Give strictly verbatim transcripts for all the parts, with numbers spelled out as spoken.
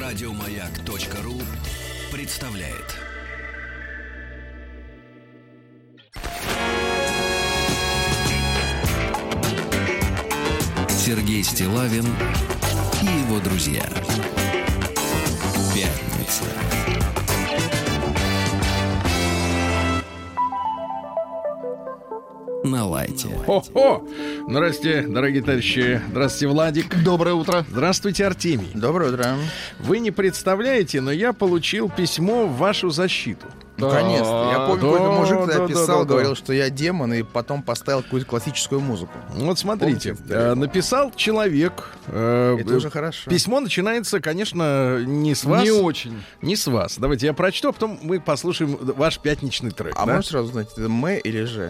Радиомаяк.ру представляет. Сергей Стиллавин и его друзья. Пятница. На лайте. О-хо! Здравствуйте, дорогие товарищи. Здравствуйте, Владик. Доброе утро. Здравствуйте, Артемий. Доброе утро. Вы не представляете, но я получил письмо в вашу защиту. Наконец-то. Я помню, да, какой-то мужик да, тогда да, писал, да, да. говорил, что я демон, и потом поставил какую-то классическую музыку. Вот смотрите, Помните? э, написал человек. э, Это уже хорошо. Письмо начинается, конечно, не с вас. Не очень. Не с вас. Давайте я прочту, а потом мы послушаем ваш пятничный трек. А да? можешь сразу знать, это М или Ж?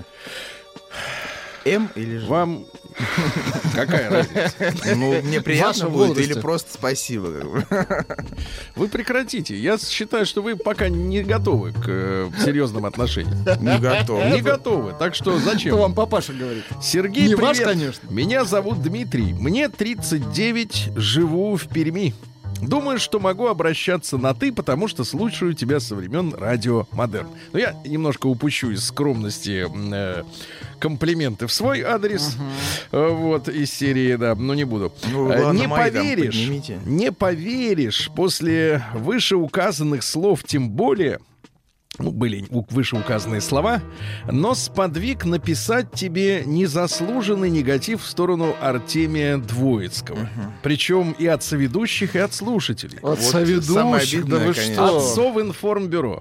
М или Ж? Вам какая разница? Ну, мне приятно вашем будет возрасте. или просто спасибо? как бы. Вы прекратите. Я считаю, что вы пока не готовы к э, серьезным отношениям. Не готов. Не готовы. Так что зачем? Что вам папаша говорит? Сергей, Не привет. ваш, конечно. Меня зовут Дмитрий. Мне тридцать девять, живу в Перми. Думаю, что могу обращаться на «ты», потому что слушаю тебя со времен радио «Модерн». Но я немножко упущу из скромности э, комплименты в свой адрес. Э, вот, из серии, да, но не буду. Ну, Э, ладно, не мои там поверишь, поднимите. не поверишь, после вышеуказанных слов тем более... Ну, были у- вышеуказанные слова, но сподвиг написать тебе незаслуженный негатив в сторону Артемия Двоицкого. Причем и от соведущих, и от слушателей. От Вот самое соведущих, да обидное, вы конечно. что? От Совинформбюро.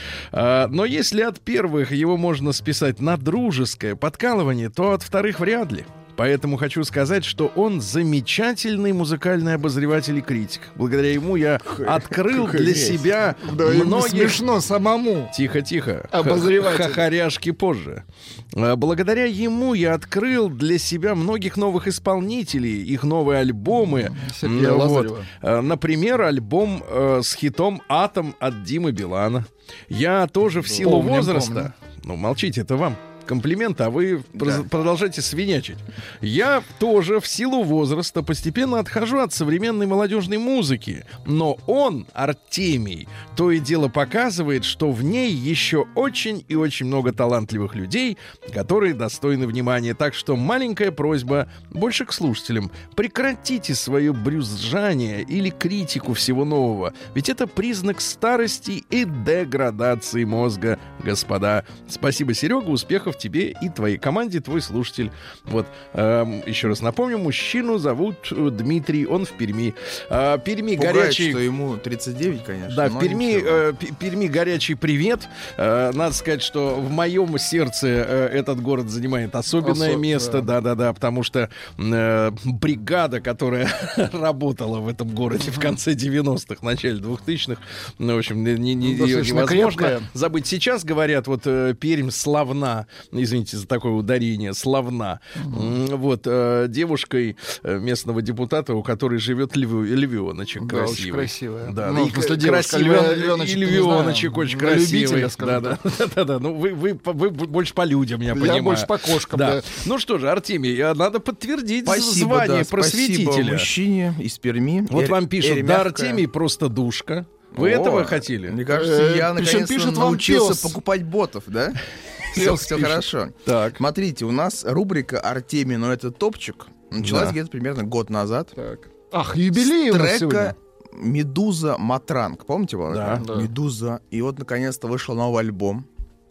А, но если от первых его можно списать на дружеское подкалывание, то от вторых вряд ли. Поэтому хочу сказать, что он замечательный музыкальный обозреватель и критик. Благодаря ему я открыл какая для грязь. себя Да им многих... смешно самому. Тихо, тихо. Обозреватель. Х- Хохоряшки позже. А, Благодаря ему я открыл для себя многих новых исполнителей, их новые альбомы. Сергея Ну, Лазарева. А, Например, альбом э, с хитом «Атом» от Димы Билана. Я тоже в силу Помним, возраста... помним. Ну, молчите, это вам комплимент, а вы проз- продолжаете свинячить. Я тоже в силу возраста постепенно отхожу от современной молодежной музыки. Но он, Артемий, то и дело показывает, что в ней еще очень и очень много талантливых людей, которые достойны внимания. Так что маленькая просьба больше к слушателям. Прекратите свое брюзжание или критику всего нового. Ведь это признак старости и деградации мозга, господа. Спасибо, Серега, успехов тебе и твоей команде, твой слушатель. Вот, эм, еще раз напомню, мужчину зовут э, Дмитрий, он в Перми. Э, Перми Пугает, горячий... что ему тридцать девять, конечно. Да, в но Перми, ничего. э, П- Перми горячий привет. Э, надо сказать, что в моем сердце э, этот город занимает особенное Осо- место. да. Да-да-да, потому что э, бригада, которая работала в этом городе в конце девяностых, начале двухтысячных, ну, в общем, не, не- не- Ну, ее достаточно невозможно крепкая. забыть. Сейчас говорят, вот э, Пермь славна, извините за такое ударение, славна, М, вот, э, девушкой э, местного депутата, у которой живет львё- львёночек Да, очень красивый. красивая. Да, Ну, и в смысле, девушка, красивый львё- львёночек, и не львёночек знаю, очень на красивый. любителя, скажем Да, да, да, да, да. Ну, вы, вы, вы больше по людям, я, Я понимаю. больше по кошкам, Да. да. Ну что же, Артемий, а надо подтвердить Спасибо, звание да, просветителя. Спасибо мужчине из Перми. Вот Эр- вам пишут, Эре да, мягкая. Артемий просто душка. Вы О, этого хотели? Мне кажется, Э, я причем наконец-то пишет вам научился пес. покупать ботов, да? Пес Все пишет. хорошо. Так. Смотрите, у нас рубрика «Артемий, но это топчик» началась Да. где-то примерно год назад. Так. Ах, юбилей у нас Трека сегодня. «Медуза Матранг». Помните его? Да. Да. «Медуза». И вот, наконец-то, вышел новый альбом.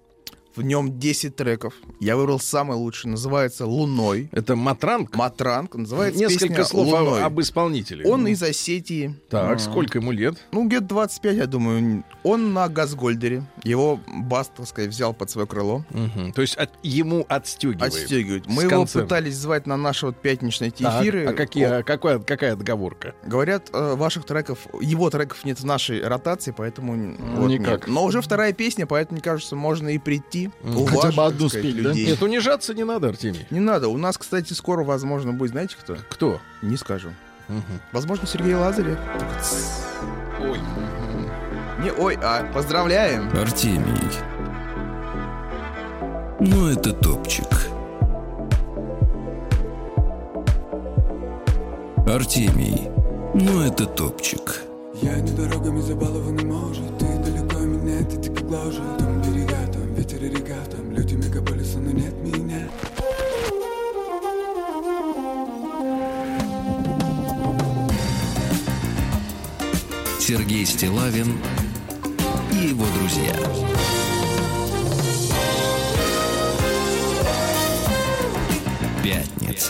В нем десять треков. Я выбрал самый лучший. Называется «Луной». Это Матранг? «Матранг». Называется Несколько песня слов о- «Луной». об исполнителе. Он из Осетии. Так, сколько ему лет? Ну, где-то двадцать пять, я думаю. Он на Газгольдере. Его бас, так сказать, взял под свое крыло. Мгм. То есть от- ему отстегивает. Отстегивает. с Мы его концерта. пытались звать на наши вот пятничные Так, эфиры. а какие, О, а какая, какая отговорка? Говорят, э, ваших треков, его треков нет в нашей ротации, поэтому н- вот никак. нет. Но уже вторая песня, поэтому, мне кажется, можно и прийти. Мгм. уважить, Хотя бы так одну сказать, спеть, да? людей. Нет, унижаться не надо, Артемий. Не надо. У нас, кстати, скоро, возможно, будет, знаете кто? Кто? Не скажу. Мгм. Возможно, Сергей Лазарев. Только тс. Ой. Не ой, а поздравляем. Артемий. Ну, это топчик. Артемий. Ну, это топчик. Я не дорогами забалованный, может. Ты далеко меня, ты тихо гложет. Там берега, там ветер и река, там люди мегаполиса, но нет меня. Сергей Стиллавин и его друзья. Пятница.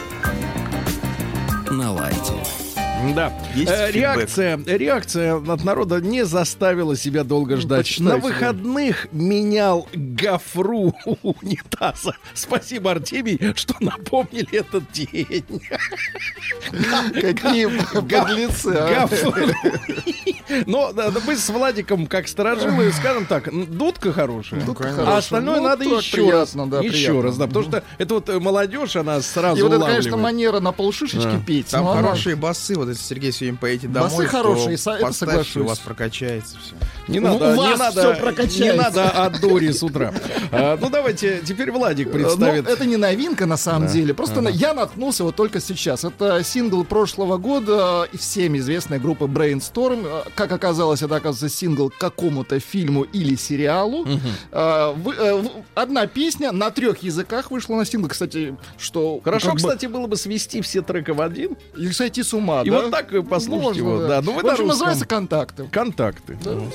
На лайте. Да. Есть Э, фидбэк. реакция, реакция от народа не заставила себя долго ждать. почитайте, На да. выходных менял гофру унитаза. Спасибо, Артемий, что напомнили этот день. Какие подлецы, а. Гофру. Но да, да, мы с Владиком, как сторожилы, скажем так, м, дудка хорошая. Дудка а хорошая. остальное Ну, надо так еще приятно, раз. да, еще приятно. раз, да. Потому что это вот э, молодежь, она сразу И вот это, улавливает. конечно, манера на полшишечки Да. петь. Там ну, она- хорошие басы, вот если Сергей сегодня поедете Басы домой, хорошие, то со- это поставьте, соглашусь. у вас прокачается все. Не У надо, вас не всё надо, прокачается. не надо от Дори с утра. А, ну давайте теперь Владик представит. Ну, это не новинка на самом деле. Просто на- я наткнулся вот только сейчас. Это сингл прошлого года и всем известной группы Brainstorm. Э, Как оказалось, это, оказывается, сингл к какому-то фильму или сериалу. Э, вы- э, в- Одна песня на трех языках вышла на сингл. Кстати, что... Хорошо, как бы, кстати, было бы свести все треки в один. И сойти с ума, И да? вот так и послушать Можно, его. Да. Ну, вы В на общем, русском. называется «Контакты». Контакты.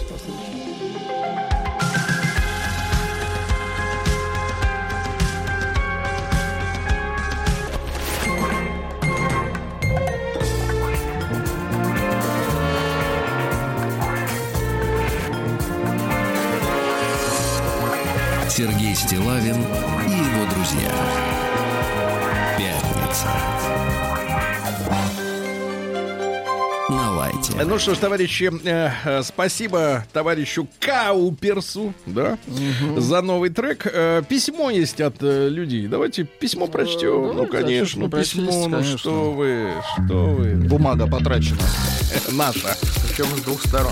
Сергей Стиллавин и его друзья. Пятница. На лайте. Ну что ж, товарищи, э, э, спасибо товарищу Кауперсу, да, за новый трек. Э, письмо есть от э, людей. Давайте письмо прочтем. Давайте, Ну, конечно, не прочесть, письмо. Ну конечно. что вы, что вы. Бумага потрачена. Наша. Причем с двух сторон.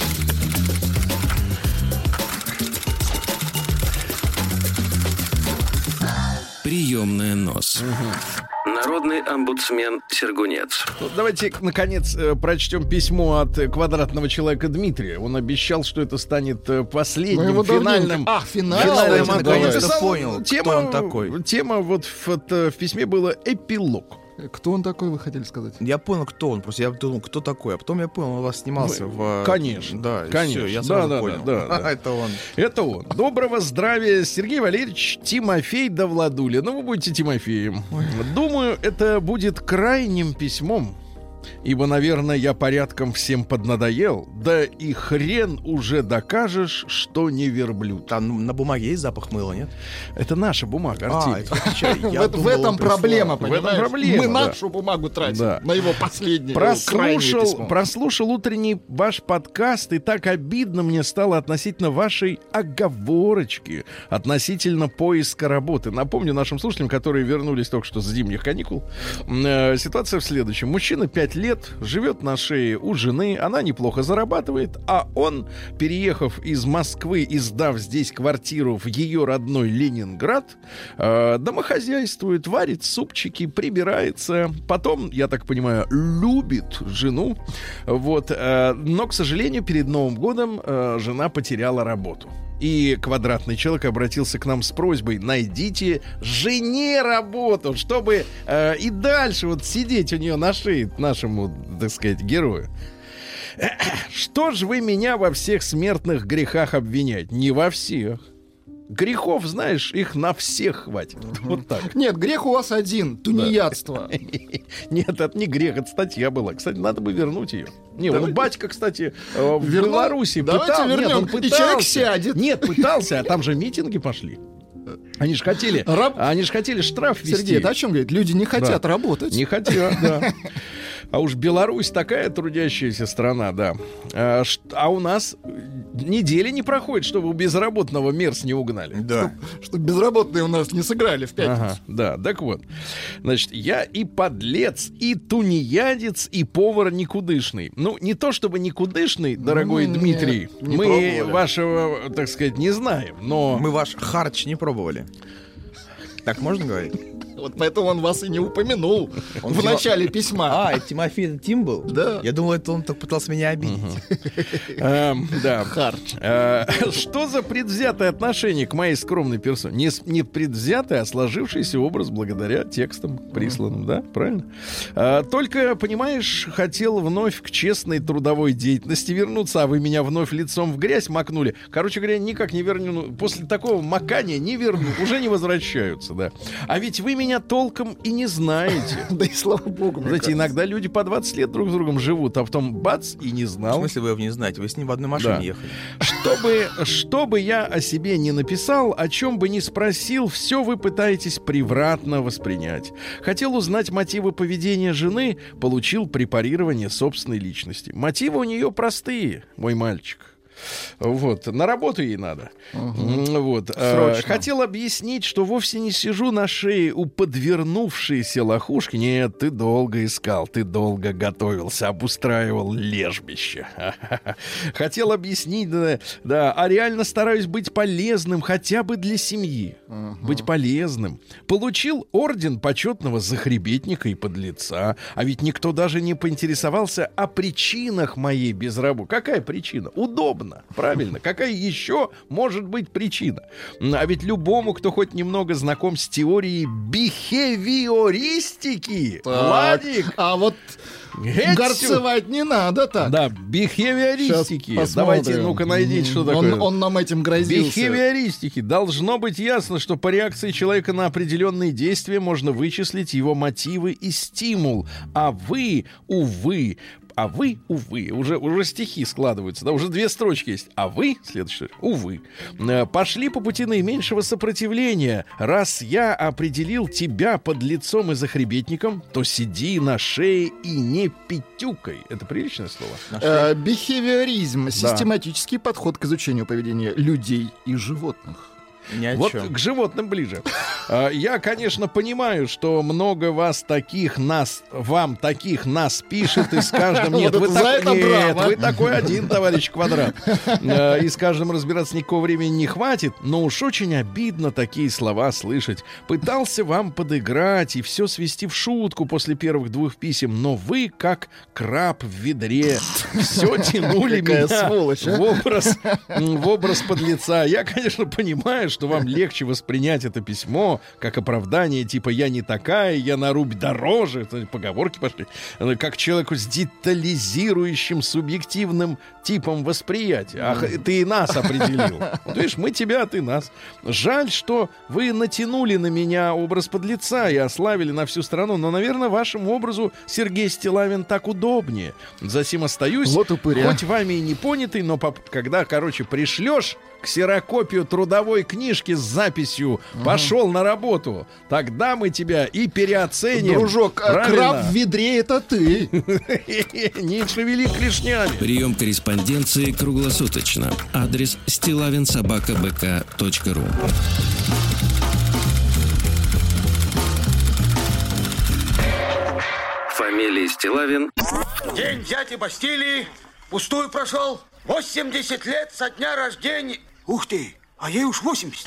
Приемная нос. Народный омбудсмен Сергунец. Ну, давайте, наконец, э, прочтем письмо от э, квадратного человека Дмитрия. Он обещал, что это станет э, Ну, последним, его финальным. давненько- Ах, финальным. Финальным, финальным наконец-то ответом. наконец-то Написал, понял, тема, кто он такой. Тема вот в, это, в письме была эпилог. Кто он такой, вы хотели сказать? Я понял, кто он. Просто я думал, кто такой. А потом я понял, он у вас снимался Вы- в... конечно, Да, и конечно. всё, я Да, сразу да, понял. да, да, да. Это он. Это он. Доброго здравия, Сергей Валерьевич, Тимофей да Владуля. Ну, вы будете Тимофеем. Думаю, это будет крайним письмом. Ибо, наверное, я порядком всем поднадоел. Да и хрен уже докажешь, что не верблюд. Там на бумаге есть запах мыла, нет? Это наша бумага, А, Артемий. это отвечай. В, Я это- в думал, этом он прислал. проблема, В этом понимаешь? проблема, Мы да. нашу бумагу тратим Да. на его последний, крайнее Прослушал, письмо. прослушал утренний ваш подкаст, и так обидно мне стало относительно вашей оговорочки, относительно поиска работы. Напомню нашим слушателям, которые вернулись только что с зимних каникул, э, ситуация в следующем. Мужчина пять лет, живет на шее у жены, она неплохо зарабатывает, а он, переехав из Москвы и сдав здесь квартиру в ее родной Ленинград, э, домохозяйствует, варит супчики, прибирается, потом, я так понимаю, любит жену, вот, э, но, к сожалению, перед Новым годом э, жена потеряла работу. И квадратный человек обратился к нам с просьбой: найдите жене работу, чтобы э, и дальше вот сидеть у нее на шее, нашему, так сказать, герою. Что ж вы меня во всех смертных грехах обвиняете? Не во всех. Грехов, знаешь, их на всех хватит. Вот так. Нет, грех у вас один — тунеядство. Нет, это не грех, это статья была. Кстати, надо бы вернуть ее. Не, ну Давайте. батька, кстати, э, в Вернул? Беларуси Давайте пытал. Нет, вернем. он И пытался. человек сядет. Нет, пытался, а там же митинги пошли. Они же хотели, Раб- они же хотели штраф ввести. Сергей, это о чем говорит? Люди не хотят работать. Не хотят, да. А уж Беларусь такая трудящаяся страна, да. А, ш- а у нас недели не проходит, чтобы у безработного мерз не угнали. Да. Что безработные у нас не сыграли в пятницу. Ага, да, так вот. Значит, я и подлец, и тунеядец, и повар никудышный. Ну, не то чтобы никудышный, дорогой нет, Дмитрий. не Мы пробовали. вашего, так сказать, не знаем, но... Мы ваш харч не пробовали. Так можно говорить? Вот поэтому он вас и не упомянул Он в Тимо- начале письма. А, это Тимофей, это Тим был? Да. Я думал, это он так пытался меня обидеть. Эм, Да. Харч. Э, Что за предвзятое отношение к моей скромной персоне? Не, с- не предвзятое, а сложившийся образ благодаря текстам присланным, да? Правильно? Э, Только, понимаешь, хотел вновь к честной трудовой деятельности вернуться, а вы меня вновь лицом в грязь макнули. Короче говоря, никак не верну. ну, После такого макания не верну, уже не возвращаются, да. А ведь вы меня толком и не знаете. Да и слава богу. мне Знаете, кажется. иногда люди по двадцать лет друг с другом живут, а потом бац, и не В знал. смысле вы его не знаете? Вы с ним в одной машине Да. ехали. Чтобы, что бы я о себе не написал, о чем бы ни спросил, все вы пытаетесь превратно воспринять. Хотел узнать мотивы поведения жены, получил препарирование собственной личности. Мотивы у нее простые, мой мальчик. Вот, на работу ей надо. М, Вот. э, Срочно. Хотел объяснить, что вовсе не сижу на шее у подвернувшейся лохушки. Нет, ты долго искал, ты долго готовился, обустраивал лежбище. Хотел объяснить, да, да, а реально стараюсь быть полезным хотя бы для семьи. Быть полезным. Получил орден почетного захребетника и подлеца. А ведь никто даже не поинтересовался о причинах моей безработицы. Какая причина? Удобно. Правильно. Какая еще может быть причина? М, А ведь любому, кто хоть немного знаком с теорией бихевиористики, Так, Владик, А вот Гетсю. горцевать не надо так. Да, Щас бихевиористики. посмотрим. Давайте, ну-ка, найдите, что Он- такое. Он нам этим грозился. Бихевиористики. Должно быть ясно, что по реакции человека на определенные действия можно вычислить его мотивы и стимул. А вы, увы, а вы, увы, уже, уже стихи складываются, да, уже две строчки есть. А вы, следующее, увы, э, пошли по пути наименьшего сопротивления. Раз я определил тебя под лицом и захребетником, то сиди на шее и не пятюкай. Это приличное слово? Э, Бихевиоризм — систематический подход к изучению поведения людей и животных. Ни о Вот чем. к животным ближе. А, Я, конечно, понимаю, что много вас таких нас, вам таких нас пишет, и с каждым... Нет, Вот вы, это за так- это нет, браво. вы такой один, товарищ Квадрат. А, И с каждым разбираться никакого времени не хватит, но уж очень обидно такие слова слышать. Пытался вам подыграть и все свести в шутку после первых двух писем, но вы, как краб в ведре, все тянули Какая меня сволочь, а? в образ, м, в образ подлеца. Я, конечно, понимаю, что вам легче воспринять это письмо как оправдание, типа «я не такая, я на рубь дороже», это поговорки пошли, э, как человеку с детализирующим субъективным типом восприятия. Ах, ты и нас определил. Вот видишь, мы тебя, а ты нас. Жаль, что вы натянули на меня образ подлеца и ославили на всю страну, но, наверное, вашему образу Сергей Стиллавин так удобнее. Засим остаюсь, Вот упыря. хоть вами и не понятый, но поп- когда, короче, пришлешь ксерокопию трудовой книжки с записью «Пошел на работу», тогда мы тебя и переоценим. Дружок, а Правильно? краб в ведре — это ты. Не шевели клешнями. Прием корреспонденции круглосуточно. Адрес стиллавин собака бэ ка точка ру. Фамилия Стиллавин. День взятия Бастилии пустую прошел. восемьдесят лет со дня рождения. Ух ты, а ей уж восемьдесят.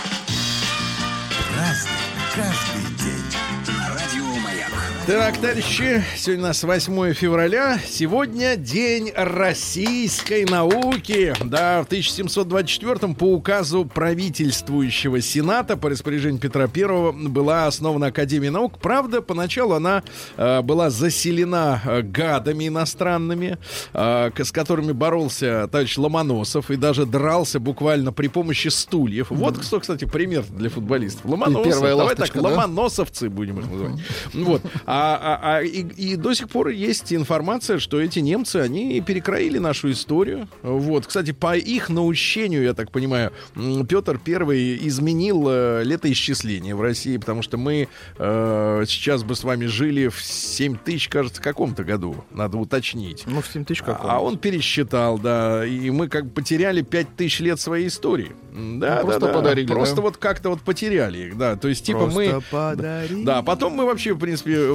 Так, товарищи, сегодня у нас восьмое февраля. Сегодня день российской науки. Да, в тысяча семьсот двадцать четвёртом по указу правительствующего Сената по распоряжению Петра Первого была основана Академия наук. Правда, поначалу она э, была заселена э, гадами иностранными, э, к- с которыми боролся товарищ Ломоносов и даже дрался буквально при помощи стульев. Вот, кто, кстати, пример для футболистов. Ломоносов. первая Давай ласточка, так, да? ломоносовцы будем их называть. Вот. А, а- а- и, и до сих пор есть информация, что эти немцы, они перекроили нашу историю. Вот. Кстати, по их наущению, я так понимаю, м, Петр Первый изменил э, летоисчисление в России, потому что мы э, сейчас бы с вами жили в семь тысяч, кажется, в каком-то году. Надо уточнить. Ну, в семь тысяч какого? А он пересчитал, да, и мы как бы потеряли пять тысяч лет своей истории. Да, Ну, просто да, да. подарили, Просто да? вот как-то вот потеряли их, да. То есть, типа, Просто мы... подари. Да, потом мы вообще, в принципе, в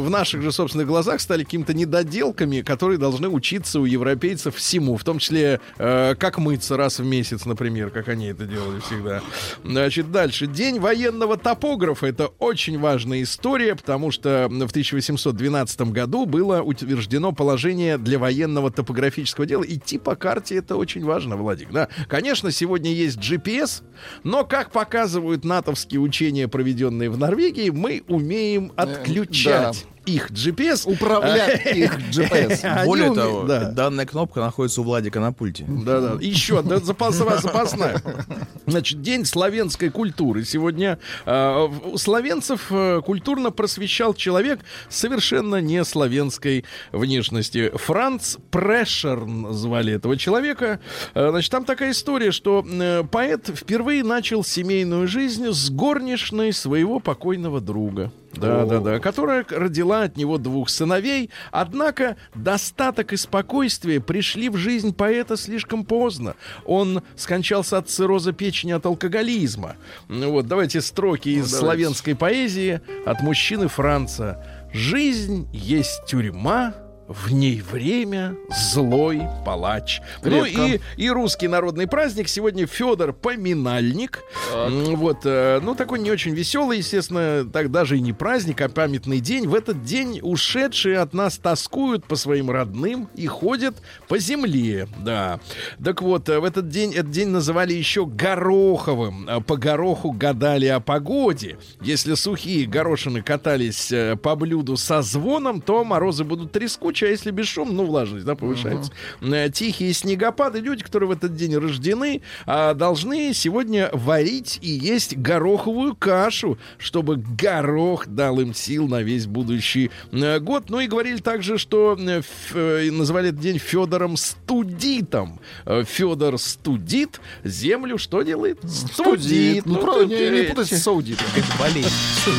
в наших же собственных глазах стали какими-то недоделками, которые должны учиться у европейцев всему, в том числе э, как мыться раз в месяц, например, как они это делали всегда. Значит, дальше. День военного топографа. Это очень важная история, потому что в тысяча восемьсот двенадцатом году было утверждено положение для военного топографического дела. Идти по карте — это очень важно, Владик. Да? Конечно, сегодня есть джи пи эс, но, как показывают натовские учения, проведенные в Норвегии, мы умеем отключать Да. их джи пи эс. Управлять их джи пи эс. Более Они уме- того, да. данная кнопка находится у Владика на пульте. Да-да. Еще да, запасовая, запасная. Значит, день славянской культуры. Сегодня э, славянцев э, культурно просвещал человек совершенно не славянской внешности. Франц Прешерн звали этого человека. Э, значит, там такая история, что э, поэт впервые начал семейную жизнь с горничной своего покойного друга. Да, да, да, которая родила от него двух сыновей. Однако достаток и спокойствие пришли в жизнь поэта слишком поздно. Он скончался от цирроза печени, от алкоголизма. Ну вот, давайте строки из давайте. славянской поэзии от мужчины Франца. «Жизнь есть тюрьма, в ней время, злой палач». Ну и, и русский народный праздник. Сегодня Федор Поминальник. М, Вот, э, ну, такой не очень веселый, естественно, так даже и не праздник, а памятный день. В этот день ушедшие от нас тоскуют по своим родным и ходят по земле. Да. Так вот, э, в этот день, этот день называли еще Гороховым. А по гороху гадали о погоде. Если сухие горошины катались э, по блюду со звоном, то морозы будут трескучие. А если бесшумно, ну, влажность, да, повышается. Uh-huh. Тихие снегопады. Люди, которые в этот день рождены, а, должны сегодня варить и есть гороховую кашу, чтобы горох дал им сил на весь будущий а, год. Ну и говорили также, что а, ф, а, называли этот день Федором Студитом. А, Федор студит землю, что делает? Студит. Ну, Ну, правда, тут, не, не э, путайте с аудитом. Это болезнь.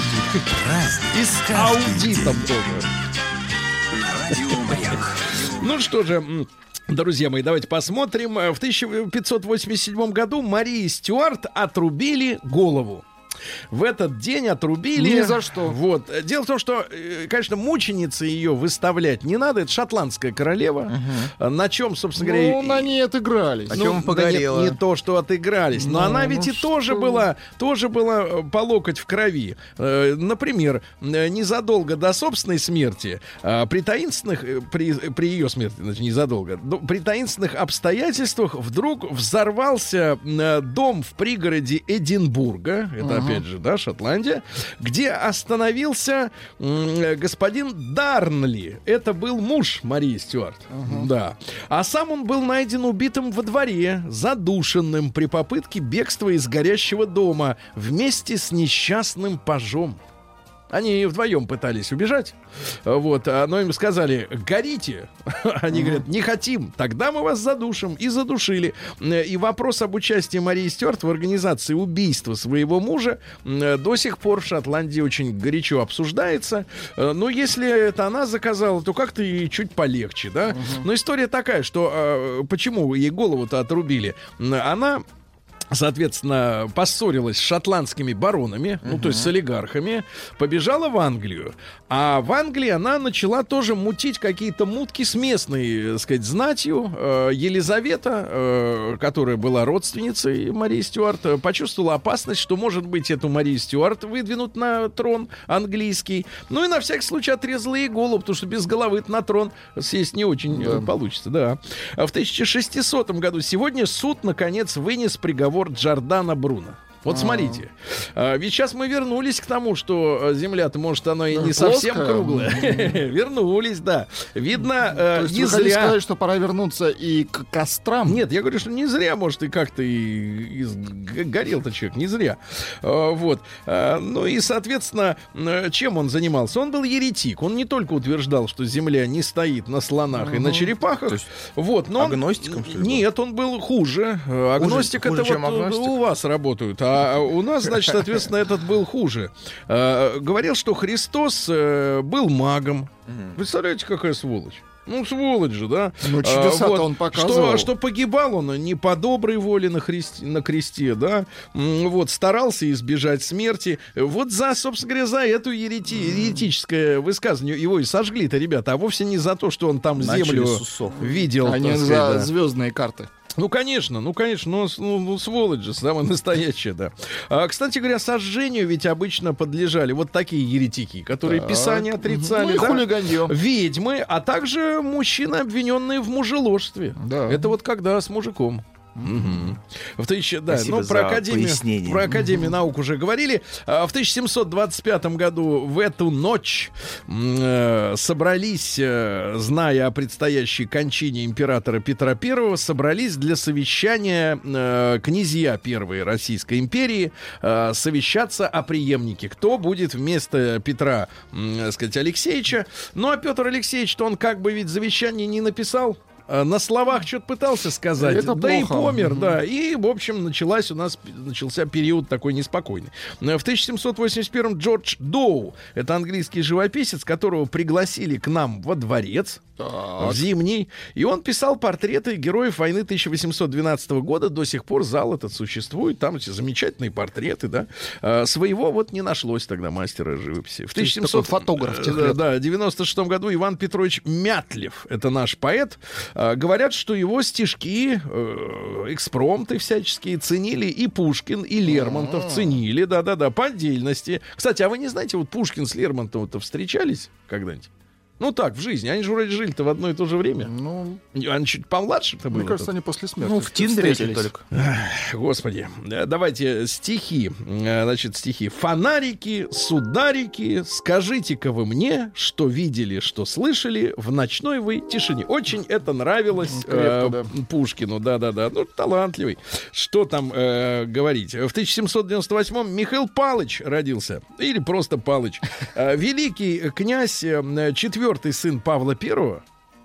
И с аудитом тоже. Ну что же, м, друзья мои, давайте посмотрим. В тысяча пятьсот восемьдесят седьмом году Марии Стюарт отрубили голову. В этот день отрубили. Ни за что. Вот. Дело в том, что, э, конечно, мученицы ее выставлять не надо. Это шотландская королева. Uh-huh. На чем, собственно говоря... Ну, на ней отыгрались. О Ну, чем да погорело? нет, не то, что отыгрались. Но Ну, она ну ведь и что? тоже была, тоже была э, по локоть в крови. Э, Например, э, незадолго до собственной смерти, э, при таинственных, э, при, при ее смерти, значит, незадолго, до- при таинственных обстоятельствах вдруг взорвался э, дом в пригороде Эдинбурга, это опять же, да, Шотландия, где остановился м, господин Дарнли. Это был муж Марии Стюарт. Да. А сам он был найден убитым во дворе, задушенным при попытке бегства из горящего дома вместе с несчастным пажом. Они вдвоем пытались убежать. Вот, но им сказали: горите. Они говорят: не хотим, тогда мы вас задушим. И задушили. И вопрос об участии Марии Стюарт в организации убийства своего мужа до сих пор в Шотландии очень горячо обсуждается. Но если это она заказала, то как-то и чуть полегче, да? Но история такая, что почему ей голову-то отрубили? Она... соответственно, поссорилась с шотландскими баронами, uh-huh. ну, то есть с олигархами, побежала в Англию. А в Англии она начала тоже мутить какие-то мутки с местной, так сказать, знатью. Э, Елизавета, э, которая была родственницей Марии Стюарт, э, почувствовала опасность, что, может быть, эту Марию Стюарт выдвинут на трон английский. Ну и на всякий случай отрезала ей голову, потому что без головы на трон сесть не очень Да. э, получится. Да. А в тысяча шестисотом году сегодня суд, наконец, вынес приговор Джордано Бруно. Вот смотрите, а, ведь сейчас мы вернулись к тому, что а, Земля-то, может, она и не Плоская. совсем круглая. Вернулись, да. Видно, То э, есть не вы хотите зря. сказать, что пора вернуться и к кострам? Нет, я говорю, что не зря, может, и как-то и, и г- горел-то человек, не зря. А, вот. А, ну и, соответственно, э, чем он занимался? Он был еретик. Он не только утверждал, что Земля не стоит на слонах и на черепахах. То есть вот, но он- агностиком, что ли, был? Нет, он был хуже. Э, Агностик хуже, это чем вот агностик? у вас работают. А А у нас, значит, соответственно, этот был хуже. А, говорил, что Христос э, был магом. Представляете, какая сволочь? Ну, сволочь же, да? Ну, чудеса-то а, вот, он показывал. Что, что погибал он не по доброй воле на, христе, на кресте, да? М, Вот, старался избежать смерти. Вот за, собственно говоря, за эту ерети, еретическое высказывание его и сожгли-то, ребята, а вовсе не за то, что он там Начали землю с усов. видел. А не так за сказать, да. звездные карты. Ну, конечно, ну, конечно, ну, с- ну, ну, сволочь же, самое настоящее, да. А, кстати говоря, сожжению ведь обычно подлежали вот такие еретики, которые Так. писание отрицали, Ну и да? хулиганье. Ведьмы, а также мужчины, обвиненные в мужеложстве. Да. Это вот когда с мужиком. Мгм. В тысяча, да, Спасибо ну, за про Академию, пояснение. про Академию наук уже говорили. А, В тысяча семьсот двадцать пятом году в эту ночь м, э, собрались, э, зная о предстоящей кончине императора Петра Первого, собрались для совещания э, князья Первой Российской империи э, совещаться о преемнике. Кто будет вместо Петра, м, так сказать, Алексеевича. Ну, а Петр Алексеевич-то он как бы ведь завещание не написал. А, На словах что-то пытался сказать, Это да и плохо. помер, да. И, в общем, началась у нас, начался период такой неспокойный. В тысяча семьсот восемьдесят первом Джордж Доу, это английский живописец, которого пригласили к нам во дворец в Зимний, и он писал портреты героев войны тысяча восемьсот двенадцатого года. До сих пор зал этот существует, там эти замечательные портреты, да. А, своего вот не нашлось тогда мастера живописи. В То есть тысяча семьсот такой фотограф тех э, лет. да, девяносто шестом году Иван Петрович Мятлев, это наш поэт, а, говорят, что его стишки, э, экспромты всяческие ценили и Пушкин, и Лермонтов ценили, да-да-да, по отдельности. Кстати, а вы не знаете, вот Пушкин с Лермонтовым-то встречались когда-нибудь? Ну так, в жизни. Они же вроде жили-то в одно и то же время. Ну, Они чуть помладше-то были. мне кажется, они после смерти Ну, в Тиндере встретились. только. Господи, э, давайте стихи. Э, Значит, стихи. Фонарики, сударики, скажите-ка вы мне, что видели, что слышали в ночной вы тишине. Очень это нравилось Крепко, э, Пушкину, да-да-да. Ну, талантливый. Что там э, говорить? В тысяча семьсот девяносто восьмом Михаил Палыч родился. Или просто Палыч. Э, Великий князь, э, четвертый сын Павла Первого.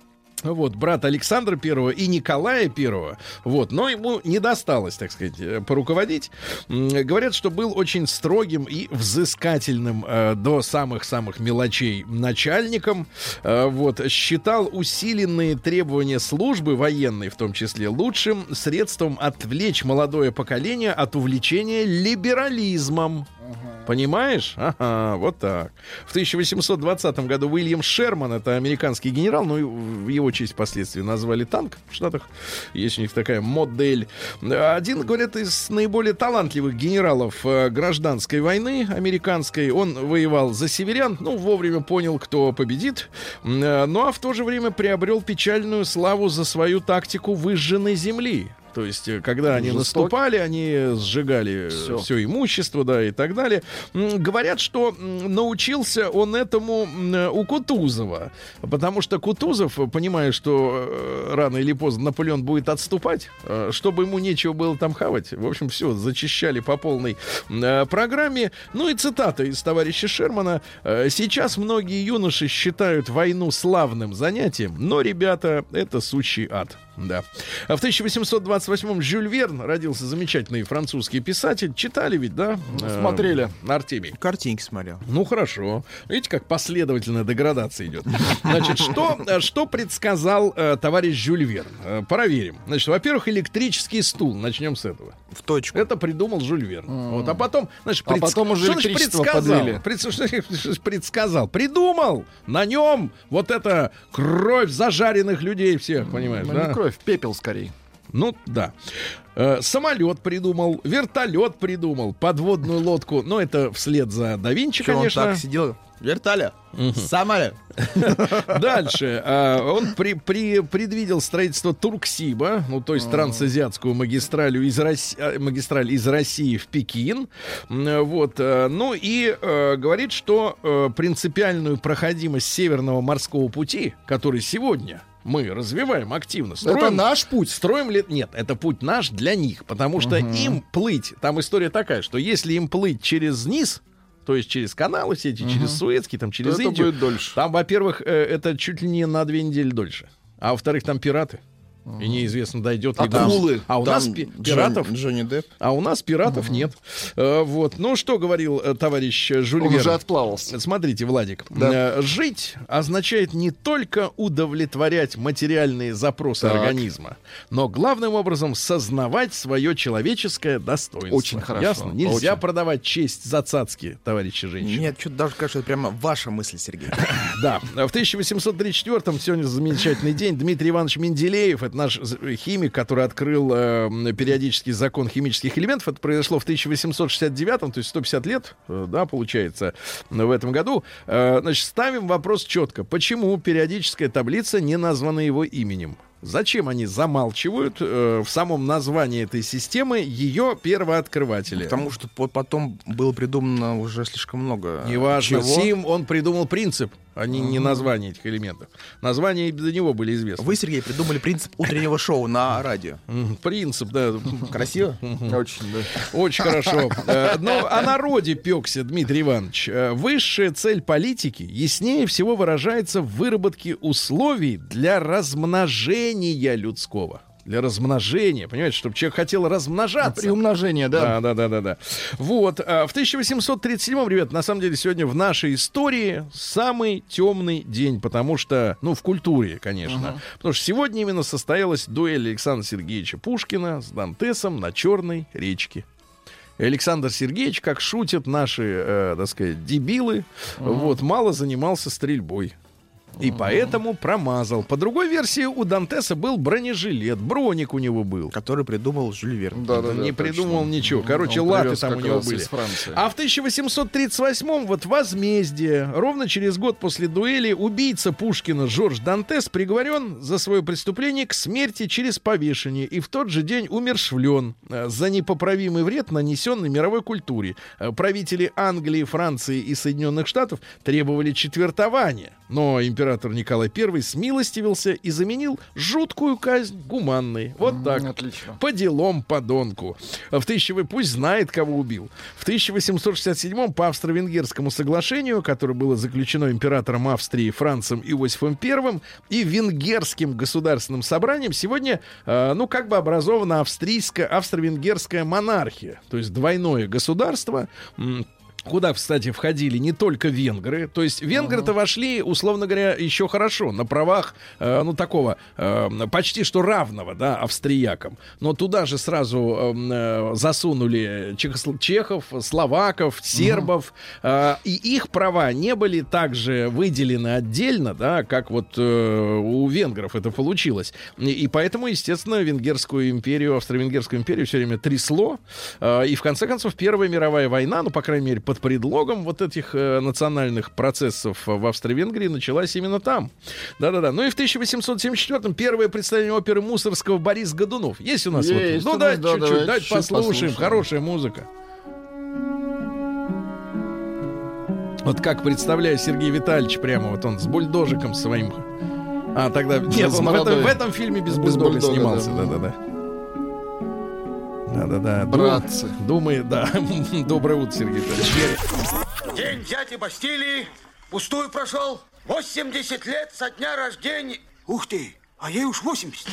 Вот, брат Александра Первого и Николая Первого. Вот, но ему не досталось, так сказать, э, поруководить. М, Говорят, что был очень строгим и взыскательным э, до самых-самых мелочей начальником. Э, вот, считал усиленные требования службы военной, в том числе, лучшим средством отвлечь молодое поколение от увлечения либерализмом. Понимаешь? Ага, вот так. В тысяча восемьсот двадцатом году Уильям Шерман, это американский генерал, ну, и в его честь впоследствии назвали танк в Штатах. Есть у них такая модель. Один, говорят, из наиболее талантливых генералов э, гражданской войны американской. Он воевал за северян, ну, вовремя понял, кто победит. Э, ну, а в то же время приобрел печальную славу за свою тактику выжженной земли. То есть, э, когда они Жестокий. наступали, они сжигали Всё. все имущество, да, и так далее. М, Говорят, что м, научился он этому м, у Кутузова, потому что Кутузов, понимая, что э, рано или поздно Наполеон будет отступать, э, чтобы ему нечего было там хавать, в общем, все, зачищали по полной э, программе. Ну и цитата из товарища Шермана. Э, «Сейчас многие юноши считают войну славным занятием, но, ребята, это сущий ад». Да. А в тысяча восемьсот двадцать восьмом Жюль Верн родился, замечательный французский писатель. Читали ведь, да? Э, Смотрели. Артемий. Картинки смотрел. Ну хорошо. Видите, как последовательная деградация идет. Значит, что, э, что предсказал э, товарищ Жюль Верн? Э, проверим. Значит, во-первых, электрический стул. Начнем с этого. В точку. Это придумал Жюль Верн. Вот, а потом, значит, А потом уже что значит электричество предсказал? подвели. Пред- что значит предсказал? Придумал! На нем вот эта кровь зажаренных людей всех, понимаешь, Ну, да? не кровь, пепел скорее. Ну, да. Э, самолет придумал, вертолет придумал, подводную лодку. Ну, это вслед за да Винчи, Чё, он конечно. так сидел? Вертолет. Самолет. Дальше. э, он при, при- предвидел строительство Турксиба, ну, то есть трансазиатскую магистраль из, Рос- э, магистраль из России в Пекин. М, Вот. э, Ну, и э, говорит, что э, принципиальную проходимость Северного морского пути, который сегодня мы развиваем активно, строим, Это наш путь. Строим ли... Нет, это путь наш для них, потому что им плыть... Там история такая, что если им плыть через низ, то есть через каналы все эти, через Суэцкий, там, через это Индию, будет дольше. там, во-первых, э, это чуть ли не на две недели дольше. А во-вторых, там пираты. И неизвестно, дойдет ли Акулы. А у Там нас пи- Джон- пиратов... Джонни Депп. А у нас пиратов нет. Э, вот. Ну, что говорил э, товарищ Жюль Он Верн? уже отплавался. Смотрите, Владик. Да. Э, жить означает не только удовлетворять материальные запросы Так. организма, но главным образом сознавать свое человеческое достоинство. Очень хорошо. Ясно? Нельзя Очень. продавать честь за цацки, товарищи женщины. Нет, что-то даже кажется, это прямо ваша мысль, Сергей. Да, в тысяча восемьсот тридцать четвёртом, сегодня замечательный день, Дмитрий Иванович Менделеев, это наш химик, который открыл э, периодический закон химических элементов. Это произошло в тысяча восемьсот шестьдесят девятом, то есть сто пятьдесят лет, э, да, получается, в этом году. Э, значит, ставим вопрос четко. Почему периодическая таблица не названа его именем? Зачем они замалчивают э, в самом названии этой системы ее первооткрывателя? Потому что по- потом было придумано уже слишком много Неважно. чего. Сим, он придумал принцип, а не, не название этих элементов. Названия и до него были известны. Вы, Сергей, придумали принцип утреннего шоу на радио. Мгм, принцип, да. Красиво? Очень, да. Очень хорошо. Э, Но о народе пекся Дмитрий Иванович. Э, Высшая цель политики яснее всего выражается в выработке условий для размножения людского. Для размножения, понимаете, чтобы человек хотел размножаться. Приумножение, да. Да, да, да, да, да. Вот. а, В тысяча восемьсот тридцать седьмом, ребят, на самом деле сегодня в нашей истории самый темный день, потому что, ну, в культуре, конечно. Ага. Потому что сегодня именно состоялась дуэль Александра Сергеевича Пушкина с Дантесом на Черной речке. И Александр Сергеевич, как шутят наши, э, так сказать, дебилы, вот, мало занимался стрельбой. И поэтому промазал. По другой версии, у Дантеса был бронежилет, броник у него был. Который придумал Жюль Верн. Да, да, да, не точно. придумал ничего. Короче, Он латы привез там у как него раз были. из Франции. А в тысяча восемьсот тридцать восьмом, вот возмездие, ровно через год после дуэли, убийца Пушкина Жорж Дантес приговорен за свое преступление к смерти через повешение. И в тот же день умершвлен э, за непоправимый вред, нанесенный мировой культуре. Э, Правители Англии, Франции и Соединенных Штатов требовали четвертования. Но император Николай Первый смилостивился и заменил жуткую казнь гуманной. Вот так. Отлично. По делам подонку. В тысяча... Пусть знает, кого убил. В тысяча восемьсот шестьдесят седьмом по австро-венгерскому соглашению, которое было заключено императором Австрии Францем Иосифом Первым и Венгерским государственным собранием, сегодня, э, ну, как бы образована австрийская, австро-венгерская монархия. То есть двойное государство, м- куда, кстати, входили не только венгры. То есть венгры-то вошли, условно говоря, еще хорошо, на правах, э, ну, такого, э, почти что равного, да, австриякам. Но туда же сразу э, засунули чехосло- чехов, словаков, сербов. Э, и их права не были также выделены отдельно, да, как вот э, у венгров это получилось. И, и поэтому, естественно, Венгерскую империю, Австро-Венгерскую империю все время трясло. Э, и, в конце концов, Первая мировая война, ну, по крайней мере, под предлогом вот этих э, национальных процессов в Австро-Венгрии началась именно там. Да-да-да. Ну и в тысяча восемьсот семьдесят четвёртом первое представление оперы Мусоргского «Борис Годунов». Есть у нас? Есть Вот? Ну, у нас, дайте да, чуть-чуть, давайте дайте чуть послушаем. послушаем. Хорошая музыка. Вот как представляю Сергей Витальевич прямо, вот он с бульдожиком своим. А, тогда... Нет, он в этом, в этом фильме без, Без бульдога, бульдога, снимался. да. Да-да-да. Да-да-да. Братцы. Думает, да. Доброе утро, Сергей Витальевич. День взятия Бастилии пустую прошел. восемьдесят лет со дня рождения. Ух ты, а ей уж восемьдесят.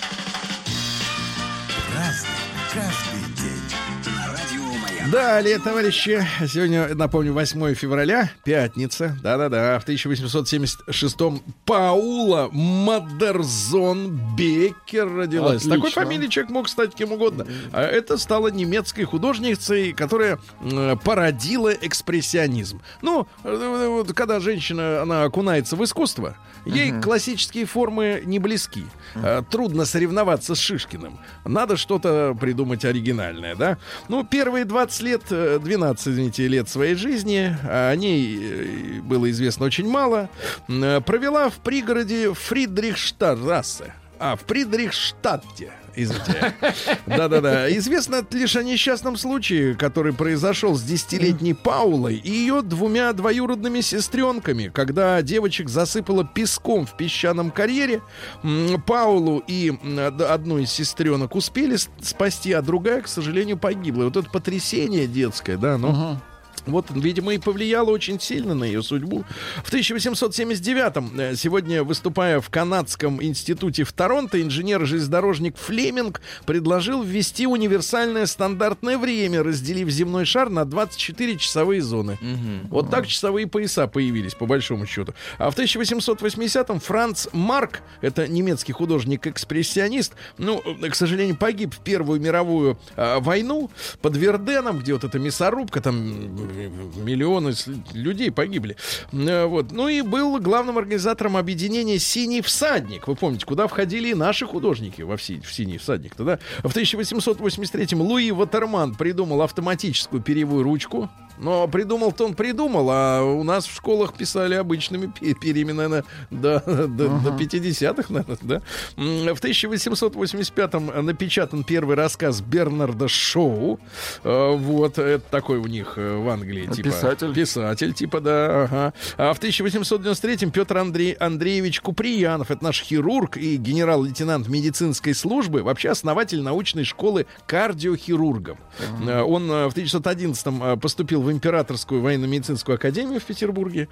Далее, товарищи, сегодня, напомню, восьмое февраля, пятница, да-да-да, в тысяча восемьсот семьдесят шестом Паула Мадерзон Беккер родилась. С Отлично. такой фамилией человек мог стать кем угодно. А это стала немецкой художницей, которая э, породила экспрессионизм. Ну, э, вот когда женщина, она окунается в искусство, ей uh-huh. классические формы не близки. Uh-huh. Э, трудно соревноваться с Шишкиным. Надо что-то придумать оригинальное, да? Ну, первые двадцать лет, двенадцать, извините, лет своей жизни, о ней было известно очень мало, провела в пригороде Фридрихштадтраsse. А, в Фридрихштадте, извините. Да-да-да. Известно лишь о несчастном случае, который произошел с десятилетней Паулой и ее двумя двоюродными сестренками, когда девочек засыпало песком в песчаном карьере. Паулу и одну из сестренок успели спасти, а другая, к сожалению, погибла. И вот это потрясение детское, да, ну... Вот, видимо, и повлияло очень сильно на ее судьбу. В тысяча восемьсот семьдесят девятом, сегодня, выступая в Канадском институте в Торонто, инженер-железнодорожник Флеминг предложил ввести универсальное стандартное время, разделив земной шар на двадцать четыре часовые зоны. Угу. Вот так часовые пояса появились, по большому счету. А в тысяча восемьсот восьмидесятом Франц Марк, это немецкий художник-экспрессионист, ну, к сожалению, погиб в Первую мировую э, войну под Верденом, где вот эта мясорубка, там миллионы людей погибли. Вот. Ну и был главным организатором объединения «Синий всадник». Вы помните, куда входили и наши художники во все, в «Синий всадник». Да? В тысяча восемьсот восемьдесят третьем Луи Ватерман придумал автоматическую перьевую ручку. Но придумал-то он придумал, а у нас в школах писали обычными перьями, наверное, до, до, uh-huh. до пятидесятых, наверное, да. В тысяча восемьсот восемьдесят пятом напечатан первый рассказ Бернарда Шоу. Вот, это такой у них в Англии, типа... Писатель. Писатель, типа, да, ага. А в тысяча восемьсот девяносто третьем Петр Андрей, Андреевич Куприянов, это наш хирург и генерал-лейтенант медицинской службы, вообще основатель научной школы кардиохирургов. Uh-huh. Он в тысяча девятьсот одиннадцатом поступил в Императорскую военно-медицинскую академию в Петербурге.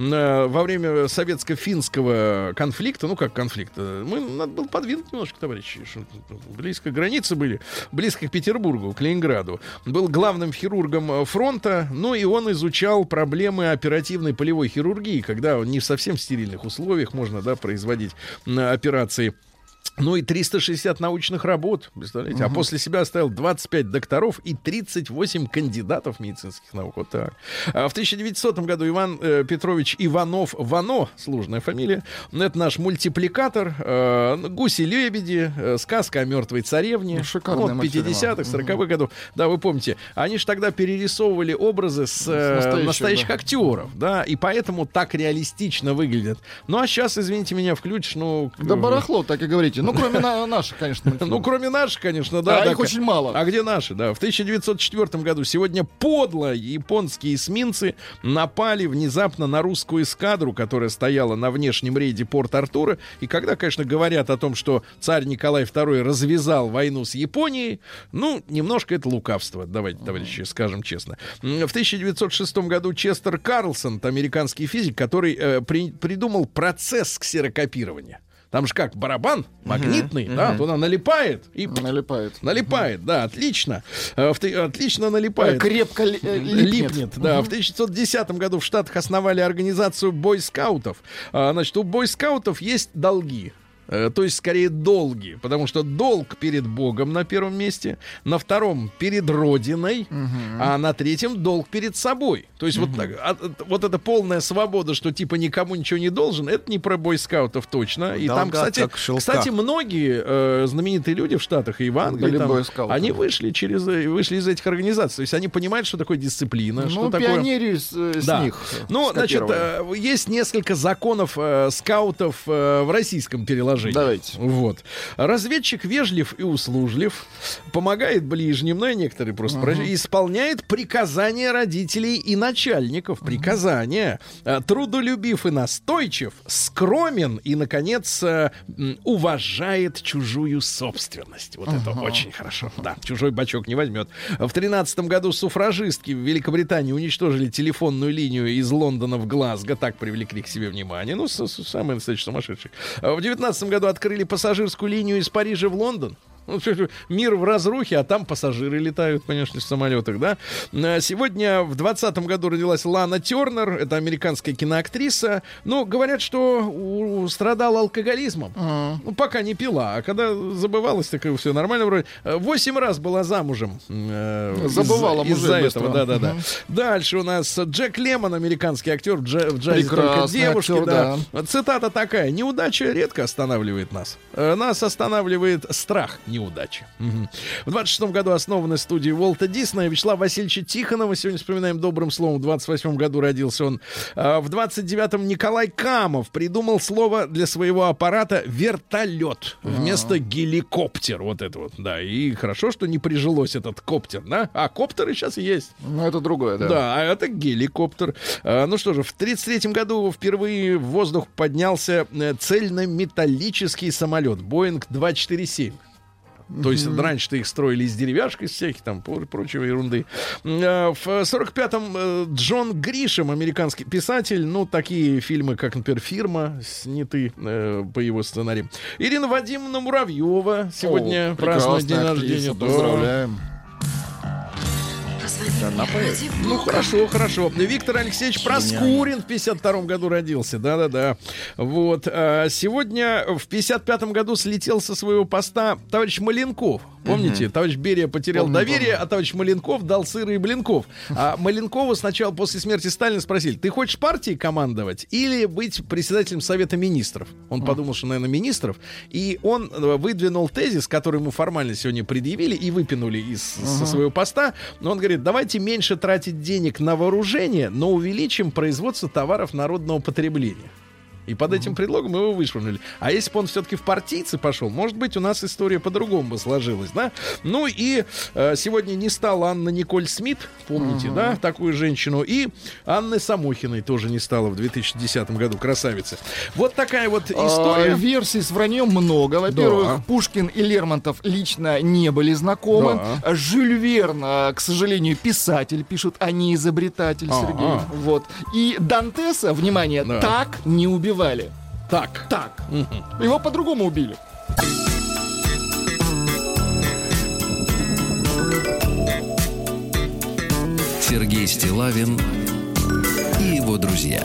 Во время советско-финского конфликта, ну как конфликта, мы, надо было подвинуть немножко, товарищи, близко границы были, близко к Петербургу, к Ленинграду. Был главным хирургом фронта, ну и он изучал проблемы оперативной полевой хирургии, когда не в совсем стерильных условиях можно, да, производить операции. Ну и триста шестьдесят научных работ, представляете? Uh-huh. А после себя оставил двадцать пять докторов и тридцать восемь кандидатов медицинских наук. Вот так. А в тысяча девятисотом году Иван э, Петрович Иванов Вано, сложная фамилия, это наш мультипликатор, э, «Гуси-лебеди», э, сказка о мертвой царевне. Ну, шикарная вот, пятидесятых, сороковых uh-huh. годов. Да, вы помните, они же тогда перерисовывали образы с, э, настоящих да. актеров, да, и поэтому так реалистично выглядят. Ну а сейчас, извините меня, включишь, ну... Да барахло, так и говорите. Ну, кроме на, наших, конечно. Мультфильмов. Ну, кроме наших, конечно, да. А да, их очень мало. А где наши, да? В тысяча девятьсот четвёртом году сегодня подло японские эсминцы напали внезапно на русскую эскадру, которая стояла на внешнем рейде Порт-Артура. И когда, конечно, говорят о том, что царь Николай второй развязал войну с Японией, ну, немножко это лукавство, давайте, товарищи, скажем честно. В тысяча девятьсот шестом году Честер Карлсон, это американский физик, который э, при, придумал процесс ксерокопирования. Там же как, барабан магнитный, uh-huh, да, uh-huh. туда налипает и... Налипает. Налипает, uh-huh. да, отлично. Отлично налипает. Крепко ли, липнет. Липнет, да. Uh-huh. В тысяча девятьсот десятом году в Штатах основали организацию бойскаутов. Значит, у бойскаутов есть долги. То есть, скорее, долги. Потому что долг перед Богом на первом месте, на втором перед Родиной, uh-huh. а на третьем долг перед собой. То есть, uh-huh. вот, так, а, вот эта полная свобода, что типа никому ничего не должен, это не про бойскаутов точно. И долга, там, кстати, кстати, многие э, знаменитые люди в Штатах и в Англии, там, они вышли, через, вышли из этих организаций. То есть, они понимают, что такое дисциплина. Ну, что пионерию такое... с, с да. них. Ну, значит, э, есть несколько законов э, скаутов э, в российском переложении. Давайте. Вот. Разведчик вежлив и услужлив, помогает ближним, но и некоторые просто uh-huh. исполняет приказания родителей и начальников. Приказания. Uh-huh. Трудолюбив и настойчив, скромен и, наконец, уважает чужую собственность. Вот uh-huh. это очень хорошо. Да, чужой бачок не возьмет. В тринадцатом году суфражистки в Великобритании уничтожили телефонную линию из Лондона в Глазго. Так привлекли к себе внимание. Ну, самые настоящие сумасшедшие. В девятнадцатом году открыли пассажирскую линию из Парижа в Лондон. Мир в разрухе, а там пассажиры летают, конечно, в самолетах, да. Сегодня в двадцатом году родилась Лана Тернер, это американская киноактриса. Ну, говорят, что у, страдала алкоголизмом. Uh-huh. Ну, пока не пила, а когда забывалась, так и все нормально вроде. Восемь раз была замужем. Э, Забывала из, из-за этого, да-да-да. Uh-huh. Дальше у нас Джек Лемон, американский актер, в, дж- в джазе только девушки. Актер, да. Да. Цитата такая: неудача редко останавливает нас. Нас останавливает страх неудачи. Угу. В двадцать шестом году основаны студии Уолта Диснея. Вячеслава Васильевича Тихонова сегодня вспоминаем добрым словом. В двадцать восьмом году родился он. А в двадцать девятом Николай Камов придумал слово для своего аппарата «вертолет» вместо «геликоптер». Вот это вот, да. И хорошо, что не прижилось этот коптер, да? А коптеры сейчас есть. Ну, это другое, да. Да, а это геликоптер. А, ну что же, в тридцать третьем году впервые в воздух поднялся цельнометаллический самолет «Боинг два четыре семь». То есть mm-hmm. раньше-то их строили из деревяшек, из всяких там прочего ерунды. В сорок пятом Джон Гришэм, американский писатель, ну, такие фильмы, как, например, «Фирма», сняты э, по его сценариям. Ирина Вадимовна Муравьева сегодня О, празднует день рождения. Поздравляем. Ну, хорошо, хорошо. Виктор Алексеевич Проскурин в пятьдесят втором году родился. Да-да-да. Вот. А сегодня в пятьдесят пятом году слетел со своего поста товарищ Маленков. Помните? Mm-hmm. Товарищ Берия потерял помню, доверие, помню. А товарищ Маленков дал сыра и блинков. А Маленкова сначала после смерти Сталина спросили: ты хочешь партией командовать или быть председателем Совета Министров? Он mm-hmm. подумал, что, наверное, министров. И он выдвинул тезис, который ему формально сегодня предъявили и выпинули из, mm-hmm. со своего поста. Но он говорит: давайте меньше тратить денег на вооружение, но увеличим производство товаров народного потребления. И под этим предлогом его вышвырнули. А если бы он все-таки в партийцы пошел, может быть, у нас история по-другому бы сложилась, да? Ну и э, сегодня не стала Анна Николь Смит, помните, uh-huh. да, такую женщину. И Анны Самохиной тоже не стало в две тысячи десятом году, красавицы. Вот такая вот история. А, версий с враньем много. Во-первых, да. Пушкин и Лермонтов лично не были знакомы. Да. Жюль Верн, к сожалению, писатель, пишут, а не изобретатель, uh-huh. Сергей. Вот. И Дантеса, внимание, да. так не убивали. Так. Так. Угу. Его по-другому убили. Сергей Стиллавин и его друзья.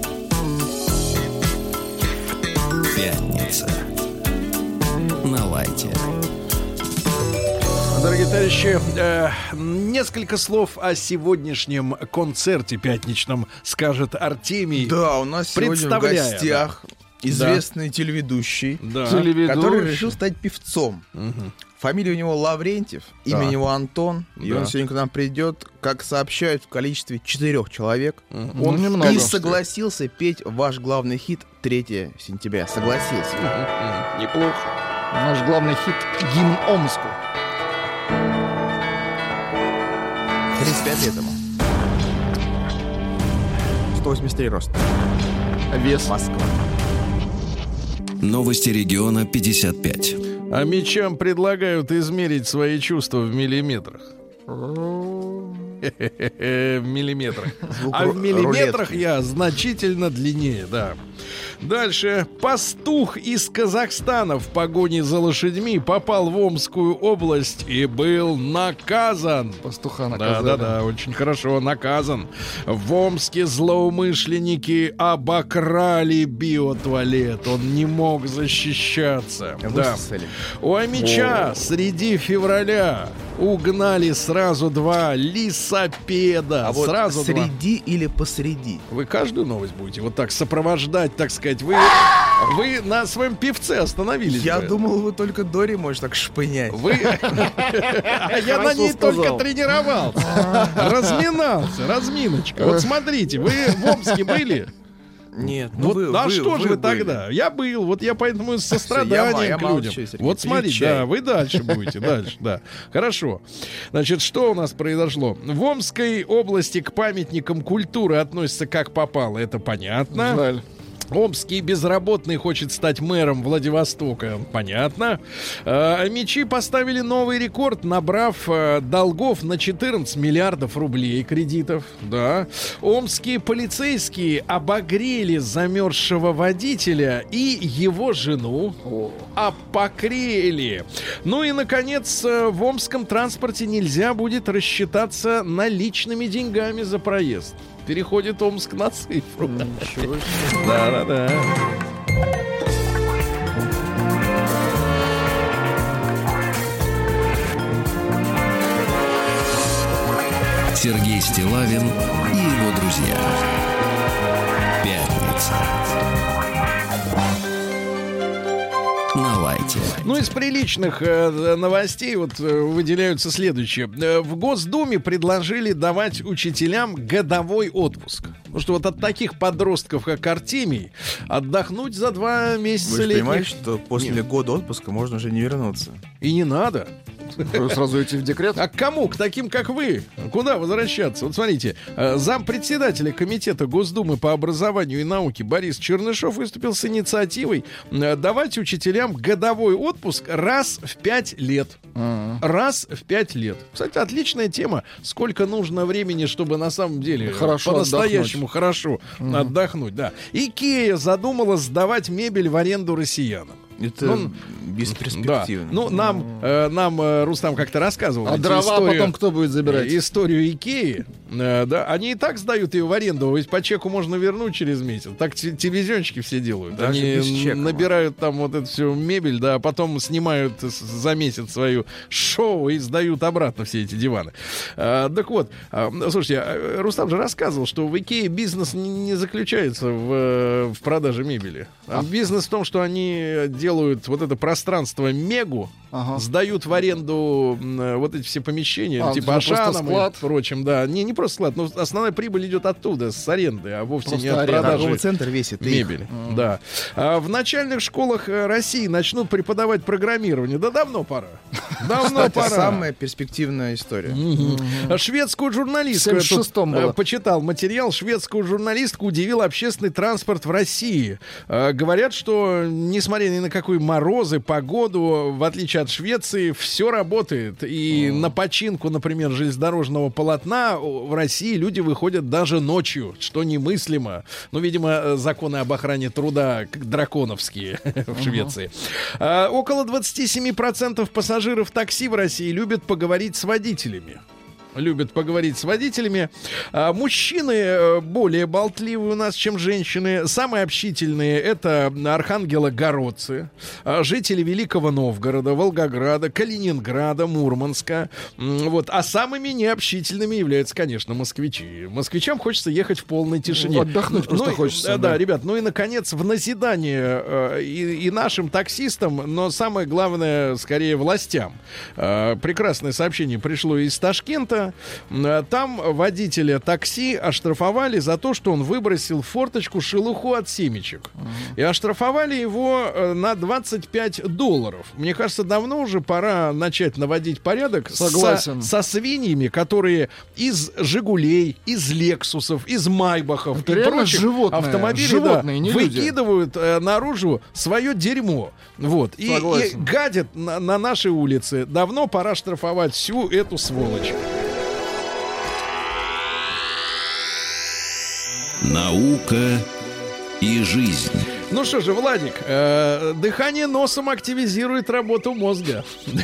Пятница. На лайте. Дорогие товарищи, э, несколько слов о сегодняшнем концерте пятничном скажет Артемий. Да, у нас сегодня в гостях да. известный да. телеведущий, да. телеведущий, который решил стать певцом. Угу. Фамилия у него Лаврентьев, да. имя у него Антон. И да. он сегодня к нам придет, как сообщают, в количестве четырех человек. Угу. Он немного, и согласился петь ваш главный хит третьего сентября. Согласился. Угу. Неплохо. Наш главный хит — «Гимн Омску». тридцать пять лет ему. сто восемьдесят три роста. Вес. Москва. Новости региона пятьдесят пять. А мечам предлагают измерить свои чувства в миллиметрах. В миллиметрах. А в миллиметрах я значительно длиннее, да. Дальше. Пастух из Казахстана в погоне за лошадьми попал в Омскую область и был наказан. Пастуха наказали. Да-да-да, очень хорошо, наказан. В Омске злоумышленники обокрали биотуалет. Он не мог защищаться. Да. У Амича среди февраля угнали сразу два лисопеда. А вот сразу среди два. Или посреди? Вы каждую новость будете вот так сопровождать, так сказать. Вы, вы на своем певце остановились. Я бы. думал, вы только Дори можете так шпынять. Вы... А я на ней только тренировался. Разминался, разминочка. Вот смотрите, вы в Омске были? Нет, ну вот, вы, а вы, что вы же вы тогда? Я был, вот я поэтому с состраданием к людям. Вот смотрите, да, вы дальше будете, дальше, да. Хорошо. Значит, что у нас произошло? В Омской области к памятникам культуры относятся как попало, это понятно. Жаль. Омский безработный хочет стать мэром Владивостока. Понятно. А, мечи поставили новый рекорд, набрав а, долгов на четырнадцать миллиардов рублей кредитов. Да. Омские полицейские обогрели замерзшего водителя и его жену. Обогрели. Ну и, наконец, в омском транспорте нельзя будет рассчитаться наличными деньгами за проезд. Переходит Омск на цифру. Ничего себе. Да-да-да. Сергей Стиллавин и его друзья. Пятница. На лайте. Ну, из приличных э, новостей вот э, выделяются следующие. Э, в Госдуме предложили давать учителям годовой отпуск. Потому что вот от таких подростков, как Артемий, отдохнуть за два месяца летних... Вы же летних... понимаете, что после Нет. года отпуска можно уже не вернуться. И не надо. Сразу идти в декрет? А к кому? К таким, как вы? Куда возвращаться? Вот смотрите, зампредседателя Комитета Госдумы по образованию и науке Борис Чернышов выступил с инициативой давать учителям годовой отпуск раз в пять лет. А-а-а. Раз в пять лет. Кстати, отличная тема. Сколько нужно времени, чтобы на самом деле хорошо по-настоящему отдохнуть. хорошо угу. отдохнуть. Да. Икея задумала сдавать мебель в аренду россиянам. Это ну, бесперспективно. Да. Ну, нам, э, нам э, Рустам как-то рассказывал. А дрова историю, потом кто будет забирать? Историю Икеи. Э, да, они и так сдают ее в аренду, ведь по чеку можно вернуть через месяц. Так телевизионщики все делают. Даже они чека, набирают там вот эту всю мебель, да, а потом снимают за месяц свою шоу и сдают обратно все эти диваны. Э, так вот, э, слушайте, Рустам же рассказывал, что в Икее бизнес не, не заключается в, в продаже мебели. А бизнес в том, что они делают делают вот это пространство Мегу, ага. сдают в аренду э, вот эти все помещения, а, типа Ашаном и прочим, да. Не, не просто склад, но основная прибыль идет оттуда, с аренды, а вовсе просто не от продажи торговый центр весит мебели. Mm. Да. А в начальных школах России начнут преподавать программирование. Да давно пора. Давно пора. Самая перспективная история. Mm-hmm. Шведскую журналистку, я тут почитал материал, шведскую журналистку удивил общественный транспорт в России. А, говорят, что несмотря ни на какие морозы, погоду, в отличие от Швеции, все работает. И mm. на починку, например, железнодорожного полотна в России люди выходят даже ночью, что немыслимо. Ну, видимо, законы об охране труда драконовские в Швеции. А, около двадцать семь процентов пассажиров такси в России любят поговорить с водителями. Любят поговорить с водителями. А, мужчины более болтливые у нас, чем женщины. Самые общительные — это архангелогородцы, а, жители Великого Новгорода, Волгограда, Калининграда, Мурманска. Вот. А самыми необщительными являются, конечно, москвичи. Москвичам хочется ехать в полной тишине. Отдохнуть просто ну, хочется. Да, да, ребят. Ну и, наконец, в назидание э, и, и нашим таксистам, но самое главное, скорее, властям. Э, прекрасное сообщение пришло из Ташкента. Там водителя такси оштрафовали за то, что он выбросил в форточку шелуху от семечек. Uh-huh. И оштрафовали его на двадцать пять долларов. Мне кажется, давно уже пора начать наводить порядок со, со свиньями, которые из «Жигулей», из «Лексусов», из «Майбахов» это и прочих животные. автомобилей животные, да, выкидывают э, наружу свое дерьмо. Вот. И, и гадят на, на нашей улице. Давно пора штрафовать всю эту сволочь. Наука и жизнь. Ну что же, Владик, э, дыхание носом активизирует работу мозга.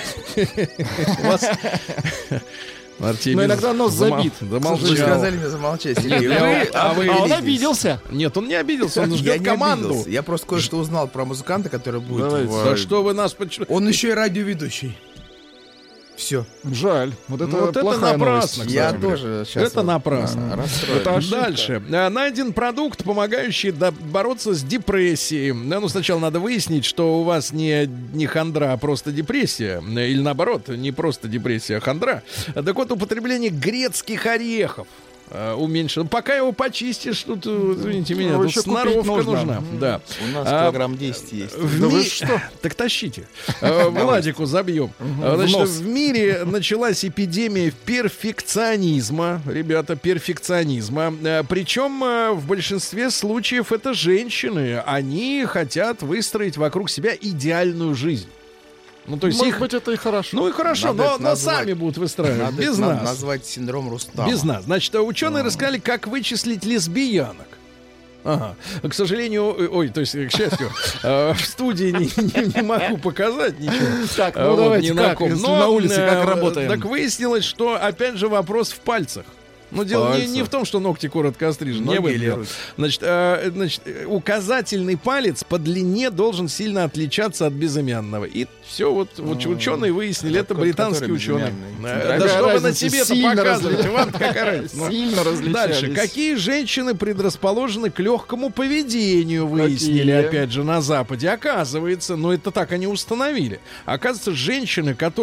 Но иногда нос забит. Вы сказали мне замолчать. А он обиделся. Нет, он не обиделся, он ждет команду. Я просто кое-что узнал про музыканта, который будет. Да что вы нас... Он еще и радиоведущий. Все. Жаль. Вот это, вот это напрасно. Я тоже сейчас. Это напрасно. Это дальше. Найден продукт, помогающий бороться с депрессией. Ну, сначала надо выяснить, что у вас не, не хандра, а просто депрессия. Или наоборот, не просто депрессия, а хандра. Так вот, употребление грецких орехов уменьшил. Пока его почистишь, тут, извините меня, ну, тут сноровка нужна. нужна. Да. У нас а, килограмм десять есть. В да ми... вы что? Так тащите. Владику забьем. Значит, в мире началась эпидемия перфекционизма. Ребята, перфекционизма. Причем в большинстве случаев это женщины. Они хотят выстроить вокруг себя идеальную жизнь. Ну, то есть Может их... быть, это и хорошо. Ну и хорошо, надо но, но сами будут выстраивать. Надо без это нас. назвать синдром Рустама. Без нас. Значит, ученые mm. рассказали, как вычислить лесбиянок. Ага. К сожалению, ой, то есть, к счастью, в студии не могу показать ничего. Так, ну давайте, как на улице, как работаем. Так выяснилось, что, опять же, вопрос в пальцах. Но дело не, не в том, что ногти коротко острижены. Не в значит, э, значит, указательный палец по длине должен сильно отличаться от безымянного. И все, вот, вот ученые выяснили, это британские ученые. Да, да что вы на себе-то показываете? Вам какая разница? Сильно различались. Дальше. Какие женщины предрасположены к легкому поведению, выяснили, Какие? опять же, на Западе. Оказывается, но это так они установили. Оказывается, женщины, которые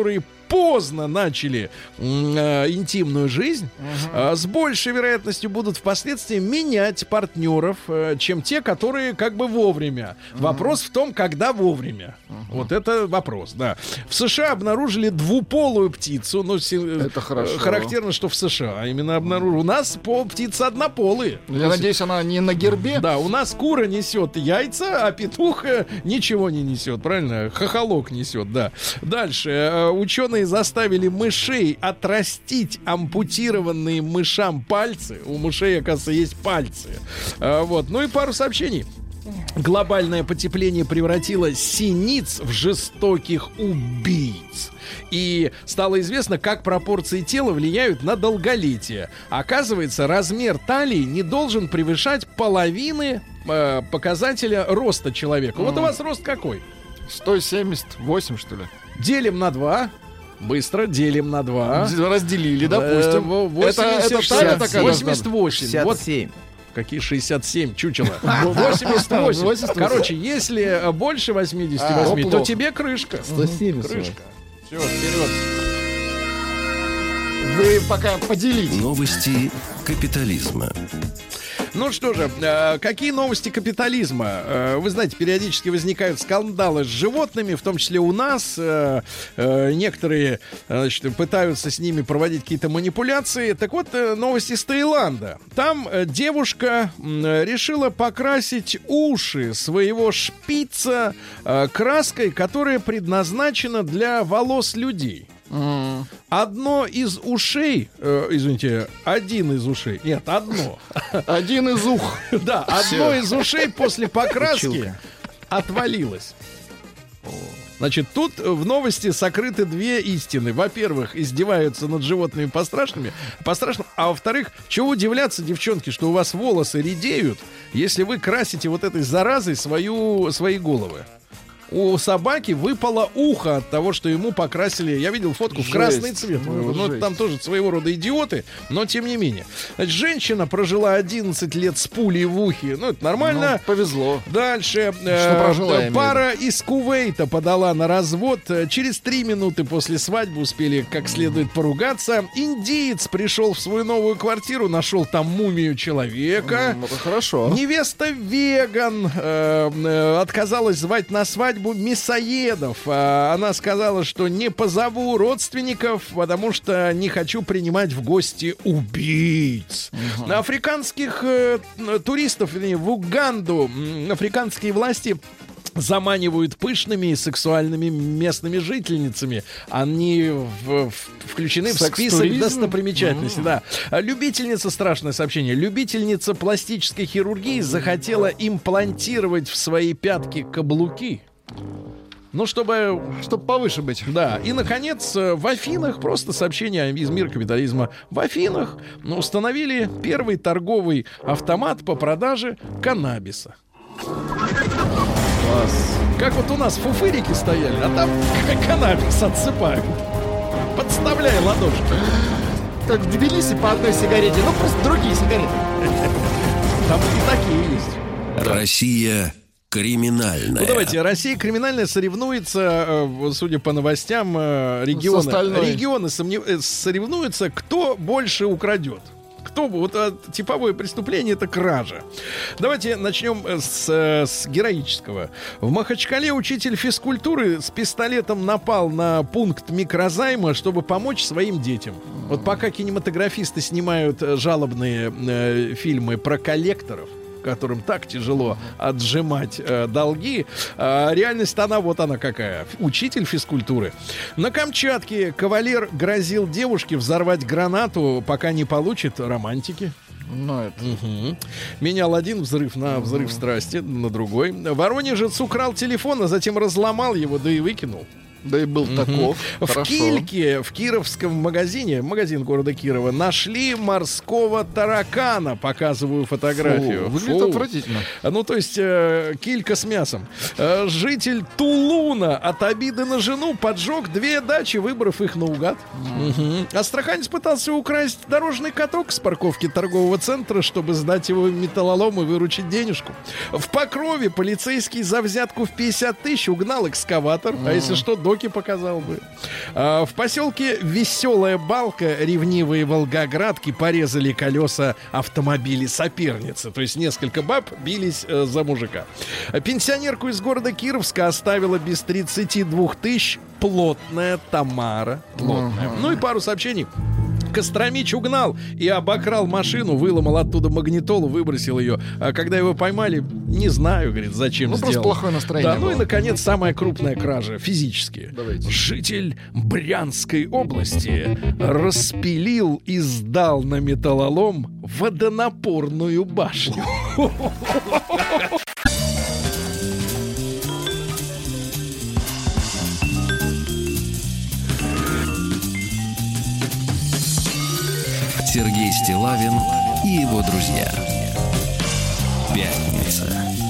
поздно начали э, интимную жизнь, э, с большей вероятностью будут впоследствии менять партнеров, э, чем те, которые как бы вовремя. Uh-huh. Вопрос в том, когда вовремя. Uh-huh. Вот это вопрос, да. В США обнаружили двуполую птицу. Ну, это хорошо. Характерно, что в США. А именно обнаружили. У нас пол, птицы однополые. Я надеюсь, она не на гербе? Да, у нас кура несет яйца, а петух ничего не несет, правильно? Хохолок несет, да. Дальше. Ученые заставили мышей отрастить ампутированные мышам пальцы. У мышей, оказывается, есть пальцы. Вот. Ну и пару сообщений. Глобальное потепление превратило синиц в жестоких убийц. И стало известно, как пропорции тела влияют на долголетие. Оказывается, размер талии не должен превышать половины э, показателя роста человека. Mm. Вот у вас рост какой? сто семьдесят восемь, что ли? Делим на два. Быстро делим на два. Разделили, допустим. восемьдесят, это, это талия такая восемьдесят восемь. шестьдесят семь. Вот. Какие шестьдесят семь, чучело. восемьдесят восемь. восемьдесят восемь. Короче, если больше восемьдесят восемь, а, то тебе крышка. сто семьдесят. Крышка. Все, вперед. Вы пока поделитесь. Новости капитализма. Ну что же, э, какие новости капитализма? Э, вы знаете, периодически возникают скандалы с животными, в том числе у нас. Э, э, некоторые, значит, пытаются с ними проводить какие-то манипуляции. Так вот, э, новости из Таиланда. Там э, девушка э, решила покрасить уши своего шпица э, краской, которая предназначена для волос людей. Mm. Одно из ушей, э, извините, один из ушей, нет, одно. Один из ух. Да, одно из ушей после покраски отвалилось. Значит, тут в новости сокрыты две истины. Во-первых, издеваются над животными по-страшному, по-страшному, а во-вторых, чего удивляться, девчонки, что у вас волосы редеют, если вы красите вот этой заразой свою, свои головы. У собаки выпало ухо от того, что ему покрасили. Я видел фотку жесть, в красный цвет. Ну, ну, там тоже своего рода идиоты, но тем не менее. Значит, женщина прожила одиннадцать лет с пулей в ухе. Ну, это нормально. Ну, повезло. Дальше. Э, прожила, пара из Кувейта подала на развод. Через три минуты после свадьбы успели как следует поругаться. Индиец пришел в свою новую квартиру, нашел там мумию человека. Ну, это хорошо. Невеста веган э, э, отказалась звать на свадьбу мясоедов. Она сказала, что не позову родственников, потому что не хочу принимать в гости убийц. Uh-huh. Африканских э, туристов, вернее, в Уганду африканские власти заманивают пышными и сексуальными местными жительницами. Они в, в, включены Секс-туризм? в список достопримечательностей. Mm-hmm. Да. Любительница, страшное сообщение, любительница пластической хирургии захотела имплантировать в свои пятки каблуки. Ну, чтобы... Чтобы повыше быть. Да. И, наконец, в Афинах, просто сообщение из мира капитализма. В Афинах установили первый торговый автомат по продаже каннабиса. Класс. Как вот у нас фуфырики стояли, а там каннабис отсыпают. Подставляй ладошки. Как в Тбилиси по одной сигарете, ну просто другие сигареты. Там и такие есть. Россия криминальная. Ну давайте, Россия криминальная соревнуется, судя по новостям, регионы, регионы соревнуются, кто больше украдет. Кто бы, вот а, типовое преступление — это кража. Давайте начнем с, с героического. В Махачкале учитель физкультуры с пистолетом напал на пункт микрозайма, чтобы помочь своим детям. Вот пока кинематографисты снимают жалобные э, фильмы про коллекторов, которым так тяжело отжимать э, долги. Э, реальность она вот она какая. Учитель физкультуры. На Камчатке кавалер грозил девушке взорвать гранату, пока не получит романтики. Ну, это... Угу. Менял один взрыв на взрыв угу. страсти, на другой. Воронежец украл телефон, а затем разломал его, да и выкинул. Да и был таков. В Хорошо. Кильке, в кировском магазине, магазин города Кирова, нашли морского таракана. Показываю фотографию. Фу, выглядит Фу. отвратительно. Ну, то есть, э, килька с мясом. Э, житель Тулуна от обиды на жену поджег две дачи, выбрав их наугад. Mm. Угу. Астраханец пытался украсть дорожный каток с парковки торгового центра, чтобы сдать его в металлолом и выручить денежку. В Покрове полицейский за взятку в пятьдесят тысяч угнал экскаватор. Mm. А если что, ТикТоке показал бы. А, в поселке Веселая Балка ревнивые волгоградки порезали колеса автомобилей соперницы. То есть несколько баб бились э, за мужика. Пенсионерку из города Кировска оставила без тридцати двух тысяч плотная Тамара. Плотная. Uh-huh. Ну и пару сообщений. Костромич угнал и обокрал машину, выломал оттуда магнитолу, выбросил ее. А когда его поймали, не знаю, говорит, зачем ну, сделал. Просто плохое настроение. Да, было. ну и, наконец, самая крупная кража физически. Давайте. Житель Брянской области распилил и сдал на металлолом водонапорную башню. Сергей Стиллавин и его друзья. Пятница.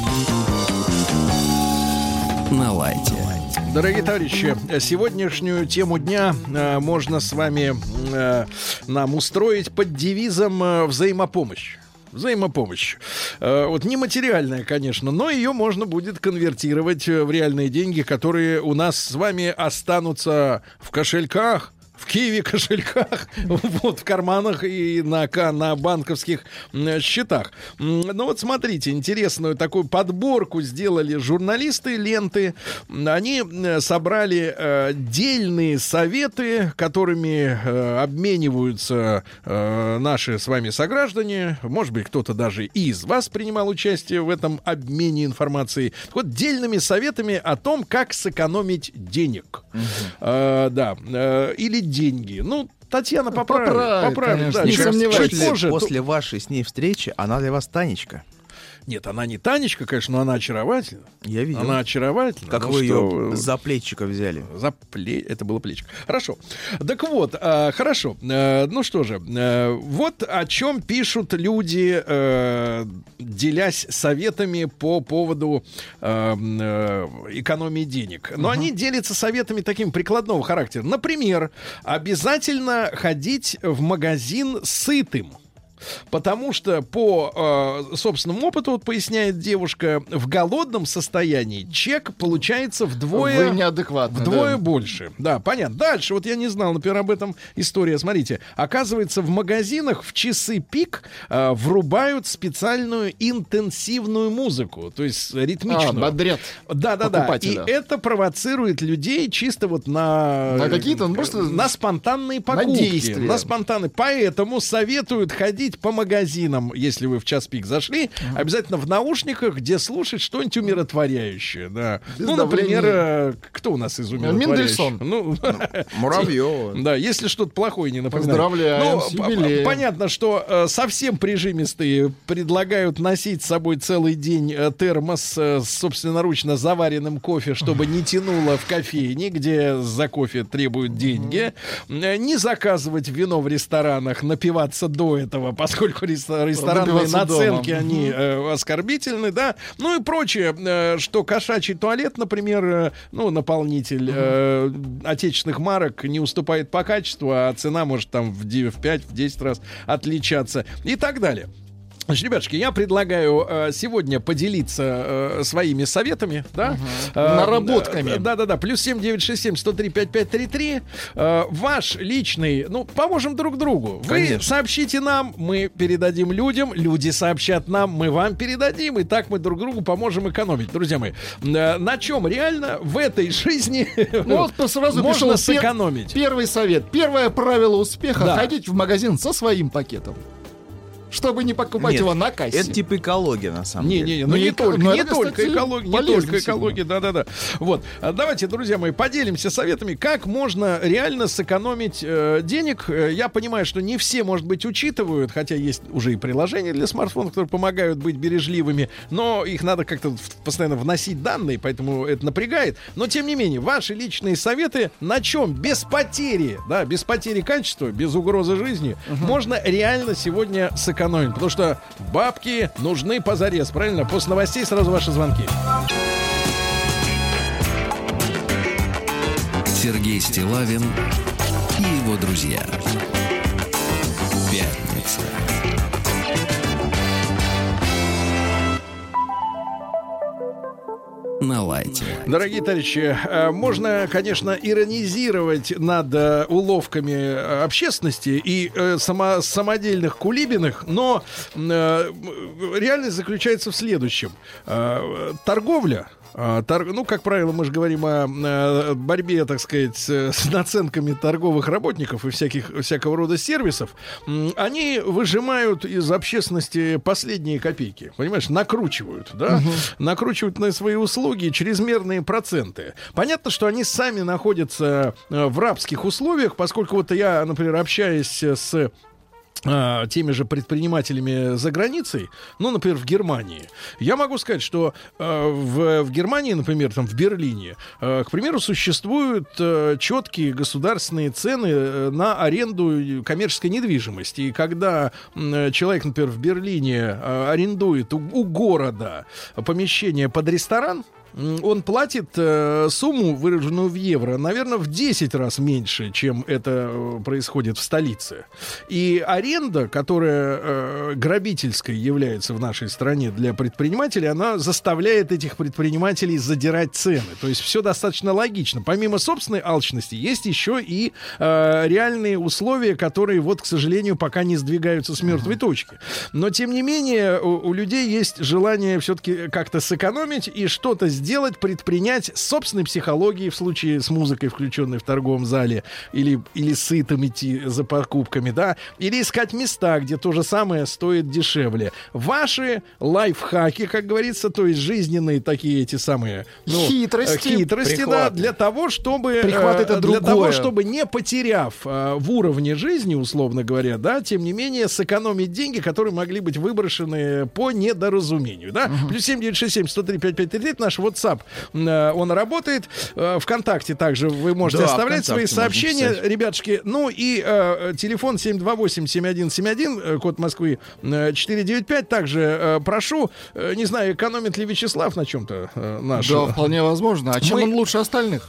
На лайте. Дорогие товарищи, сегодняшнюю тему дня э, можно с вами э, нам устроить под девизом э, «Взаимопомощь». Взаимопомощь. Э, вот не материальная, конечно, но ее можно будет конвертировать в реальные деньги, которые у нас с вами останутся в кошельках, в Киеве кошельках, вот, в карманах и на, на банковских счетах. Ну вот смотрите, интересную такую подборку сделали журналисты ленты. Они собрали э, дельные советы, которыми э, обмениваются э, наши с вами сограждане. Может быть, кто-то даже и из вас принимал участие в этом обмене информацией. Вот дельными советами о том, как сэкономить денег. Uh-huh. э, да, э, или деньги. Ну, Татьяна поправит. Поправит, поправит да, не чуть, сомневайтесь. чуть позже. После вашей с ней встречи она для вас Танечка. Нет, она не Танечка, конечно, но она очаровательна. Я видел. Она очаровательна. Как ну, вы что... ее за плечика взяли. За пле... Это было плечико. Хорошо. Так вот, э, хорошо. Э, ну что же, э, вот о чем пишут люди, э, делясь советами по поводу э, э, экономии денег. Но uh-huh. они делятся советами таким прикладного характера. Например, обязательно ходить в магазин сытым. Потому что по э, собственному опыту, вот поясняет девушка, в голодном состоянии чек получается вдвое, Вы неадекватны, вдвое да. больше. Да, понятно. Дальше, вот я не знал, например, об этом история. Смотрите, оказывается, в магазинах в часы пик э, врубают специальную интенсивную музыку, то есть ритмичную. А, бодрят Да-да-да. И это провоцирует людей чисто вот на... На какие-то, ну, просто... На спонтанные покупки. На действия. На спонтанные. Поэтому советуют ходить по магазинам, если вы в час пик зашли, uh-huh. обязательно в наушниках, где слушать что-нибудь умиротворяющее. Да. Ну, например, э, кто у нас из умиротворяющих? Мендельсон. Ну, Муравьева. Да, если что-то плохое не напоминает. Поздравляем ну, с юбилеем. Понятно, что э, совсем прижимистые предлагают носить с собой целый день э, термос э, с собственноручно заваренным кофе, чтобы не тянуло в кофейне, где за кофе требуют деньги. Uh-huh. Не заказывать вино в ресторанах, напиваться до этого, поскольку ресторанные наценки, дома. Они э, оскорбительны, да, ну и прочее, э, что кошачий туалет, например, э, ну, наполнитель э, отечественных марок не уступает по качеству, а цена может там в пять-десять раз отличаться и так далее. Значит, ребятушки, я предлагаю э, сегодня поделиться э, своими советами, да? Uh-huh. Э, Наработками. Да-да-да, плюс семь девять шесть семь сто три пять пять три три. Э, ваш личный, ну, поможем друг другу. Конечно. Вы сообщите нам, мы передадим людям, люди сообщат нам, мы вам передадим, и так мы друг другу поможем экономить. Друзья мои, э, на чем реально в этой жизни ну, вот сразу можно сэкономить? Первый совет. Первое правило успеха — да. ходить в магазин со своим пакетом. Чтобы не покупать Нет, его на кассе. Это типа экология, на самом не, деле. Не, не, ну не, не только, ну, не только экология, не только экология, да-да-да. Вот, давайте, друзья мои, поделимся советами, как можно реально сэкономить э, денег. Я понимаю, что не все, может быть, учитывают, хотя есть уже и приложения для смартфонов, которые помогают быть бережливыми, но их надо как-то постоянно вносить данные, поэтому это напрягает. Но, тем не менее, ваши личные советы, на чем без потери, да, без потери качества, без угрозы жизни, uh-huh. можно реально сегодня сэкономить. Экономить, потому что бабки нужны позарез, правильно? После новостей сразу ваши звонки. Сергей Стиллавин и его друзья. Пятница. на лайте. Дорогие товарищи, можно, конечно, иронизировать над уловками общественности и само, самодельных кулибиных, но реальность заключается в следующем. Торговля, ну, как правило, мы же говорим о борьбе, так сказать, с наценками торговых работников и всяких, всякого рода сервисов. Они выжимают из общественности последние копейки. Понимаешь, накручивают, да? Угу. Накручивают на свои услуги чрезмерные проценты. Понятно, что они сами находятся в рабских условиях, поскольку вот я, например, общаюсь с теми же предпринимателями за границей, ну, например, в Германии. Я могу сказать, что э, в, в Германии, например, там в Берлине, э, к примеру, существуют э, четкие государственные цены на аренду коммерческой недвижимости. И когда э, человек, например, в Берлине э, арендует у, у города помещение под ресторан, он платит э, сумму, выраженную в евро, наверное, в десять раз меньше, чем это происходит в столице. И аренда, которая э, грабительской является в нашей стране для предпринимателей, она заставляет этих предпринимателей задирать цены. То есть все достаточно логично. Помимо собственной алчности, есть еще и э, реальные условия, которые, вот, к сожалению, пока не сдвигаются с мертвой точки. Но, тем не менее, у, у людей есть желание все-таки как-то сэкономить и что-то сделать. сделать, предпринять с собственной психологией в случае с музыкой, включенной в торговом зале, или, или сытым идти за покупками, да, или искать места, где то же самое стоит дешевле. Ваши лайфхаки, как говорится, то есть жизненные такие эти самые, ну, хитрости, хитрости да, для того, чтобы Прихват это для другое. того, чтобы не потеряв э, в уровне жизни, условно говоря, да, тем не менее сэкономить деньги, которые могли быть выброшены по недоразумению, да. Uh-huh. Плюс семь девять шесть семь сто три пять пять три девять наш WhatsApp, э, он работает. Э, ВКонтакте также вы можете да, оставлять свои сообщения, ребятушки. Ну и э, телефон семь два восемь семь один семь один, э, код Москвы э, четыре девять пять. Также э, прошу, э, не знаю, экономит ли Вячеслав на чем-то э, наш. Да, вполне возможно. А чем Мы... он лучше остальных?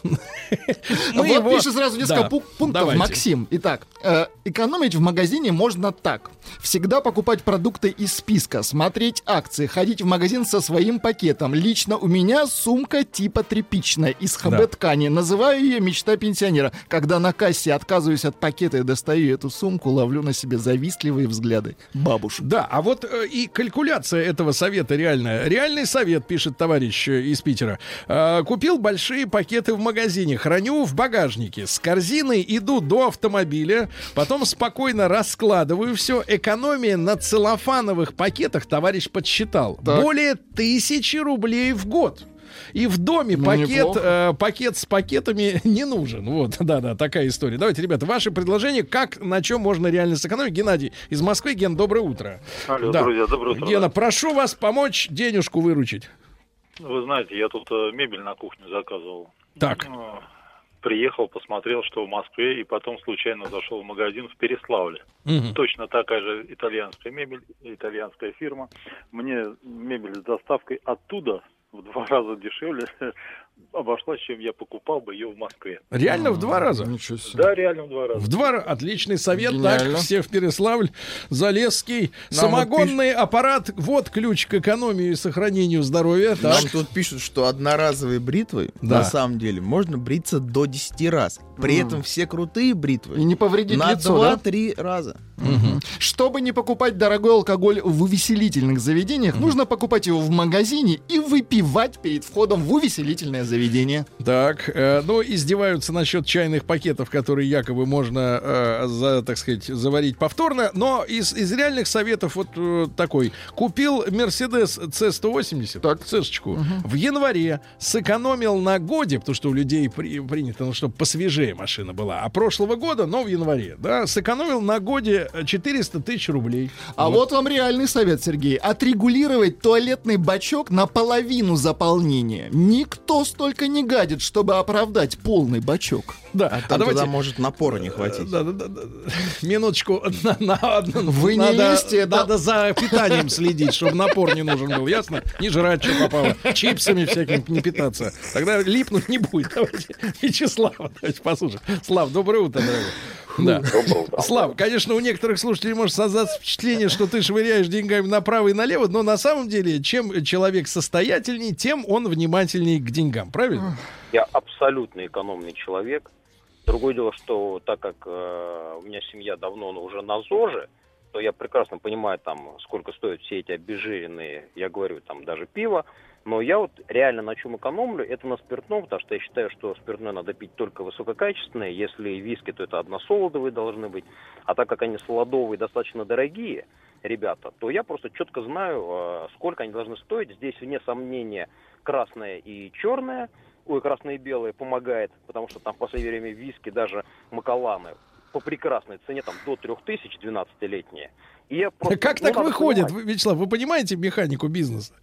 Вот его... пишет сразу несколько да, пунктов. Давайте. Максим. Итак, э, экономить в магазине можно так. Всегда покупать продукты из списка, смотреть акции, ходить в магазин со своим пакетом. Лично у меня сумка типа тряпичная из ХБ-ткани. Да. Называю ее «Мечта пенсионера». Когда на кассе отказываюсь от пакета и достаю эту сумку, ловлю на себе завистливые взгляды бабушек. Да, а вот э, и калькуляция этого совета реальная. Реальный совет, пишет товарищ э, из Питера. Э, купил большие пакеты в магазине, храню в багажнике. С корзиной иду до автомобиля, потом спокойно раскладываю все. Экономия на целлофановых пакетах, товарищ подсчитал, так. более тысячи рублей в год. И в доме ну, пакет, э, пакет с пакетами не нужен. Вот, да-да, такая история. Давайте, ребята, ваши предложения, как, на чем можно реально сэкономить. Геннадий из Москвы. Ген, доброе утро. Алло, да. друзья, доброе утро. Гена, прошу вас помочь денежку выручить. Вы знаете, я тут э, мебель на кухню заказывал. Так. Ну, приехал, посмотрел, что в Москве, и потом случайно зашел в магазин в Переславле. Угу. Точно такая же итальянская мебель, итальянская фирма. Мне мебель с доставкой оттуда в два раза дешевле обошлась, чем я покупал бы ее в Москве. Реально в два раза? Ничего себе. Да, реально в два раза. В два раза. Отличный совет. Гениально. Так, все в Переславль. Залесский. Нам самогонный вот пиш... аппарат. Вот ключ к экономии и сохранению здоровья. Так. Нам тут пишут, что одноразовые бритвы да. на самом деле можно бриться до десяти раз. При mm. этом все крутые бритвы и не повредить на лицо, два-три да? раза. Угу. Чтобы не покупать дорогой алкоголь в увеселительных заведениях, угу. нужно покупать его в магазине и выпивать перед входом в увеселительное заведение. Так, э, ну, издеваются насчет чайных пакетов, которые якобы можно, э, за, так сказать, заварить повторно. Но из, из реальных советов вот э, такой. Купил Mercedes си сто восемьдесят, так, цешечку, угу. в январе, сэкономил на годе, потому что у людей при, принято, ну, чтобы посвежее машина была, а прошлого года, но в январе, да, сэкономил на годе четыреста тысяч рублей. А вот. вот вам реальный совет, Сергей. Отрегулировать туалетный бачок на половину заполнения. Никто столько не гадит, чтобы оправдать полный бачок. Да. А там а давайте... туда может напора не хватить. Да, да, да, да. Минуточку. На, на, на, Вы надо, не лезьте. Надо за питанием следить, чтобы напор не нужен был, ясно? Не жрать, что попало. Чипсами всякими не питаться. Тогда липнуть не будет. Давайте Вячеслава, давайте послушаем. Слав, доброе утро, дорогой. Да. Доброе утро. Слав, конечно, у некоторых слушателей может создаться впечатление, что ты швыряешь деньгами направо и налево, но на самом деле, чем человек состоятельней, тем он внимательней к деньгам, правильно? Я абсолютно экономный человек. Другое дело, что так как э, у меня семья давно уже на ЗОЖе, то я прекрасно понимаю, там, сколько стоят все эти обезжиренные, я говорю, там, даже пиво. Но я вот реально на чем экономлю, это на спиртном, потому что я считаю, что спиртное надо пить только высококачественное. Если виски, то это односолодовые должны быть. А так как они солодовые, достаточно дорогие ребята, то я просто четко знаю, сколько они должны стоить. Здесь, вне сомнения, красное и черное, ой, красное и белое помогает, потому что там в последнее время виски, даже Макалланы, по прекрасной цене, там, до трех тысяч, двенадцатилетние. И я просто, как ну, так выходит, понимать. Вячеслав, вы понимаете механику бизнеса?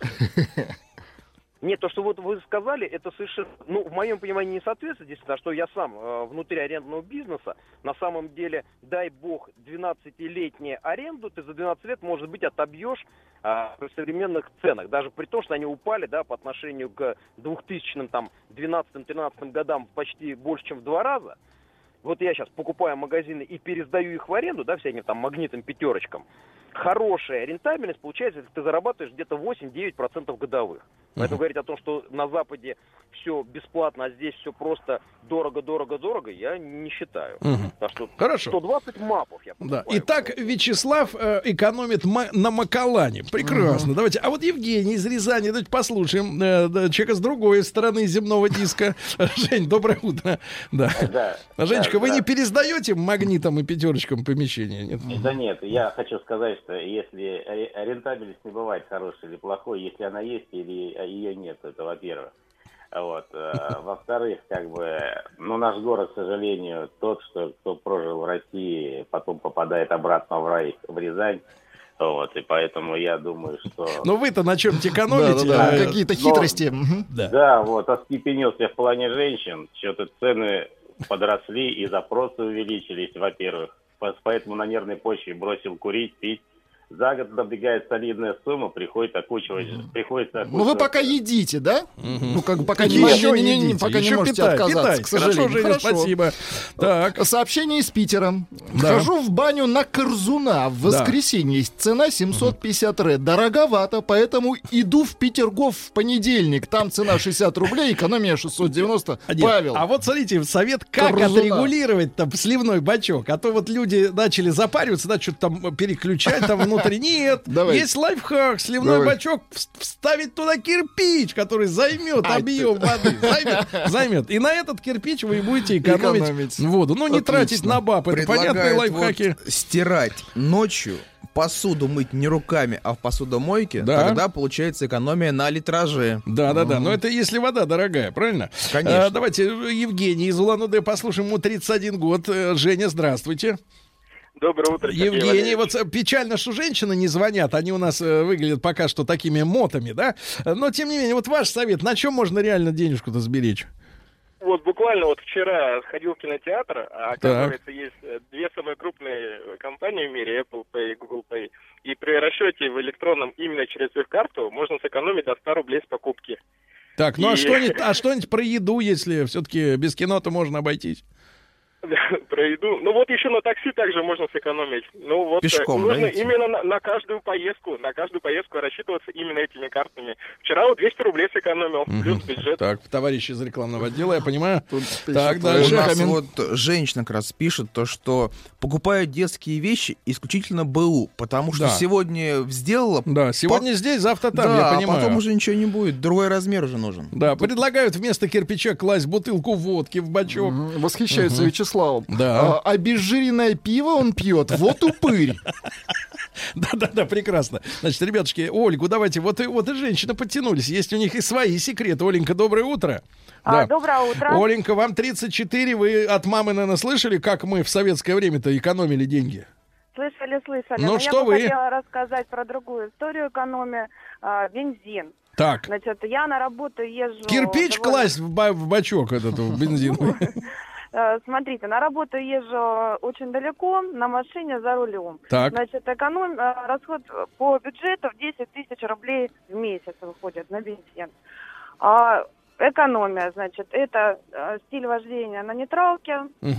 Нет, то, что вот вы сказали, это совершенно, ну, в моем понимании не соответствует, действительно, что я сам э, внутри арендного бизнеса, на самом деле, дай бог, двенадцатилетнюю аренду ты за двенадцать лет, может быть, отобьешь э, при современных ценах, даже при том, что они упали, да, по отношению к двухтысячным, там, двенадцатым-тринадцатым годам почти больше, чем в два раза. Вот я сейчас покупаю магазины и пересдаю их в аренду, да, всяким там магнитным пятерочкам. Хорошая рентабельность получается, если ты зарабатываешь где-то восемь-девять процентов годовых. Поэтому uh-huh. говорить о том, что на Западе все бесплатно, а здесь все просто дорого-дорого-дорого, я не считаю. Uh-huh. Так что хорошо. сто двадцать мапов я покупаю. Да. Итак, Вячеслав э, экономит ма- на Макалане. Прекрасно. Uh-huh. Давайте. А вот Евгений из Рязани, давайте послушаем э, да, человека с другой стороны земного диска. Жень, доброе утро. Да. Да, Женечка, да, вы да. не пересдаете магнитом и пятерочкам помещение? Нет? Да нет, я хочу сказать, что если рентабельность не бывает хорошей или плохой, если она есть или ее нет, это во-первых. Вот. Во-вторых, как бы, ну, наш город, к сожалению, тот, что кто прожил в России, потом попадает обратно в рай, в Рязань. Вот, и поэтому я думаю, что... Но вы-то на чем-то экономите? Да, да, да. Какие-то хитрости. Да. да, вот, оскепенился в плане женщин, что-то цены подросли и запросы увеличились, во-первых. Поэтому на нервной почве бросил курить, пить. За год добегает солидная сумма, приходится окучивать, mm-hmm. приходится окучивать. Ну вы пока едите, да? Mm-hmm. Ну как бы пока еще не, едите, не, не, не, пока еще не можете питай, отказаться, питай. к сожалению. Хорошо, Женя, Хорошо. спасибо. Так. Сообщение из Питера. Да. Хожу в баню на Корзуна в воскресенье. Да. Цена семьсот пятьдесят рэ. Дороговато, поэтому иду в Петергоф в понедельник. Там цена шестьдесят рублей, экономия шестьсот девяносто. Нет. Павел. А вот смотрите, совет, как Корзуна. отрегулировать там сливной бачок. А то вот люди начали запариваться, да, что-то там переключать там внутри. Нет. Давай. Есть лайфхак, сливной Давай. бачок, вставить туда кирпич, который займет а, объем ты... воды. Займет, займет. И на этот кирпич вы будете экономить, экономить. воду. Ну, не Отлично. тратить на баб. Это понятные лайфхаки. Вот стирать ночью, посуду мыть не руками, а в посудомойке, да. тогда получается экономия на литраже. Да-да-да, mm-hmm. но это если вода дорогая, правильно? Конечно. А, давайте Евгений из Улан-Удэ послушаем, ему тридцать один год. Женя, здравствуйте. Доброе утро, Сергей Евгений, Валерьевич. вот печально, что женщины не звонят, они у нас э, выглядят пока что такими мотами, да? Но, тем не менее, вот ваш совет, на чем можно реально денежку-то сберечь? Вот буквально вот вчера сходил в кинотеатр, а оказывается, есть две самые крупные компании в мире, Apple Pay и Google Pay, и при расчете в электронном именно через их карту можно сэкономить до ста рублей с покупки. Так, ну и... а что-нибудь, а что-нибудь про еду, если все-таки без кино-то можно обойтись? Про еду. Ну вот еще на такси также можно сэкономить. Ну вот пешком, нужно знаете? именно на, на каждую поездку, на каждую поездку рассчитываться именно этими картами. Вчера вот двести рублей сэкономил, Угу. плюс бюджет. Так, товарищ из рекламного отдела, я понимаю. Тут так, пишут, дальше. У нас Коммен... вот женщина как раз пишет то, что покупают детские вещи исключительно БУ, потому что Да. сегодня сделала... Да, сегодня по... здесь, завтра там, да, я понимаю. а потом уже ничего не будет, другой размер уже нужен. Да, Тут... предлагают вместо кирпича класть бутылку водки в бачок. Угу. Восхищается угу. Вячеславом. Да. А, обезжиренное пиво он пьет, вот упырь. Да-да-да, прекрасно. Значит, ребятушки, Ольгу давайте, вот и, вот и женщины подтянулись. Есть у них и свои секреты. Оленька, доброе утро. А, Да. Доброе утро. Оленька, вам тридцать четыре. Вы от мамы, наверное, слышали, как мы в советское время-то экономили деньги? Слышали, слышали. Ну, Но что я бы вы? хотела рассказать про другую историю экономии. А, бензин. Так. Значит, я на работу езжу... Кирпич довольно... класть в, ба- в бачок этот в бензиновый. Смотрите, на работу езжу очень далеко, на машине за рулем. Так. Значит, эконом... расход по бюджету в десять тысяч рублей в месяц выходит на бензин. А экономия, значит, это стиль вождения на нейтралке. Угу.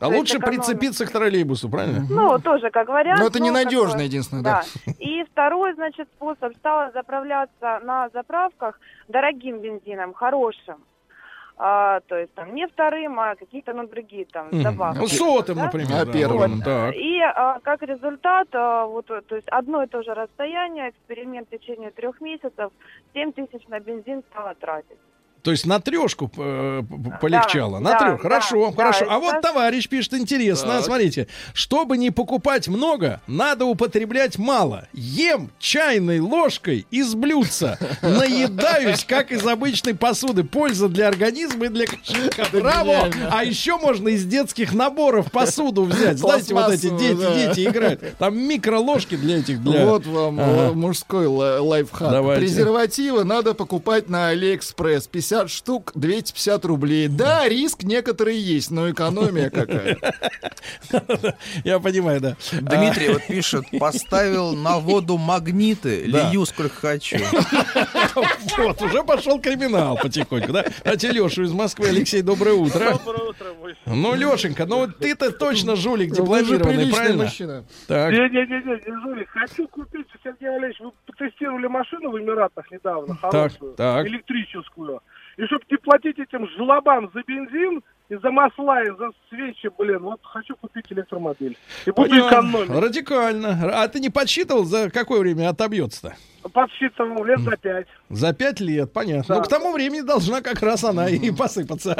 А лучше прицепиться к троллейбусу, правильно? Ну, тоже как вариант. Но это ну, ненадежно, как бы, единственное, да. да. И второй, значит, способ стало заправляться на заправках дорогим бензином, хорошим. А, то есть там не вторым, а какие-то, ну, другие там добавки. Ну, сотым, да? Например. А да, первым. Вот, так. И а, как результат, а, вот, то есть одно и то же расстояние, эксперимент в течение трех месяцев, семь тысяч на бензин стало тратить. То есть на трешку э, полегчало. Да, на да, трех. Хорошо, да, хорошо. да, а вот сейчас... товарищ пишет интересно. Так. Смотрите, чтобы не покупать много, надо употреблять мало. Ем чайной ложкой из блюдца. Наедаюсь, как из обычной посуды. Польза для организма и для кошелька. Браво! А еще можно из детских наборов посуду взять. Знаете, вот эти дети, да. дети играют. Там микроложки для этих. Для... Вот вам Ага. мужской лайфхак. Давайте. Презервативы надо покупать на Алиэкспресс. пятьдесят штук, двести пятьдесят рублей. Да, риск некоторый есть, но экономия какая. Я понимаю, да. Дмитрий вот пишет, поставил на воду магниты, Да. лью сколько хочу. Вот, уже пошел криминал потихоньку, да? Давайте Лешу из Москвы. Алексей, доброе утро. Доброе утро, мой. Ну, Лешенька, ну ты-то точно жулик Вы же дипломированный, приличный правильно? мужчина. Так. Не-не-не, не жулик. Хочу купить, Сергей Валерьевич, вы потестировали машину в Эмиратах недавно, хорошую, так. электрическую. И чтобы не платить этим жлобам за бензин, и за масла, и за свечи, блин, вот хочу купить электромобиль. И буду Понял. экономить. Радикально. А ты не подсчитывал, за какое время отобьется-то? Подсчитывал лет за пять. За пять лет, понятно. Да. Ну, к тому времени должна как раз она и посыпаться.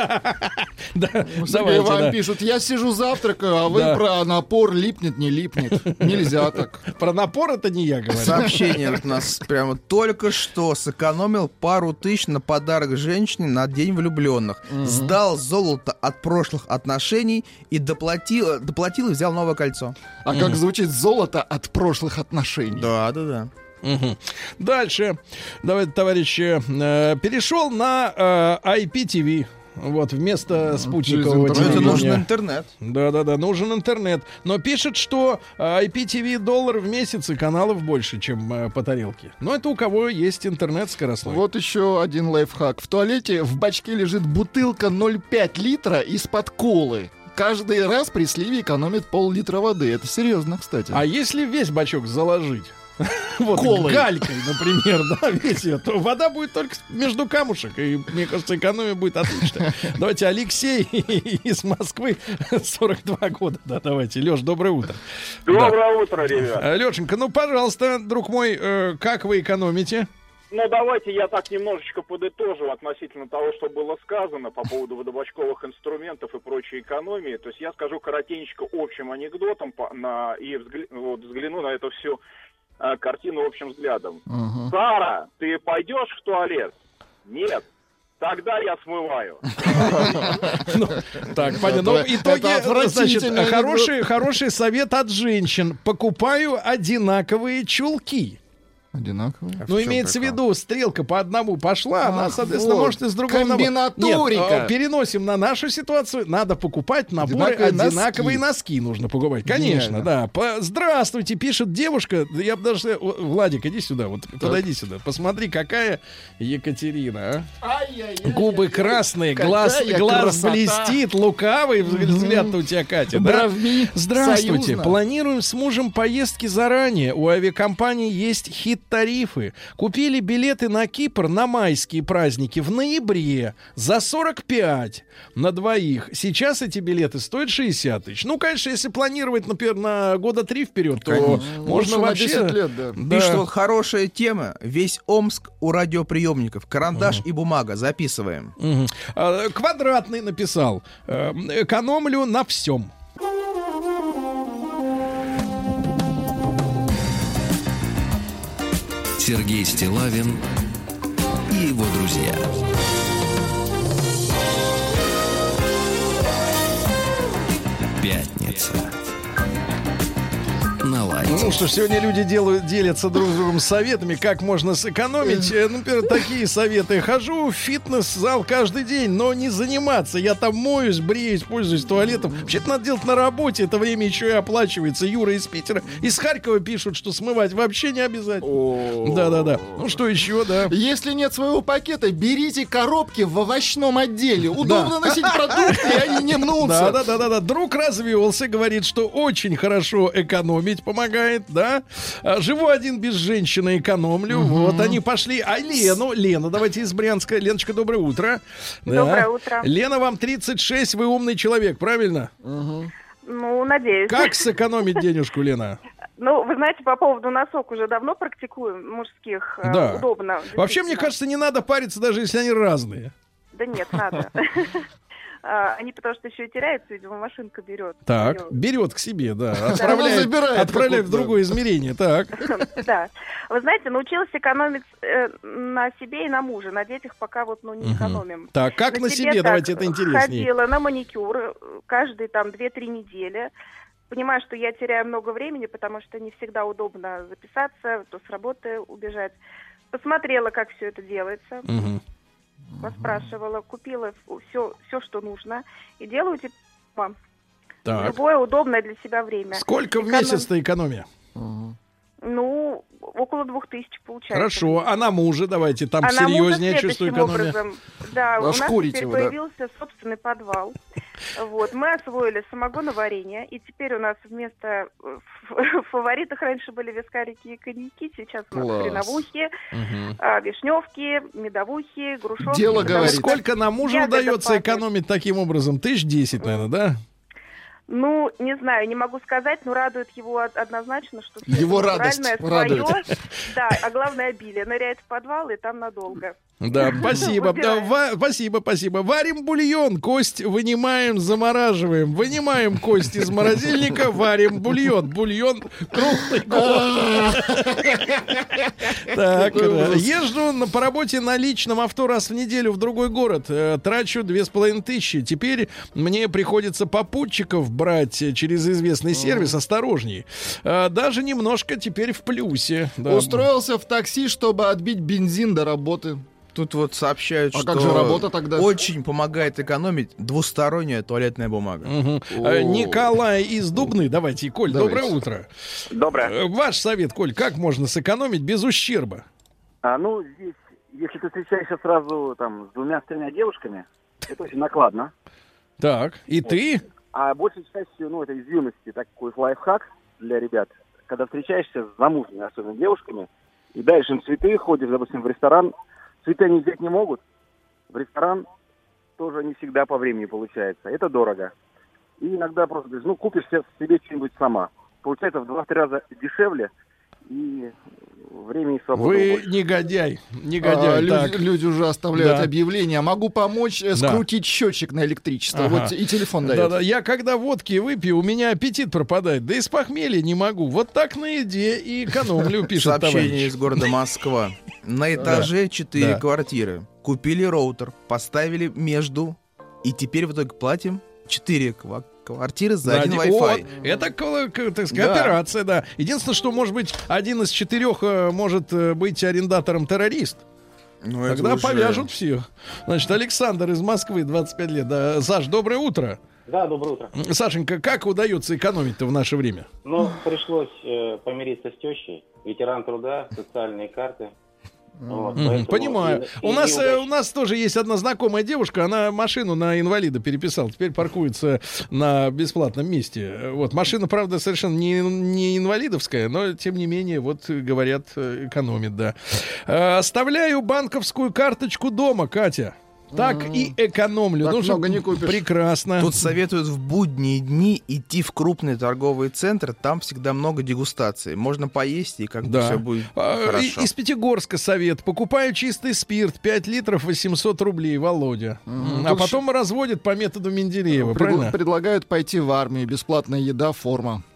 Да, Сергей давайте, вам да. пишут, я сижу завтракаю, а вы Да. про напор липнет, не липнет. Нельзя так. Про напор это не я говорю. Сообщение вот у нас прямо только что сэкономил пару тысяч на подарок женщине на День влюбленных. Сдал золото от прошлых отношений и доплатил, доплатил и взял новое кольцо. А как звучит золото от прошлых отношений? Да, да, да. Мгм. Дальше. Давайте, товарищи, э, перешел на э, ай пи ти ви. Вот, вместо спутникового интернет. Но это телевидения. нужен интернет. Да-да-да, нужен интернет. Но пишет, что э, ай пи ти ви доллар в месяц и каналов больше, чем э, по тарелке. Но это у кого есть интернет скоростной. Вот еще один лайфхак. В туалете в бачке лежит бутылка ноль целых пять литра из-под колы. Каждый раз при сливе экономит пол-литра воды. Это серьезно, кстати. А если весь бачок заложить? Вот, Колой. галькой, например, да, весь ее, то вода будет только между камушек, и, мне кажется, экономия будет отличная. Давайте Алексей из Москвы, сорок два года, да, давайте. Леш, доброе утро. Доброе утро, ребят. Лешенька, ну, пожалуйста, друг мой, э, как вы экономите? Ну, давайте я так немножечко подытожу относительно того, что было сказано по поводу водобачковых инструментов и прочей экономии. То есть я скажу коротенько общим анекдотом по, на, и взгля, вот, взгляну на эту всю а, картину общим взглядом. Ага. Сара, ты пойдешь в туалет? Нет. Тогда я смываю. Ну, так, понятно. Ну, Это- в итоге, это отвратительный значит, анекдот. хороший, хороший совет от женщин. Покупаю одинаковые чулки. Одинаковые. Ну, имеется в виду, стрелка по одному пошла, она, Ах, соответственно, вот. может и с другой набор. Комбинаторика. Нет, э, переносим на нашу ситуацию. Надо покупать наборы, Одинаковые одинаковые носки. носки. нужно покупать. Конечно, Гениально. да. По- Здравствуйте, пишет девушка. Да я бы даже... О, Владик, иди сюда, вот подойди сюда. Посмотри, какая Екатерина, а? Губы красные, глаз, Какая глаз красота. блестит, лукавый взгляд у тебя, Катя, да? Бровми Здравствуйте. союзно. Планируем с мужем поездки заранее. У авиакомпании есть хит-тарифы. Купили билеты на Кипр на майские праздники в ноябре за сорок пять на двоих. Сейчас эти билеты стоят шестьдесят тысяч. Ну, конечно, если планировать, например, на года три вперед, то Конечно. можно Лучше на вообще... десять лет, да. Да. Пишет, вот хорошая тема. Весь Омск у радиоприемников. Карандаш и бумага. Записываем. Мгм. А, Квадратный написал. э, Экономлю на всем. Сергей Стиллавин и его друзья. Пятница. На лайте. Ну, что ж, сегодня люди делают, делятся друг с другом советами, как можно сэкономить. Э, Например, такие советы. Хожу в фитнес-зал каждый день, но не заниматься. Я там моюсь, бреюсь, пользуюсь туалетом. Вообще-то надо делать на работе. Это время еще и оплачивается. Юра из Питера. Из Харькова пишут, что смывать вообще не обязательно. Да-да-да. Ну что еще, да? Если нет своего пакета, берите коробки в овощном отделе. Удобно носить продукты, и они не мнутся. Да-да-да. Друг развелся, говорит, что очень хорошо экономить помогает, да? Живу один без женщины, экономлю. Угу. Вот они пошли. А Лену, Лена, давайте из Брянска. Леночка, доброе утро. Доброе да. утро. Лена, вам тридцать шесть, вы умный человек, правильно? Угу. Ну, надеюсь. Как сэкономить денежку, Лена? Ну, вы знаете, по поводу носок уже давно практикуем, мужских. Да. Э, удобно. Вообще, мне кажется, не надо париться, даже если они разные. Да нет, надо. Они потому что еще и теряются, видимо, машинка берет. Так, берет к себе, да. Отправляет, отправляет в другое измерение, так. Да. Вы знаете, научилась экономить э, на себе и на муже. На детях пока вот ну, не экономим. Так, как на, на себе? себе давайте это интереснее. Ходила на маникюр каждые там две-три недели. Понимаю, что я теряю много времени, потому что не всегда удобно записаться, то с работы убежать. Посмотрела, как все это делается. Угу. Поспрашивала, купила все, все, что нужно, и делаю теперь любое удобное для себя время. Сколько в Эконом... месяц-то экономия? Угу. Ну, около двух тысяч получается. Хорошо, а на муже давайте, там а серьезнее чувствую экономия. Образом, да, а у нас теперь его, появился да? собственный подвал. Вот, мы освоили самогоноварение, и теперь у нас вместо в фаворитах раньше были вискарики и коньяки, сейчас у нас Класс. Хреновухи, угу. а, вишневки, медовухи, грушевки. Дело говорит. Сколько на мужа удается экономить таким образом? Тысяч десять, наверное, да? Ну, не знаю, не могу сказать, но радует его однозначно, что его радость свое, да, а главное обилие. Ныряет в подвал и там надолго. Да, спасибо. Да, ва- спасибо, спасибо. Варим бульон, кость вынимаем, замораживаем. Вынимаем кость из морозильника, варим бульон. Бульон круглый. Так, езжу по работе на личном авто раз в неделю в другой город. Трачу две с половиной тысячи. Теперь мне приходится попутчиков брать через известный сервис. Осторожней. Даже немножко теперь в плюсе. Устроился в такси, чтобы отбить бензин до работы. Тут вот сообщают, а что как же работа тогда? Очень помогает экономить двусторонняя туалетная бумага. Угу. Николай из Дубны. Давайте, Коль, Давайте. Доброе утро. Доброе. Ваш совет, Коль, как можно сэкономить без ущерба? А, ну, здесь, если ты встречаешься сразу там с двумя-тремя девушками, это очень накладно. Так, и вот. Ты? А большей частью, ну, это из юности такой лайфхак для ребят. Когда встречаешься с замужними, особенно девушками, и даешь им цветы, ходишь, допустим, в ресторан, цветы они взять не могут. В ресторан тоже не всегда по времени получается. Это дорого. И иногда просто говоришь, ну, купишь себе что-нибудь сама. Получается в два-три раза дешевле и времени свободного Вы больше. негодяй. Негодяй. А, люди, люди уже оставляют да. объявления. Могу помочь да. скрутить счетчик на электричество. Ага. Вот и телефон дает. Да-да. Я когда водки выпью, у меня аппетит пропадает. Да и с похмелья не могу. Вот так на еде и экономлю, пишет товарищ. Сообщение из города Москва. На этаже четыре квартиры. Купили роутер, поставили между, и теперь в итоге платим четыре квартиры за один Wi-Fi. Вот, это, так сказать, да. операция, да. Единственное, что, может быть, один из четырех может быть арендатором-террорист. Ну, тогда уже... повяжут всех. Значит, Александр из Москвы, двадцать пять лет. Да. Саш, доброе утро. Да, доброе утро. Сашенька, как удается экономить-то в наше время? Ну, пришлось э, помириться с тещей. Ветеран труда, социальные карты. Вот, mm-hmm. Понимаю. И, у, и нас, у нас тоже есть одна знакомая девушка, она машину на инвалида переписала, теперь паркуется на бесплатном месте. Вот, машина, правда, совершенно не, не инвалидовская, но, тем не менее, вот, говорят, экономит, да. Оставляю банковскую карточку дома, Катя. Так mm-hmm. и экономлю. Так ну, много не купишь. Прекрасно. Тут советуют в будние дни идти в крупный торговый центр. Там всегда много дегустаций. Можно поесть, и как бы да. все будет а, хорошо. Из Пятигорска совет. Покупаю чистый спирт. пять литров, восемьсот рублей. Володя. Mm-hmm. А потом разводят по методу Менделеева. Пред... Правильно? Предлагают пойти в армию. Бесплатная еда, форма.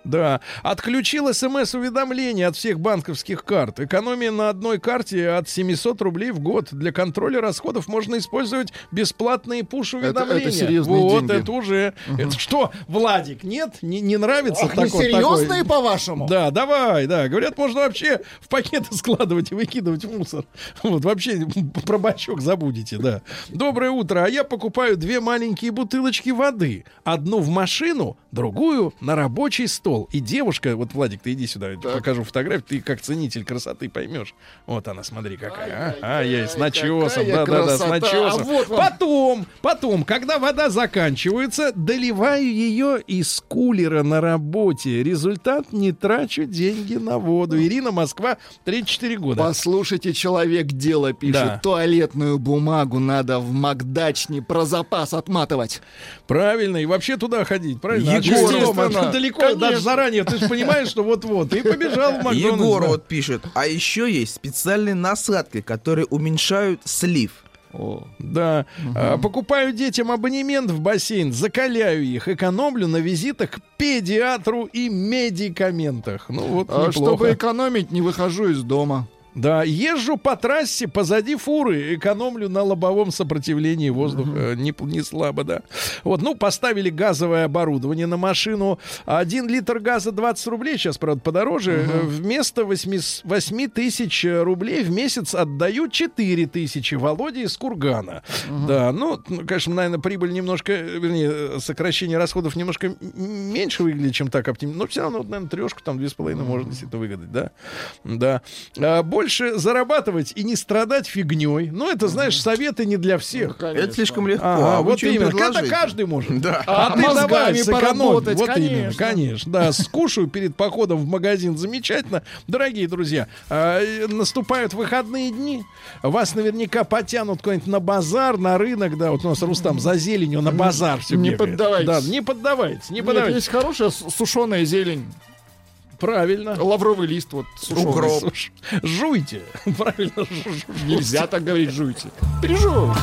Да. Отключил смс-уведомления от всех банковских карт. Экономия на одной карте от семьсот рублей в год. Для контроля расходов можно использовать бесплатные пуш-уведомления. Это, это серьезные вот, деньги. это уже. Угу. Это что, Владик, нет? Не, не нравится Ах, такой? Серьезные, такой... по-вашему? Да, давай, да. Говорят, можно вообще в пакеты складывать и выкидывать в мусор. Вот, вообще про бачок забудете, да. Доброе утро. А я покупаю две маленькие бутылочки воды. Одну в машину, другую на рабочий стол. И девушка, вот, Владик, ты иди сюда, я тебе покажу фотографию, ты как ценитель красоты поймешь. Вот она, смотри, какая. А, а я с начесом, да-да-да, с начесом. А вот потом, потом, когда вода заканчивается, доливаю ее из кулера на работе. Результат: не трачу деньги на воду. Ирина, Москва, тридцать четыре года. Послушайте, человек дело пишет. Да. Туалетную бумагу надо в Макдачне про запас отматывать. Правильно, и вообще туда ходить, правильно? Егор, а дома, далеко, конечно. даже заранее, ты же понимаешь, что вот-вот, и побежал в Макдональдс. Егор да. вот пишет, а еще есть специальные насадки, которые уменьшают слив. О, да. Угу. А, покупаю детям абонемент в бассейн, закаляю их, экономлю на визитах к педиатру и медикаментах. Ну вот, а неплохо. чтобы экономить, не выхожу из дома. Да, езжу по трассе позади фуры, экономлю на лобовом сопротивлении воздуха. Mm-hmm. Не, не слабо, да. Вот, ну, поставили газовое оборудование на машину. Один литр газа двадцать рублей, сейчас, правда, подороже. Mm-hmm. Вместо восемь тысяч рублей в месяц отдаю четыре тысячи. Володя из Кургана. Mm-hmm. Да, ну, конечно, наверное, прибыль немножко, вернее, сокращение расходов немножко меньше выглядит, чем так оптимизм. Но все равно, вот, наверное, трешку, там, две с половиной mm-hmm. можно себе выгадать, да. Да. А, больше Больше зарабатывать и не страдать фигней. Ну, это, знаешь, советы не для всех. Ну, это слишком легко. Ага, а вот именно. Это каждый может. Да. А, а ты давай сэкономь. Вот конечно. именно, конечно. Да, скушаю перед походом в магазин. Замечательно. Дорогие друзья, э, наступают выходные дни. Вас наверняка потянут куда-нибудь на базар, на рынок. Да, вот у нас Рустам за зеленью на базар все Не бегает. поддавайтесь. Да, не поддавайтесь. Не Нет, поддавайтесь. есть хорошая сушеная зелень. Правильно. Лавровый лист, вот, сушеный. Укроп. Жуйте. Правильно, жуйте. Нельзя так говорить, жуйте. Пережуйте.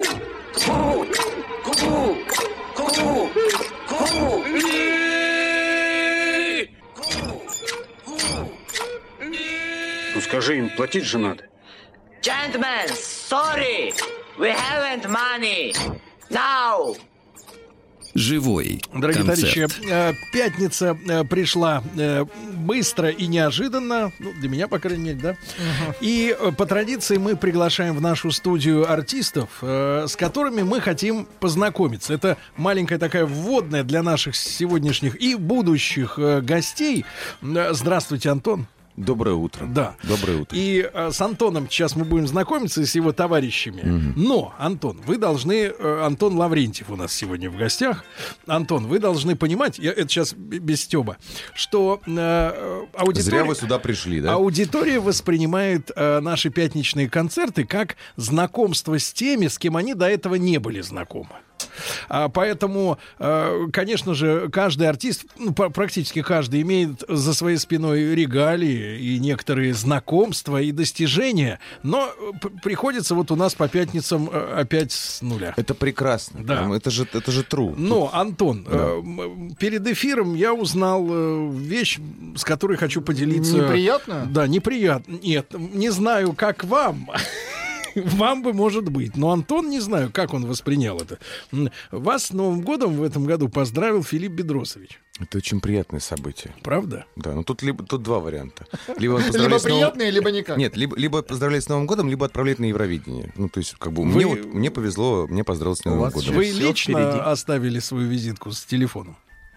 Ну скажи им, платить же надо. Gentlemen, sorry, we haven't money. Now. Живой Дорогие концерт. товарищи, э, пятница э, пришла э, быстро и неожиданно, ну, для меня, по крайней мере, да. Uh-huh. И э, по традиции мы приглашаем в нашу студию артистов, э, с которыми мы хотим познакомиться. Это маленькая такая вводная для наших сегодняшних и будущих э, гостей. Э, здравствуйте, Антон. Доброе утро. Да. Доброе утро. И э, с Антоном сейчас мы будем знакомиться с его товарищами. Mm-hmm. Но, Антон, вы должны... Э, Антон Лаврентьев у нас сегодня в гостях. Антон, вы должны понимать, я, это сейчас без стёба, что э, аудитория... Зря вы сюда пришли, да? Аудитория воспринимает э, наши пятничные концерты как знакомство с теми, с кем они до этого не были знакомы. А, поэтому, э, конечно же, каждый артист, ну, практически каждый, имеет за своей спиной регалии и некоторые знакомства и достижения, но п- приходится вот у нас по пятницам э, опять с нуля. Это прекрасно. Да. Это же, это же true. Но, Антон, Да. э, перед эфиром я узнал э, вещь, с которой хочу поделиться. Неприятно? Да, неприятно. Нет, не знаю, как вам. Вам бы, может быть. Но Антон, не знаю, как он воспринял это. Вас с Новым годом в этом году поздравил Филипп Бедросович. Это очень приятное событие. Правда? Да, но тут, либо, тут два варианта. Либо, он Либо поздравляет с Новым- приятное, либо никак. Нет, либо, либо поздравляет с Новым годом, либо отправляет на Евровидение. Ну, то есть, как бы, Вы- мне, вот, мне повезло, мне поздравил с Новым вас годом. Вы всё лично впереди. оставили свою визитку с телефоном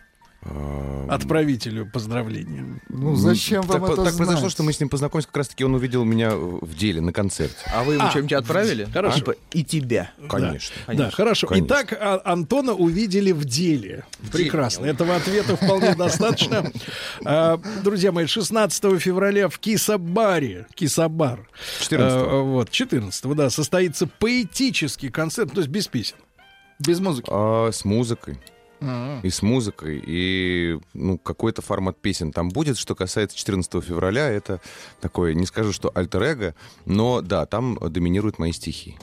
А, отправителю поздравления. Ну, зачем так, вам это так произошло, знать? что мы с ним познакомились, как раз-таки он увидел меня в деле, на концерте. А вы ему А, что-нибудь отправили? хорошо. Типа, и тебя. Конечно. Да, да, хорошо. Конечно. Итак, а- Антона увидели в деле. Прекрасно. Этого ответа вполне достаточно. А, Друзья мои, шестнадцатого февраля в Кисабаре, Кисабар, четырнадцатого. а, вот, четырнадцатого, да, состоится поэтический концерт, то есть без песен. Без музыки. А, с музыкой. А. И с музыкой, и ну, какой-то формат песен там будет. Что касается четырнадцатого февраля, это такое, не скажу, что альтер-эго, но да, там доминируют мои стихи.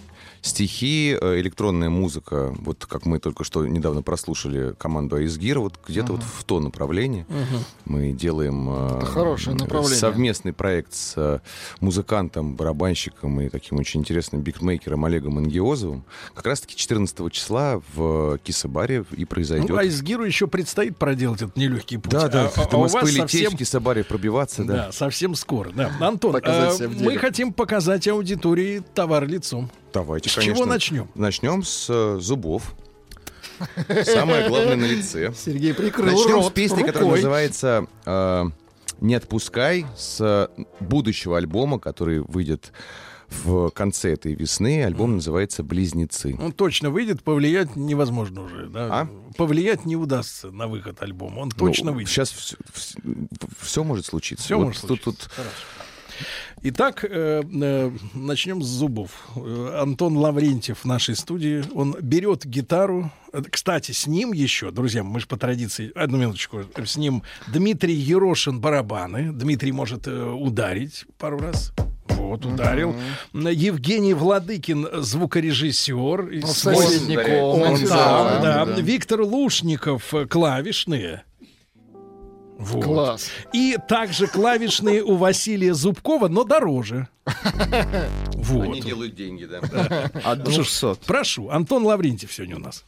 стихи, электронная музыка. Вот как мы только что недавно прослушали команду Айсгир, вот где-то uh-huh. вот в то направление uh-huh. мы делаем Это хорошее направление. совместный проект с музыкантом, барабанщиком и таким очень интересным битмейкером Олегом Ангиозовым. Как раз-таки четырнадцатого числа в Кисабаре и произойдет. Ну, Айсгиру еще предстоит проделать этот нелегкий путь. Да, да, а, до а Москвы лететь, совсем... в Кисабаре пробиваться. Да, да совсем скоро. Да. Антон, э, мы хотим показать аудитории товар лицом. Давайте, с конечно. чего начнем? Начнем с э, зубов. Самое главное на лице. Сергей прикрыл Начнем рот с песни, рукой. которая называется э, «Не отпускай», с будущего альбома, который выйдет в конце этой весны. Альбом называется «Близнецы». Он точно выйдет, повлиять невозможно уже. Да? А? Повлиять не удастся на выход альбома. Он точно ну, выйдет. Сейчас все, все, все может случиться. Все вот может тут, случиться. Тут... Итак, э, э, начнем с зубов. Антон Лаврентьев в нашей студии. Он берет гитару. Кстати, с ним еще, друзья, мы же по традиции... Одну минуточку. С ним Дмитрий Ерошин барабаны. Дмитрий может э, ударить пару раз. Вот, ударил. Mm-hmm. Евгений Владыкин, звукорежиссер. Ну, соседний комнате. Да, да, да. Виктор Лушников, клавишные. Вот. Класс. И также клавишные у Василия Зубкова, но дороже. Вот. Они делают деньги, да. От двухсот. Прошу, Антон Лаврентьев сегодня у нас.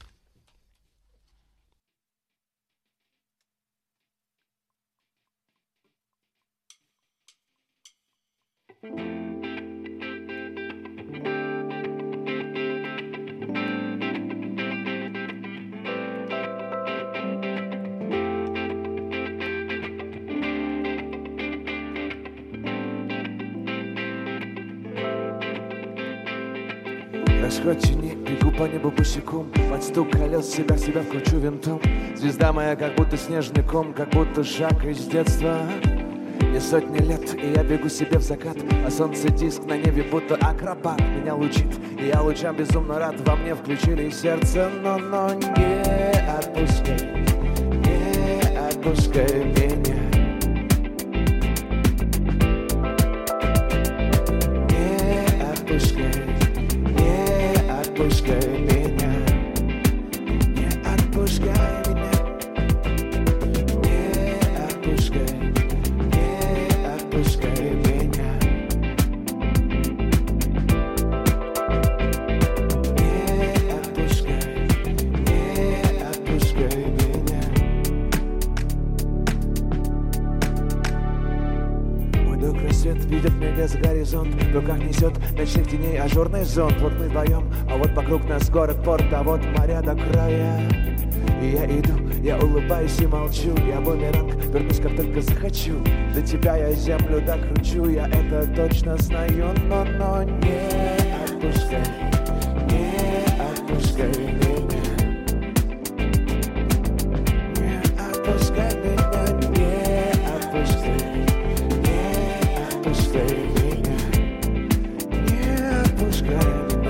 Расход тени, бегу по небу босиком. Под стук колес себя, себя вкручу винтом. Звезда моя как будто снежный ком, как будто шаг из детства. Мне сотни лет, и я бегу себе в закат. А солнце диск на небе будто акробат. Меня лучит, и я лучам безумно рад. Во мне включили сердце, но, но не отпускай, не отпускай меня. Не отпускай. Отпускай меня, не отпускай меня, не отпускай, не отпускай меня, не отпускай, не отпускай меня. Мой друг рассвет видит небес горизонт, в руках несет ночных теней ажурный зонт. Вот мы вдвоем, а вот вокруг нас город, порт, а вот моря до края. И я иду, я улыбаюсь и молчу. Я бумеранг, вернусь как только захочу. До тебя я землю докручу, я это точно знаю. Но, но не отпускай, не отпускай меня. Не отпускай меня, не отпускай, не отпускай меня. Не отпускай.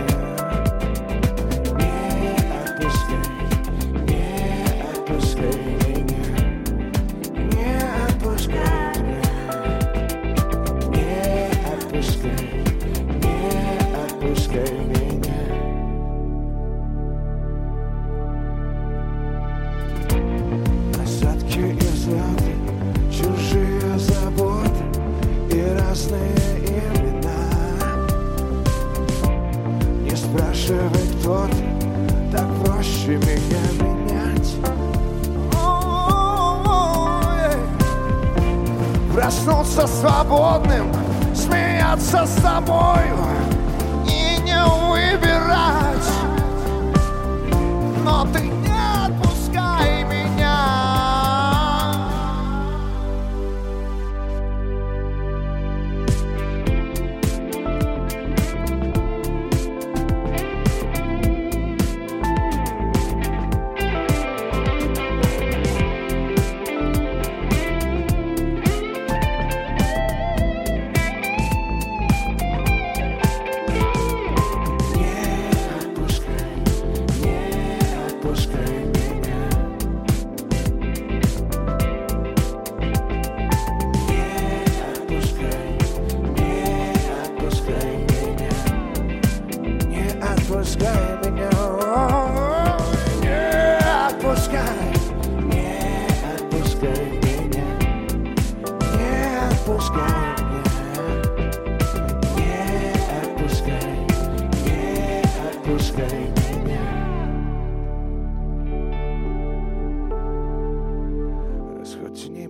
Проснуться свободным, смеяться с тобою и не выбирать. Но ты не отпускай меня. Не отпускай, не отпускай.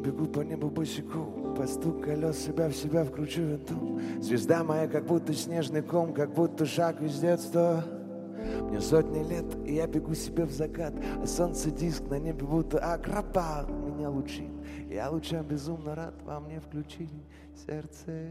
бегу по небу босиком, по стук колес себя в себя вкручу винтом. Звезда моя как будто снежный ком, как будто шаг из детства. Мне сотни лет, и я бегу себе в закат, а солнце диск на небе будто акропат меня лучит. Я лучам безумно рад, во мне включили сердце.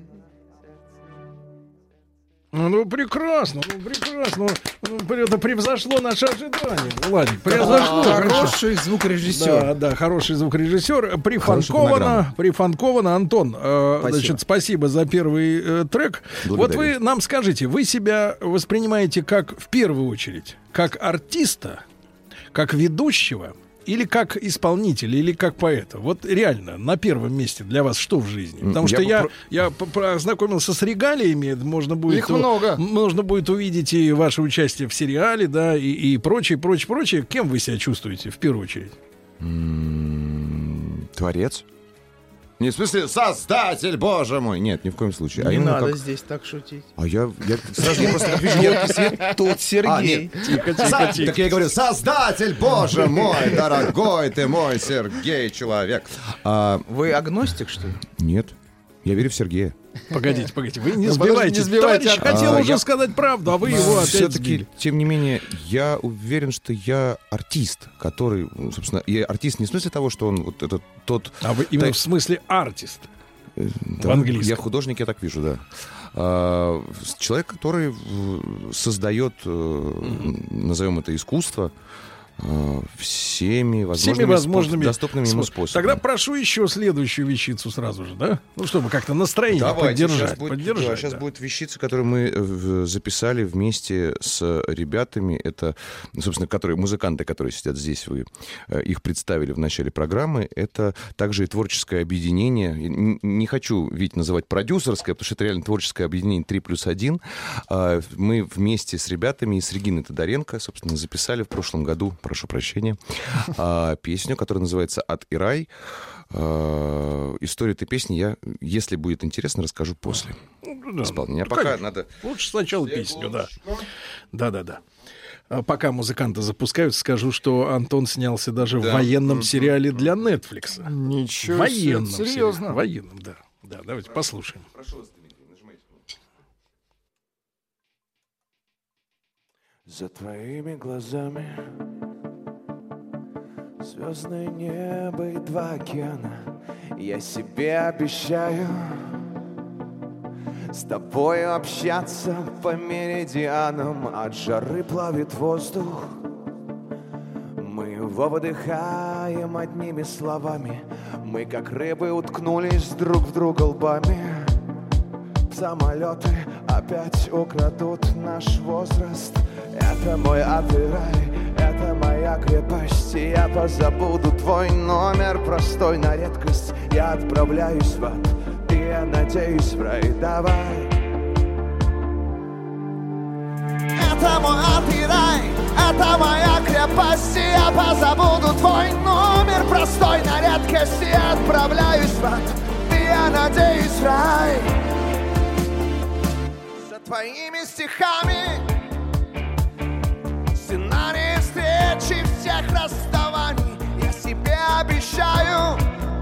Ну, прекрасно, ну, прекрасно. Ну, это превзошло наше ожидание. Владик, превзошло. А, хороший звукорежиссер. Да, да, хороший звукорежиссер. Прифанковано, прифанковано. Антон, э, спасибо. Значит, спасибо за первый э, трек. Благодарю. Вот вы нам скажите, вы себя воспринимаете как, в первую очередь, как артиста, как ведущего, или как исполнителя, или как поэта? Вот реально, на первом месте для вас что в жизни? Потому что я, я, попро... я познакомился с регалиями, можно будет, их много. Можно будет увидеть и ваше участие в сериале, да, и, и прочее, прочее, прочее. Кем вы себя чувствуете в первую очередь? М-м, творец. Не в смысле создатель, боже мой. Нет, ни в коем случае. Не а надо как... здесь так шутить. А я, я сразу просто вижу яркий свет. Тут Сергей. А, тихо, тихо, тихо. Так я говорю, создатель, боже мой, дорогой ты мой Сергей, человек. А... Вы агностик, что ли? Нет, я верю в Сергея. Погодите, погодите, вы не сбивайте. Не сбивайте. Я хотел а, уже я... сказать правду, а вы но его опять все-таки, сбили. Тем не менее, я уверен, что я артист, который, собственно, я артист не в смысле того, что он вот этот тот... А вы именно так... в смысле артист? Да, в английском. Я художник, я так вижу, да. А, человек, который создает, mm-hmm. назовем это, искусство, всеми возможными, всеми возможными спо- доступными ему способами. Тогда прошу еще следующую вещицу сразу же, да? Ну, чтобы как-то настроение Давайте, поддержать. Сейчас будет, поддержать, да, сейчас да. будет вещица, которую мы в, записали вместе с ребятами. Это, собственно, которые, музыканты, которые сидят здесь, вы их представили в начале программы. Это также и творческое объединение. Не, не хочу, ведь называть продюсерское, потому что это реально творческое объединение три плюс один. Мы вместе с ребятами и с Региной Тодоренко, собственно, записали в прошлом году, прошу прощения, песню, которая называется «Ад и рай». Историю этой песни я, если будет интересно, расскажу после да, исполнения. А ну, пока конечно. надо... Лучше сначала песню, да. Да-да-да. Пока музыканты запускают, скажу, что Антон снялся даже да. в военном сериале для Netflix. Ничего военном себе, серьезно? Сериале. Военном, да. Да, давайте послушаем. Прошу вас, Дмитрий, нажимайте. За твоими глазами звездное небо и два океана. Я себе обещаю с тобой общаться по меридианам. От жары плавит воздух, мы его выдыхаем одними словами. Мы как рыбы уткнулись друг в друга лбами. Самолеты опять украдут наш возраст. Это мой ад и рай, это моя крепость. И я позабуду твой номер, простой на редкость. Я отправляюсь в ад, и я надеюсь в рай. Давай. Это мой ад и рай, это моя крепость. И я позабуду твой номер, простой на редкость. И я отправляюсь в ад, и я надеюсь в рай. За твоими стихами сценарий встречи всех расставаний. Я себе обещаю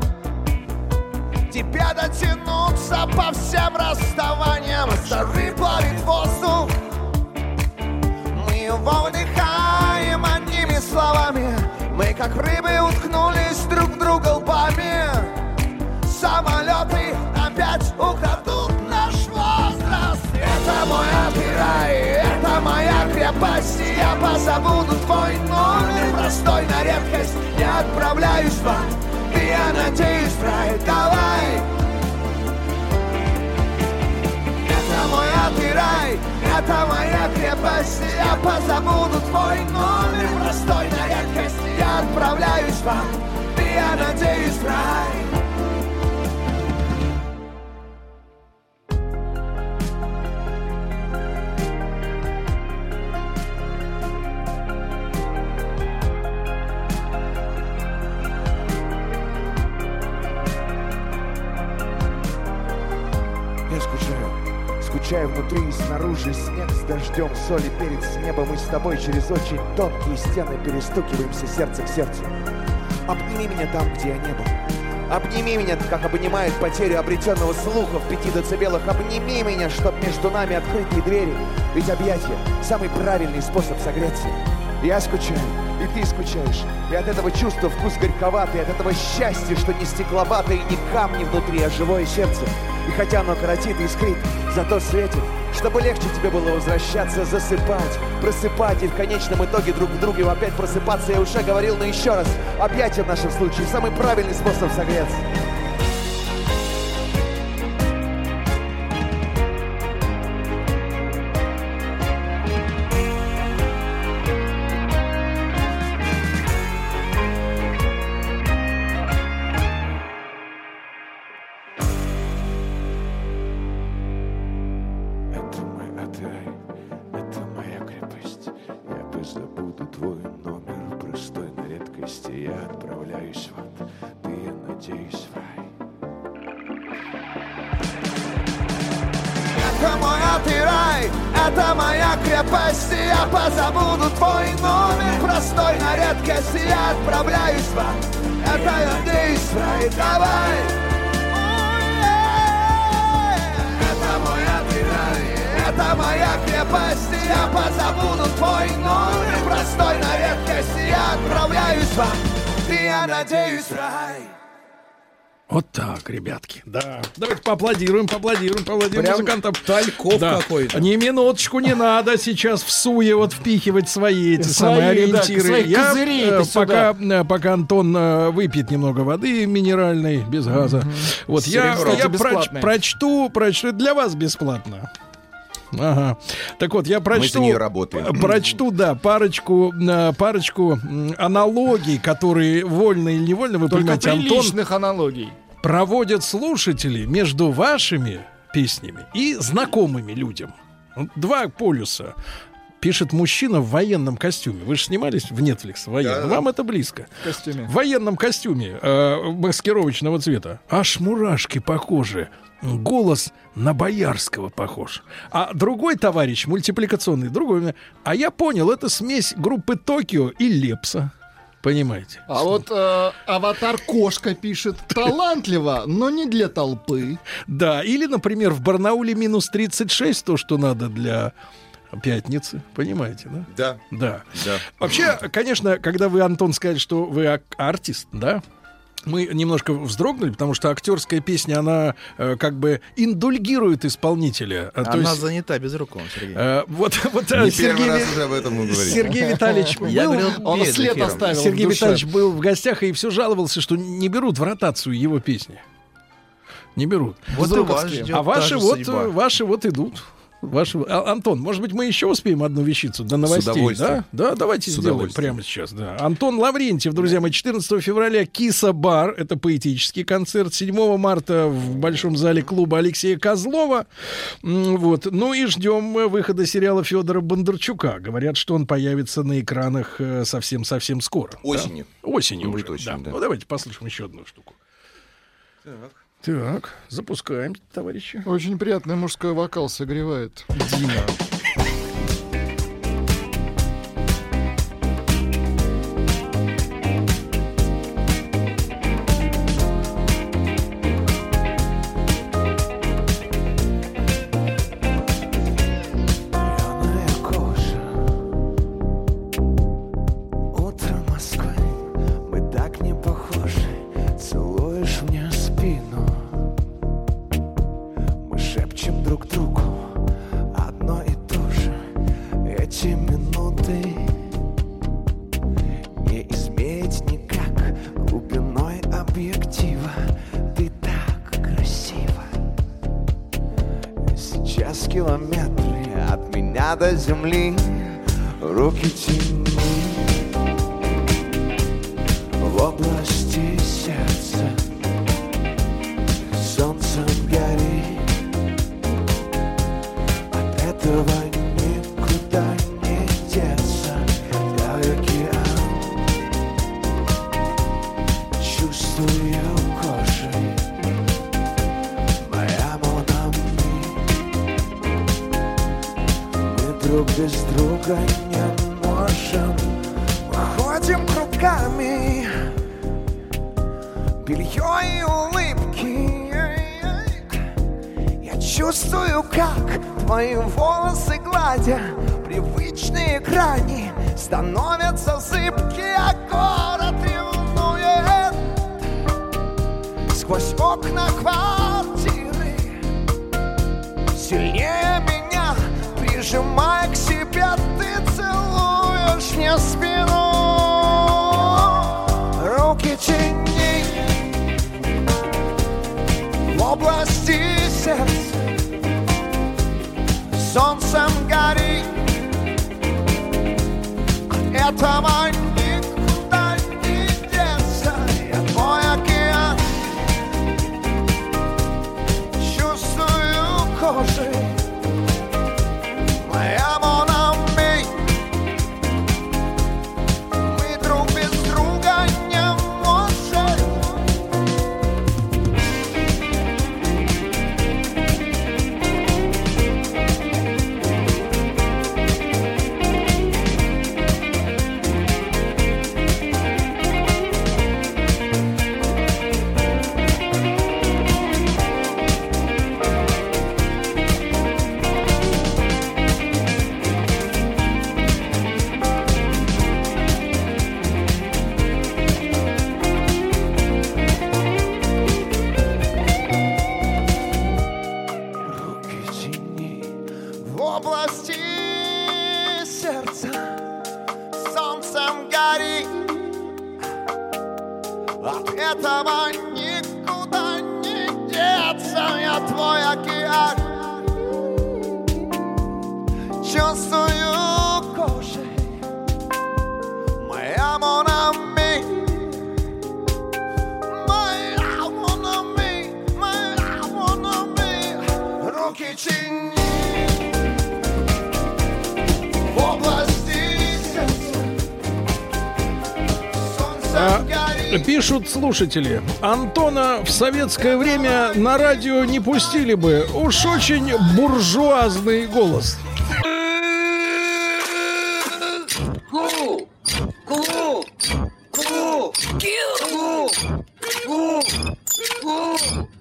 тебе дотянуться по всем расставаниям. От жары плавит воздух, мы его вдыхаем одними словами. Мы как рыбы уткнулись друг в друга лбами. Самолеты опять украдут наш возраст. Это мой ад и рай, это моя крепость. И я позабуду твой номер, простой на редкость. Я отправляюсь в ад, и я надеюсь в рай. Давай. Это мой ад и рай, это моя крепость. И я позабуду твой номер, простой на редкость. Я отправляюсь в ад, и я надеюсь в рай. Скучаю внутри и снаружи, снег с дождем, соль и перец с неба. Мы с тобой через очень тонкие стены перестукиваемся сердце к сердцу. Обними меня там, где я не был. Обними меня, как обнимает потерю обретенного слуха в пяти децибелах. Обними меня, чтоб между нами открытые двери. Ведь объятия — самый правильный способ согреться. Я скучаю, и ты скучаешь. И от этого чувства вкус горьковатый, от этого счастья, что не стекловатое и не камни внутри, а живое сердце. И хотя оно коротит и искрит, зато светит, чтобы легче тебе было возвращаться, засыпать, просыпать и в конечном итоге друг в друге опять просыпаться. Я уже говорил, но еще раз, объятия в нашем случае самый правильный способ согреться. Это мой ты рай, это моя крепость, и я позабуду твой номер простой на редкость, и я отправляюсь в ад. Это я надеюсь в рай, давай. Это мой ты рай, это моя крепость, и я позабуду твой номер простой на редкость, и я отправляюсь в ад. И я надеюсь в рай. Вот так, ребятки. Да. Давайте поаплодируем, поаплодируем, поаплодируем Прям музыкантам. Тальков да. какой-то. Не минуточку, не надо сейчас в суе вот впихивать свои эти Свои, самые да, ориентиры. свои Я козыри э, сюда. пока, э, пока Антон э, выпьет немного воды минеральной, без газа. Mm-hmm. Вот я, я проч, прочту, прочту для вас бесплатно. Ага. Так вот, я прочту, Мы за нее работаем. прочту, да, парочку, парочку аналогий, которые вольно или невольно, вы Только понимаете, Антон, приличных аналогий проводят слушатели между вашими песнями и знакомыми людям. Два полюса. Пишет мужчина в военном костюме. Вы же снимались в Netflix в военном. Да. Вам это близко. В костюме. В военном костюме э, маскировочного цвета. Аж мурашки похожи. Голос на Боярского похож. А другой товарищ, мультипликационный, другой. А я понял, это смесь группы Токио и Лепса. Понимаете? А вот э, аватар Кошка пишет: талантливо, но не для толпы. Да, или, например, в Барнауле минус тридцать шесть, то, что надо для пятницы. Понимаете, да? Да. Да. Да. Вообще, конечно, когда вы, Антон, сказали, что вы ак- артист, да? Мы немножко вздрогнули, потому что актерская песня, она э, как бы индульгирует исполнителя. Она то есть, занята безруком, Сергей. Э, вот, вот, Не Сергей, первый раз уже об этом мы говорим. Сергей Витальевич был, Я говорил, он след эфиром. оставил. Сергей в душе. Витальевич был в гостях и все жаловался, что не берут в ротацию его песни. Не берут. Вот и вас ждет А ваши та же вот, судьба. ваши вот идут. Ваши... А, Антон, может быть, мы еще успеем одну вещицу до новостей, удовольствием. да? Да, давайте С сделаем удовольствием. прямо сейчас. Да. Антон Лаврентьев, друзья мои, четырнадцатого февраля Киса Бар, это поэтический концерт, седьмого марта в Большом зале клуба Алексея Козлова. М, Вот. Ну и ждем выхода сериала Федора Бондарчука. Говорят, что он появится на экранах э, совсем-совсем скоро. Осенью. Да? Осенью Будет уже, осенью, да. да. Ну давайте послушаем еще одну штуку. Так. Так, запускаем, товарищи. Очень приятный мужской вокал согревает. Дина. Пьяная кожа. Утро Москвы. Мы так не похожи. Целуешь мне спину. Мы шепчем друг другу одно и то же. Эти минуты не измерить никак глубиной объектива. Ты так красива. Сейчас километры от меня до земли. Руки тяни в области сердца. Солнцем гори. От этого никуда не деться. Я океан чувствую кожей. Моя Монами. Мы друг без друга не можем. Мы ходим кругами. белье и улыбки. Я чувствую, как твои волосы гладя привычные грани становятся зыбкие, а город ревнует сквозь окна квартиры. Сильнее меня, прижимая к себе, ты целуешь мне спину. Руки тяни в области сердца, солнцем гори. От этого никуда не деться. Я твой океан, чувствую кожей. Моя Монами, мы друг без друга не можем. В области сердца солнцем гори. От этого никуда не деться. Я твой океан, чувствую кожей. Моя Монами, моя Монами, моя Монами. Руки тяни в области сердца, солнцем гори. Пишут слушатели, Антона в советское время на радио не пустили бы. Уж очень буржуазный голос. Ку! Ку! Ку! Ку! Ку! Ку!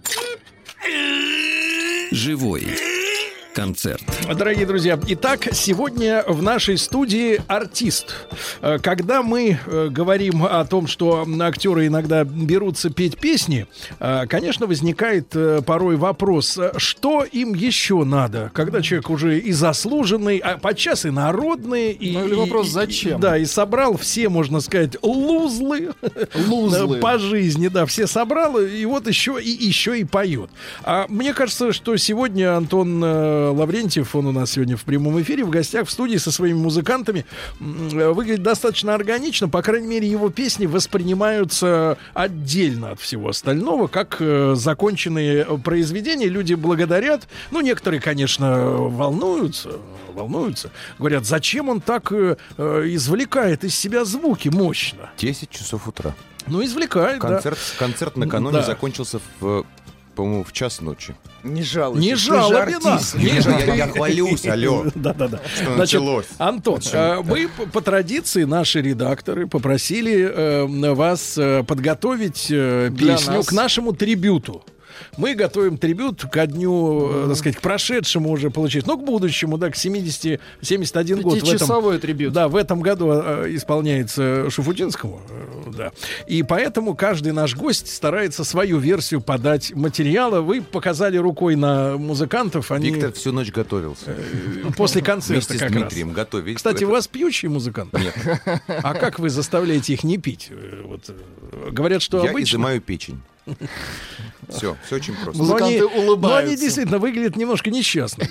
Живой концерт. Дорогие друзья, итак, сегодня в нашей студии артист. Когда мы говорим о том, что актеры иногда берутся петь песни, конечно, возникает порой вопрос, что им еще надо, когда человек уже и заслуженный, а подчас и народный. И, ну или вопрос, зачем? И, да, и собрал все, можно сказать, лузлы, лузлы по жизни, да, все собрал, и вот еще и еще и поет. А мне кажется, что сегодня Антон Лаврентьев, он у нас сегодня в прямом эфире, в гостях в студии со своими музыкантами, выглядит достаточно органично, по крайней мере, его песни воспринимаются отдельно от всего остального, как э, законченные произведения, люди благодарят, ну, некоторые, конечно, волнуются, волнуются, говорят, зачем он так э, извлекает из себя звуки мощно? десять часов утра. Ну, извлекает, концерт, да. Концерт накануне да. закончился в... по-моему, в час ночи. Не жалуйся. Не жалуйся нас. Не я, я хвалюсь, алло. Да-да-да. Что Значит, началось? Антон, э, мы по традиции, наши редакторы попросили э, вас э, подготовить э, песню нас. к нашему трибюту. Мы готовим трибют ко дню, э, так сказать, к прошедшему уже, получить, но к будущему, да, к семидесяти, семьдесят один год. Пятичасовой трибют. Да, в этом году э, исполняется Шуфутинскому, э, да. И поэтому каждый наш гость старается свою версию подать материала. Вы показали рукой на музыкантов. Они... Виктор всю ночь готовился. Э, после концерта Вместе как с Дмитрием раз. готовились. Кстати, Это... у вас пьющие музыканты? Нет. А как вы заставляете их не пить? Э, Вот, э, говорят, что Я обычно... изымаю печень. Все, все очень просто. Музыканты но они, улыбаются. Но они действительно выглядят немножко несчастными.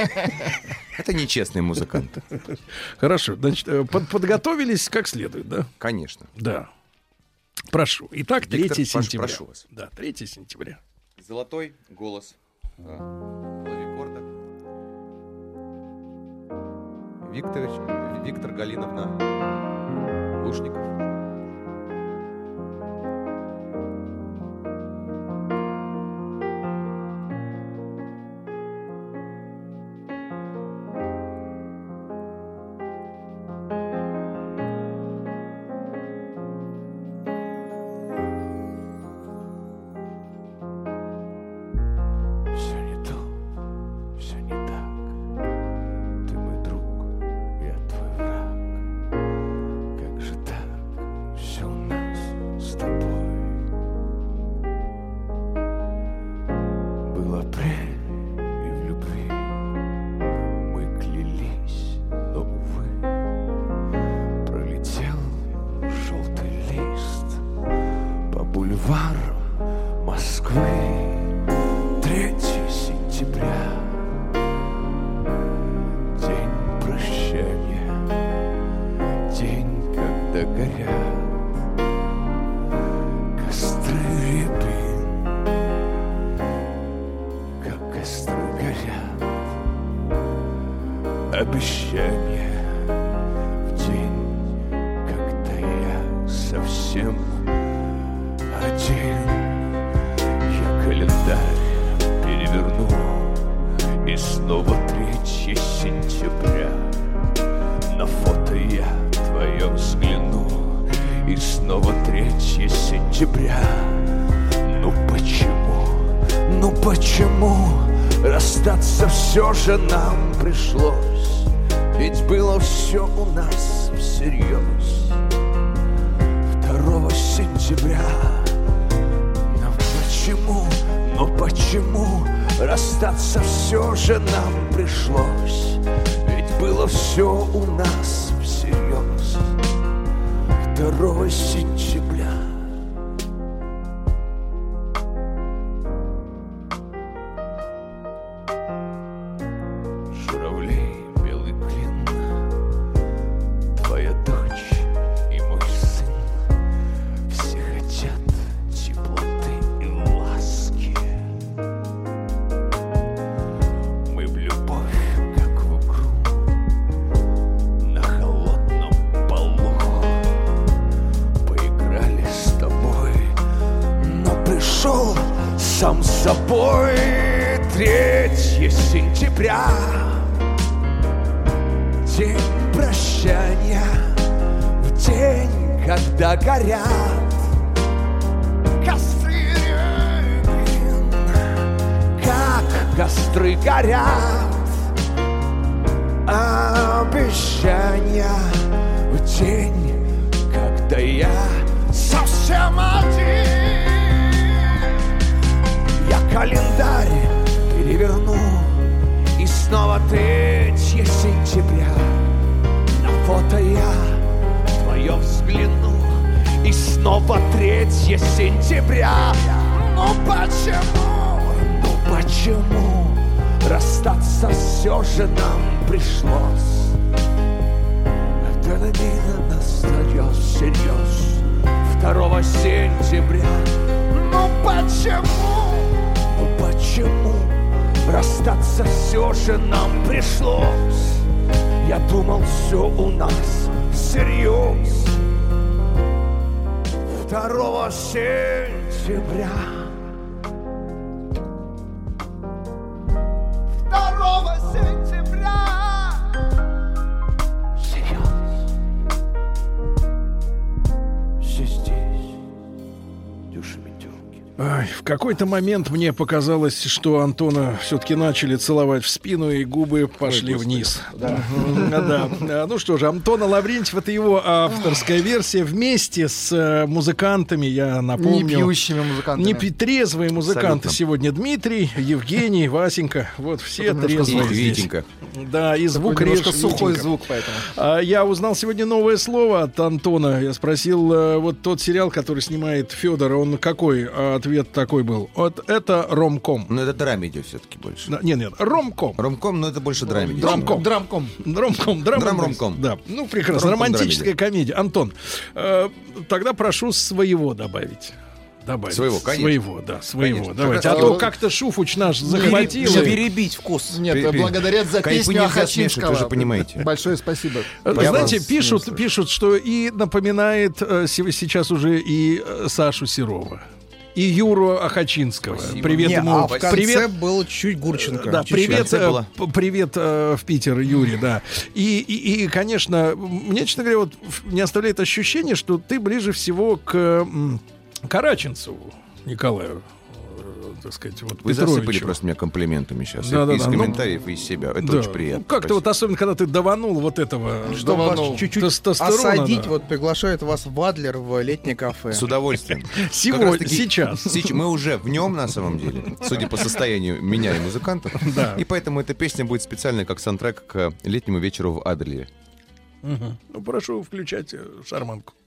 Это нечестные музыканты. Хорошо, значит, под, подготовились как следует, да? Конечно. Да. Прошу. Итак, Виктор, третьего прошу, сентября. прошу вас. Да, третьего сентября. Золотой голос клавикорда. Викторович, Виктор Галиновна Лушников. Бульвар Москвы, третьего сентября, день прощания, день, когда горят костры рябин, как костры горят обещания. В день, когда я совсем один, я календарь переверну, и снова третьего сентября. На фото я твое взгляну, и снова третьего сентября. Ну почему, ну почему расстаться все же нам пришлось? Ведь было все у нас всерьез. Второго сентября. Но почему, но почему расстаться все же нам пришлось? Ведь было все у нас всерьез. Второго сентября. Журавлей белый клин, твоя дочь и мой сын, все хотят теплоты и ласки. Мы в любовь, как в игру, на холодном полу поиграли с тобой, но пришел сам собой третьего сентября. День прощания, в день, когда горят костры рябин, как костры горят обещания. В день, когда я совсем один, я календарь переверну, и снова третьего сентября. На фото я твое взгляну, и снова третьего сентября. Ну почему, ну почему расстаться все же нам пришлось? Это намеренно всерьез, всерьез. Второго сентября. Ну почему, ну почему расстаться все же нам пришлось? Я думал, все у нас всерьез. Второго сентября. Второго сентября. Серьез. Все здесь. Дюша Метелки. Ай, в какой-то момент мне показалось, что Антона все-таки начали целовать в спину, и губы пошли Ой, вниз. Да. Да. Ну что же, Антона Лаврентьев — это его авторская версия вместе с музыкантами, я напомню. Не пьющими музыкантами. Не трезвые музыканты Абсолютно. сегодня. Дмитрий, Евгений, Васенька. Вот все Это немножко трезвые звук. здесь. Витенька. Да, и звук Такой немножко режет сухой Витенька. звук, поэтому. А, Я узнал сегодня новое слово от Антона. Я спросил, э, вот тот сериал, который снимает Федор, он какой? А ответ такой был. Вот это ромком. Ну, это драмеди все-таки больше. Да, нет, нет, ромком. Ромком, но это больше драмеди. Драмком. Драмком. Ромком. драм- Драм-ромком. Да, ну прекрасно. Ромком Романтическая комедия. Антон, э, тогда прошу своего добавить. Добавить. Своего, конечно. Своего, да, своего. Конечно. Давайте. Как А раз то его- как-то Шуфуч наш захватил. Чтобы и- перебить вкус. Нет, При- при- благодарят за Кайфу песню нельзя смешивать, Ахачинского. вы же понимаете. Большое спасибо. Э, Я Знаете, вас пишут, не пишут, что и напоминает э, се- сейчас уже и э, Сашу Серова, и Юру Ахачинского. Привет Не, ему. а в конце Привет. был чуть Гурченко. Да, Чуть-чуть. привет, конце э, было. п- привет э, в Питер, Юрий, да. И, и, и, конечно, мне, честно говоря, вот ф- не оставляет ощущение, что ты ближе всего к м, Караченцеву Николаю, э, так сказать, вот Вы засыпали Петровичу. просто меня комплиментами сейчас. Да, да, из да, ну, комментариев, и из себя. Это Да. очень приятно. Ну, как-то вот, особенно, когда ты даванул вот этого Чтобы даванул вас чуть-чуть тестостерона, осадить, да. вот приглашают вас в Адлер в летнее кафе. С удовольствием. Сегодня, Как раз таки сейчас. сеч- Мы уже в нем, на самом деле, судя по состоянию меня и музыкантов. Да. И поэтому эта песня будет специально как саундтрек к летнему вечеру в Адлере. Мгм. Ну, прошу включать э, шарманку.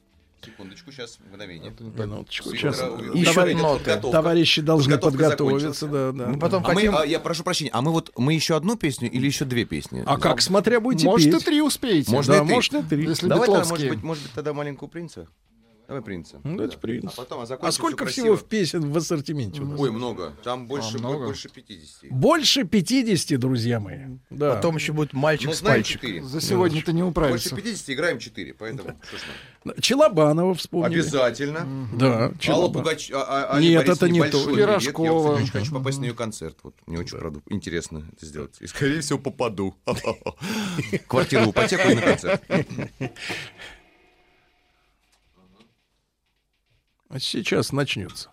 Секундочку, сейчас, мгновение. Минуточку, сейчас. Ищут Товарищи, ноты. товарищи должны Подготовка подготовиться. Да, да. Мы потом А хотим... мы, а, я прошу прощения, а мы вот мы еще одну песню или еще две песни? А как, смотря будете Может, петь. и три успеете. Можно Да, и три. может, и три. Если Давай тогда, Бетловские. может быть, может быть, тогда маленького принца? Давай принца. Ну, давайте принц. А потом, а А закончим сколько всё всего красиво. в песен в ассортименте у нас? Ой, много. Там больше, А, много? больше пятидесяти. Больше пятидесяти, друзья мои. Да. Потом еще будет мальчик Ну, с знаем пальчиком. четыре. За сегодня ты не Больше управишься. пятидесяти играем четыре, поэтому что ж нам. Челобанова вспомнили. Обязательно. Да, Алла Челоба. Пугач... а- а- Алле Нет, Борисовне это не большой то. привет. Пирожкова. Я кстати, очень хочу попасть на ее концерт. Вот, мне очень, правда, интересно это сделать. И, скорее всего, попаду. Квартиру в ипотеку и на концерт. А сейчас начнется.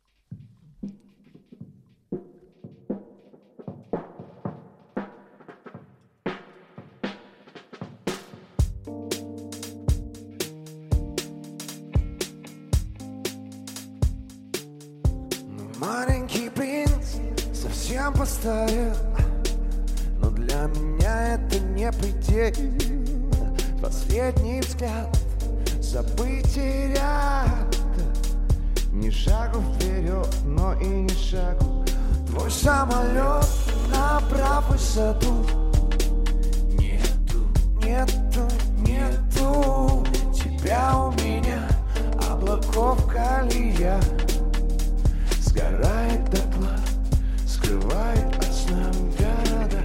Маленький принц совсем постарел, но для меня это не предел. Последний взгляд, события ряд. Ни шагу вперед, но и ни шагу. Твой самолет набрав высоту. Нету, нету, нету тебя у меня, облаков колея. Сгорает дотла, скрывает от сна города.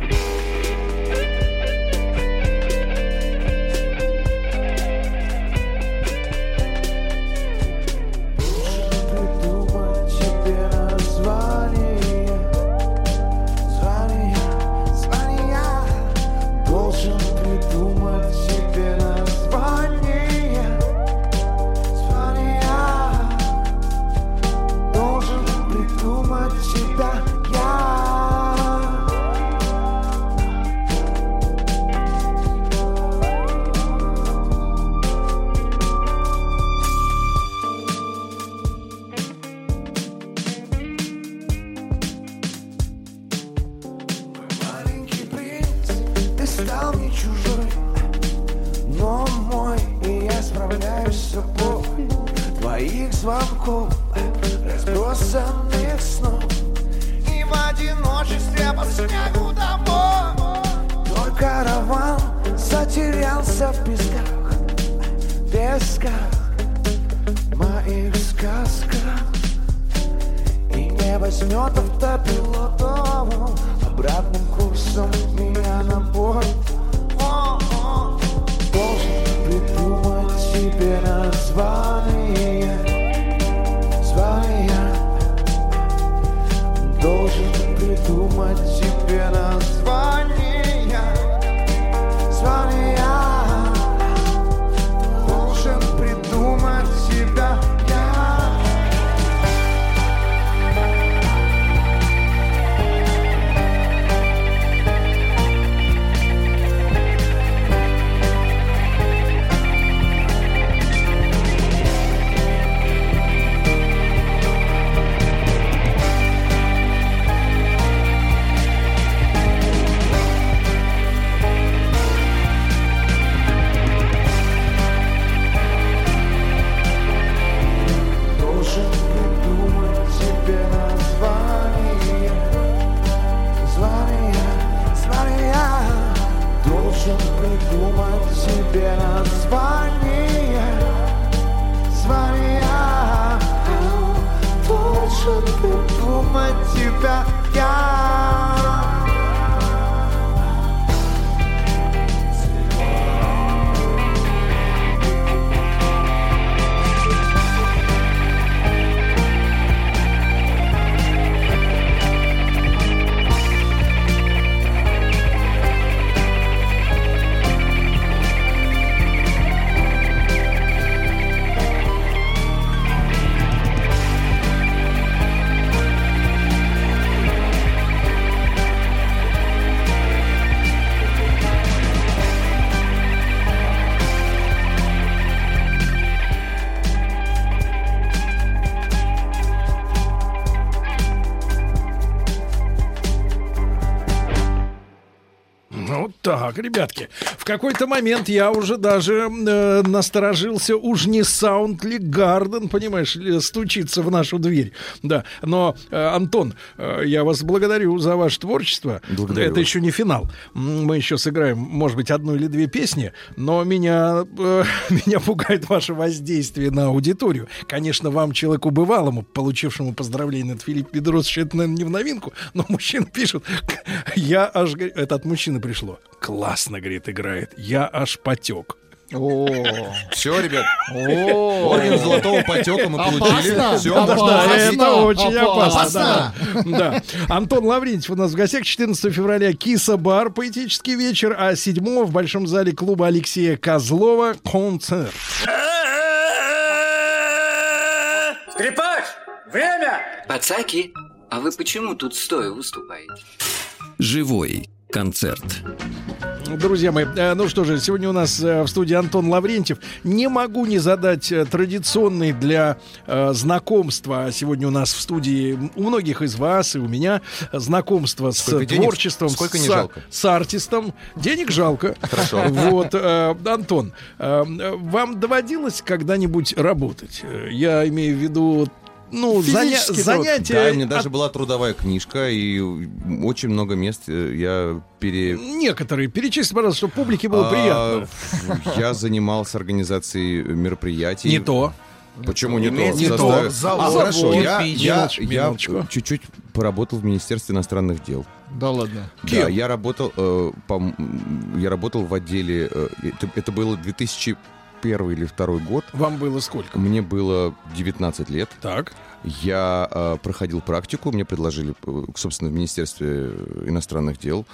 Придумать тебе название, звание, звание. Должен придумать себе название, звание. Должен придумать себя я. Мой маленький принц, ты стал мне чужой, но мой, и я справляюсь с собой. Твоих звонков, разбросанных снов, и в одиночестве по снегу домой. Твой караван затерялся в песках, песках моих сказках, и не возьмет автопилотом обратным курсом меня на борт. О-о. Должен придумать себе название, звание. Должен придумать себе название, звание. Должен придумать себя я. Должен придумать себе название, звание, звание. Должен придумать себе название, звание. Должен придумать тебя я. Так, ребятки, в какой-то момент я уже даже э, насторожился, уж не саунд ли Гарден, понимаешь, ли, стучится в нашу дверь. Да, но, э, Антон, э, я вас благодарю за ваше творчество. Благодарю Это вас. еще не финал. Мы еще сыграем, может быть, одну или две песни, но меня, э, меня пугает ваше воздействие на аудиторию. Конечно, вам, человеку бывалому, получившему поздравление от Филиппа Бедросовича, это, наверное, не в новинку, но мужчина пишет, я аж... Это от мужчины пришло. Классно, говорит, играет. Я аж потек. О, Все, ребят. О. Орден золотого потека мы получили. Опасно. Все, Опасно. Да, это очень опасно. Опасно. Да, да. Да. Антон Лаврентьев у нас в гостях. четырнадцатого февраля Киса-бар, поэтический вечер, а седьмого в Большом зале клуба Алексея Козлова концерт. Скрипач, время! Пацаки, а вы почему тут стоя выступаете? Живой концерт. Друзья мои, э, ну что же, сегодня у нас э, в студии Антон Лаврентьев. Не могу не задать э, традиционный для э, знакомства. Сегодня у нас в студии у многих из вас и у меня знакомство Сколько с денег? творчеством, Сколько с, не жалко? с артистом. Денег жалко. Хорошо. Вот, э, Антон, э, вам доводилось когда-нибудь работать? Э, Я имею в виду, ну, заня- Физический труд. занятия. Да, у меня даже от- была трудовая книжка, и очень много мест э, я пере... Некоторые. Перечислите, пожалуйста, чтобы публике было А, приятно. ф- Я занимался организацией мероприятий. Не то. Почему не то? Имеется В в виду составе- завод, А, хорошо, я, кирпич. я, Минуточку, я минуточку. чуть-чуть поработал в Министерстве иностранных дел. Да ладно. Да, я работал, э, по- я работал в отделе, э, это, это было две тысячи первый или второй год. Вам было сколько? Мне было девятнадцать лет. Так. Я э, проходил практику, мне предложили, э, собственно, в Министерстве иностранных дел,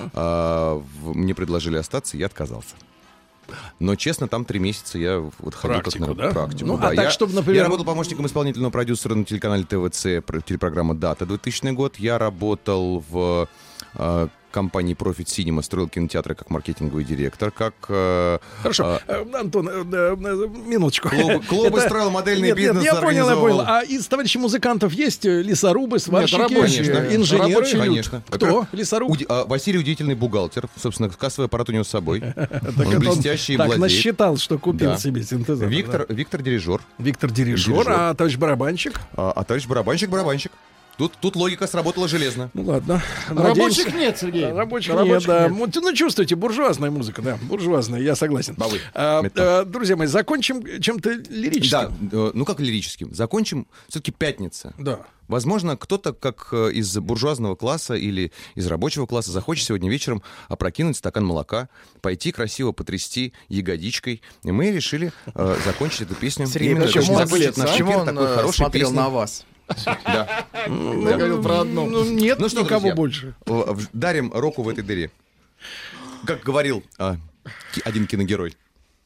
э, в- мне предложили остаться, я отказался. Но, честно, там три месяца я вот ходил Практику, как на да? практику. Ну, да. а так, я, чтобы, например- я работал помощником исполнительного продюсера на телеканале ТВЦ, про- телепрограмма «Дата» двухтысячный год. Я работал в э, компании Profit Cinema, строил кинотеатры как маркетинговый директор, как... э, Хорошо. э, Э, Антон, э, э, э, минуточку. Клубы- клубы Это- строил, модельный Нет, нет, бизнес я понял, я понял. организовывал. А из товарищей музыкантов есть э, лесорубы, сварщики, рабочие. э, инженеры? Рабочие люди. Конечно. Кто? Во-первых, Лесоруб? Уди- а, Василий удивительный бухгалтер. Собственно, кассовый аппарат у него с собой. Так Он это блестящий и так владеет. насчитал, что купил Да. себе синтезатор. Виктор, Виктор дирижер. да. Виктор дирижер, Дирижер. а товарищ барабанщик? А, а товарищ барабанщик, барабанщик. Тут, тут логика сработала железно. Ну ладно. Рабочих Надеемся- нет, Сергей. Рабочих нет, Рабочих да. нет. Вот, ну, чувствуете, буржуазная музыка, да, буржуазная, я согласен. Бавы. А, Металл. а, друзья мои, закончим чем-то лирическим. Да, э, ну как лирическим. Закончим. Все-таки пятница. Да. Возможно, кто-то, как э, из буржуазного класса или из рабочего класса, захочет сегодня вечером опрокинуть стакан молока, пойти красиво потрясти ягодичкой. И мы решили э, закончить эту песню. Сергей, именно почему, закончить он, наш почему эфир он такой э, хорошей смотрел песней. на вас? Да. Ну, говорил про одно. Ну, нет Ну что, никого друзья, больше. в- в- дарим року в этой дыре. Как говорил а, ки- один киногерой.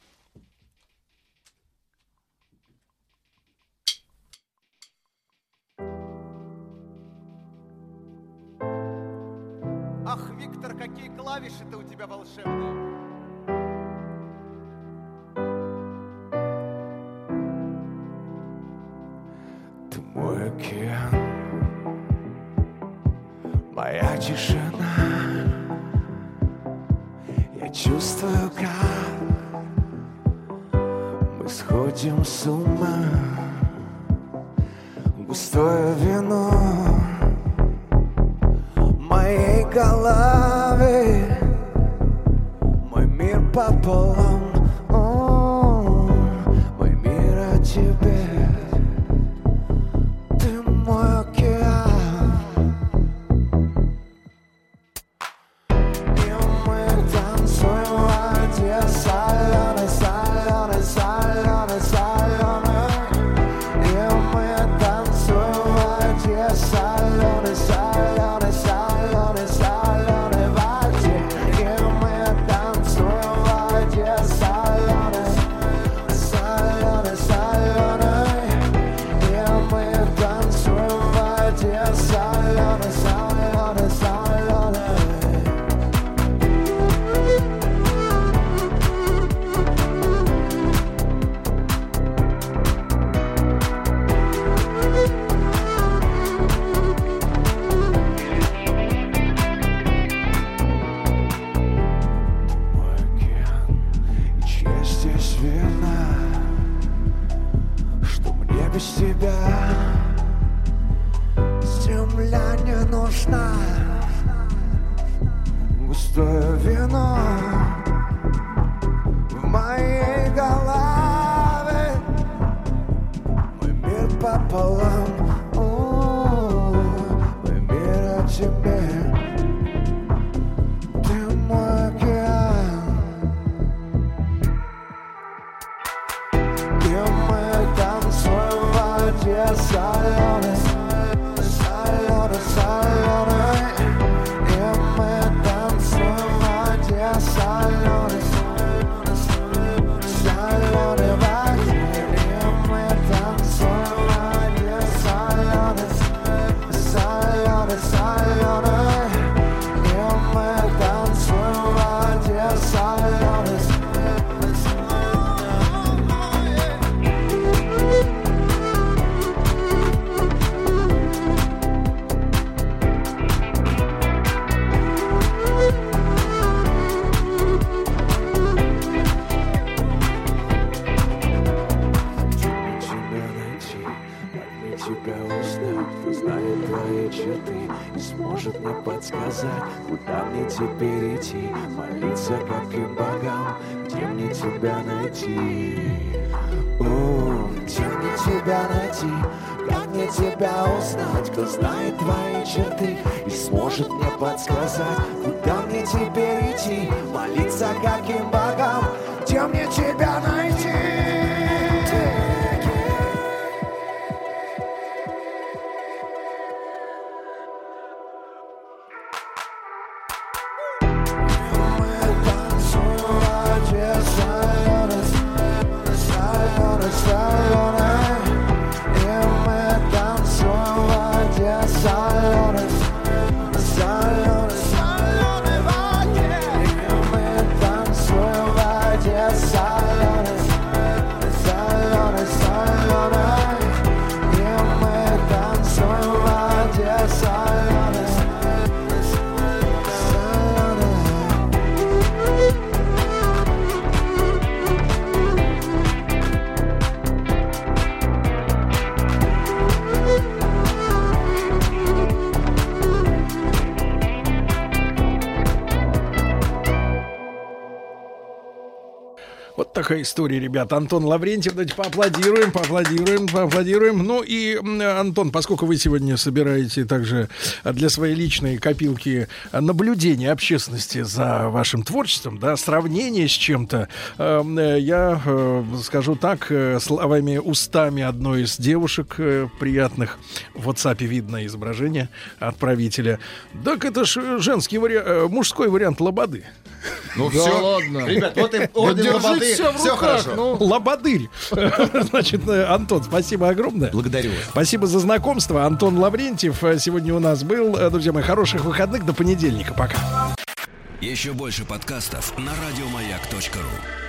Ах, Виктор, какие клавиши-то у тебя волшебные. Ты мой океан, моя тишина. Я чувствую, как мы сходим с ума. Густое вино моей головы, мой мир пополам. О, мой мир о тебе. Ты мой океан, и мы танцуем в воде соленой, соленой, соленой, соленой. И мы танцуем в воде соленой, соленой, соленой, соленой воде. И мы танцуем в воде без тебя земля не нужна. Густое вино в моей голове, мой мир пополам, о, мой мир о тебе. Ты мой океан, где мы танцуем в воде соленой, соленой, соленой. И мы танцуем в воде соленой, соленой воде. И мы танцуем в воде соленой, соленой, соленой. И мы танцуем в воде соленой. Не сможет мне подсказать, куда мне теперь идти, молиться каким богам, где мне тебя найти. О, где мне тебя найти, как мне тебя узнать, кто знает твои черты и сможет мне подсказать, куда мне теперь идти, молиться каким богам, где мне тебя найти. Такая история, ребят. Антон Лаврентьев, давайте поаплодируем, поаплодируем, поаплодируем. Ну и, Антон, поскольку вы сегодня собираете также для своей личной копилки наблюдения общественности за вашим творчеством, да, сравнение с чем-то, я скажу так, словами, устами одной из девушек приятных, в WhatsApp видно изображение отправителя. Так это ж женский вариант, мужской вариант лободы. Ну да все, ладно. Ребят, вот и орден лободы. Все, все хорошо. Ну... Лободырь. Значит, Антон, спасибо огромное. Благодарю вас. Спасибо за знакомство. Антон Лаврентьев сегодня у нас был. Друзья мои, хороших выходных. До понедельника. Пока. Еще больше подкастов на радиомаяк точка ру.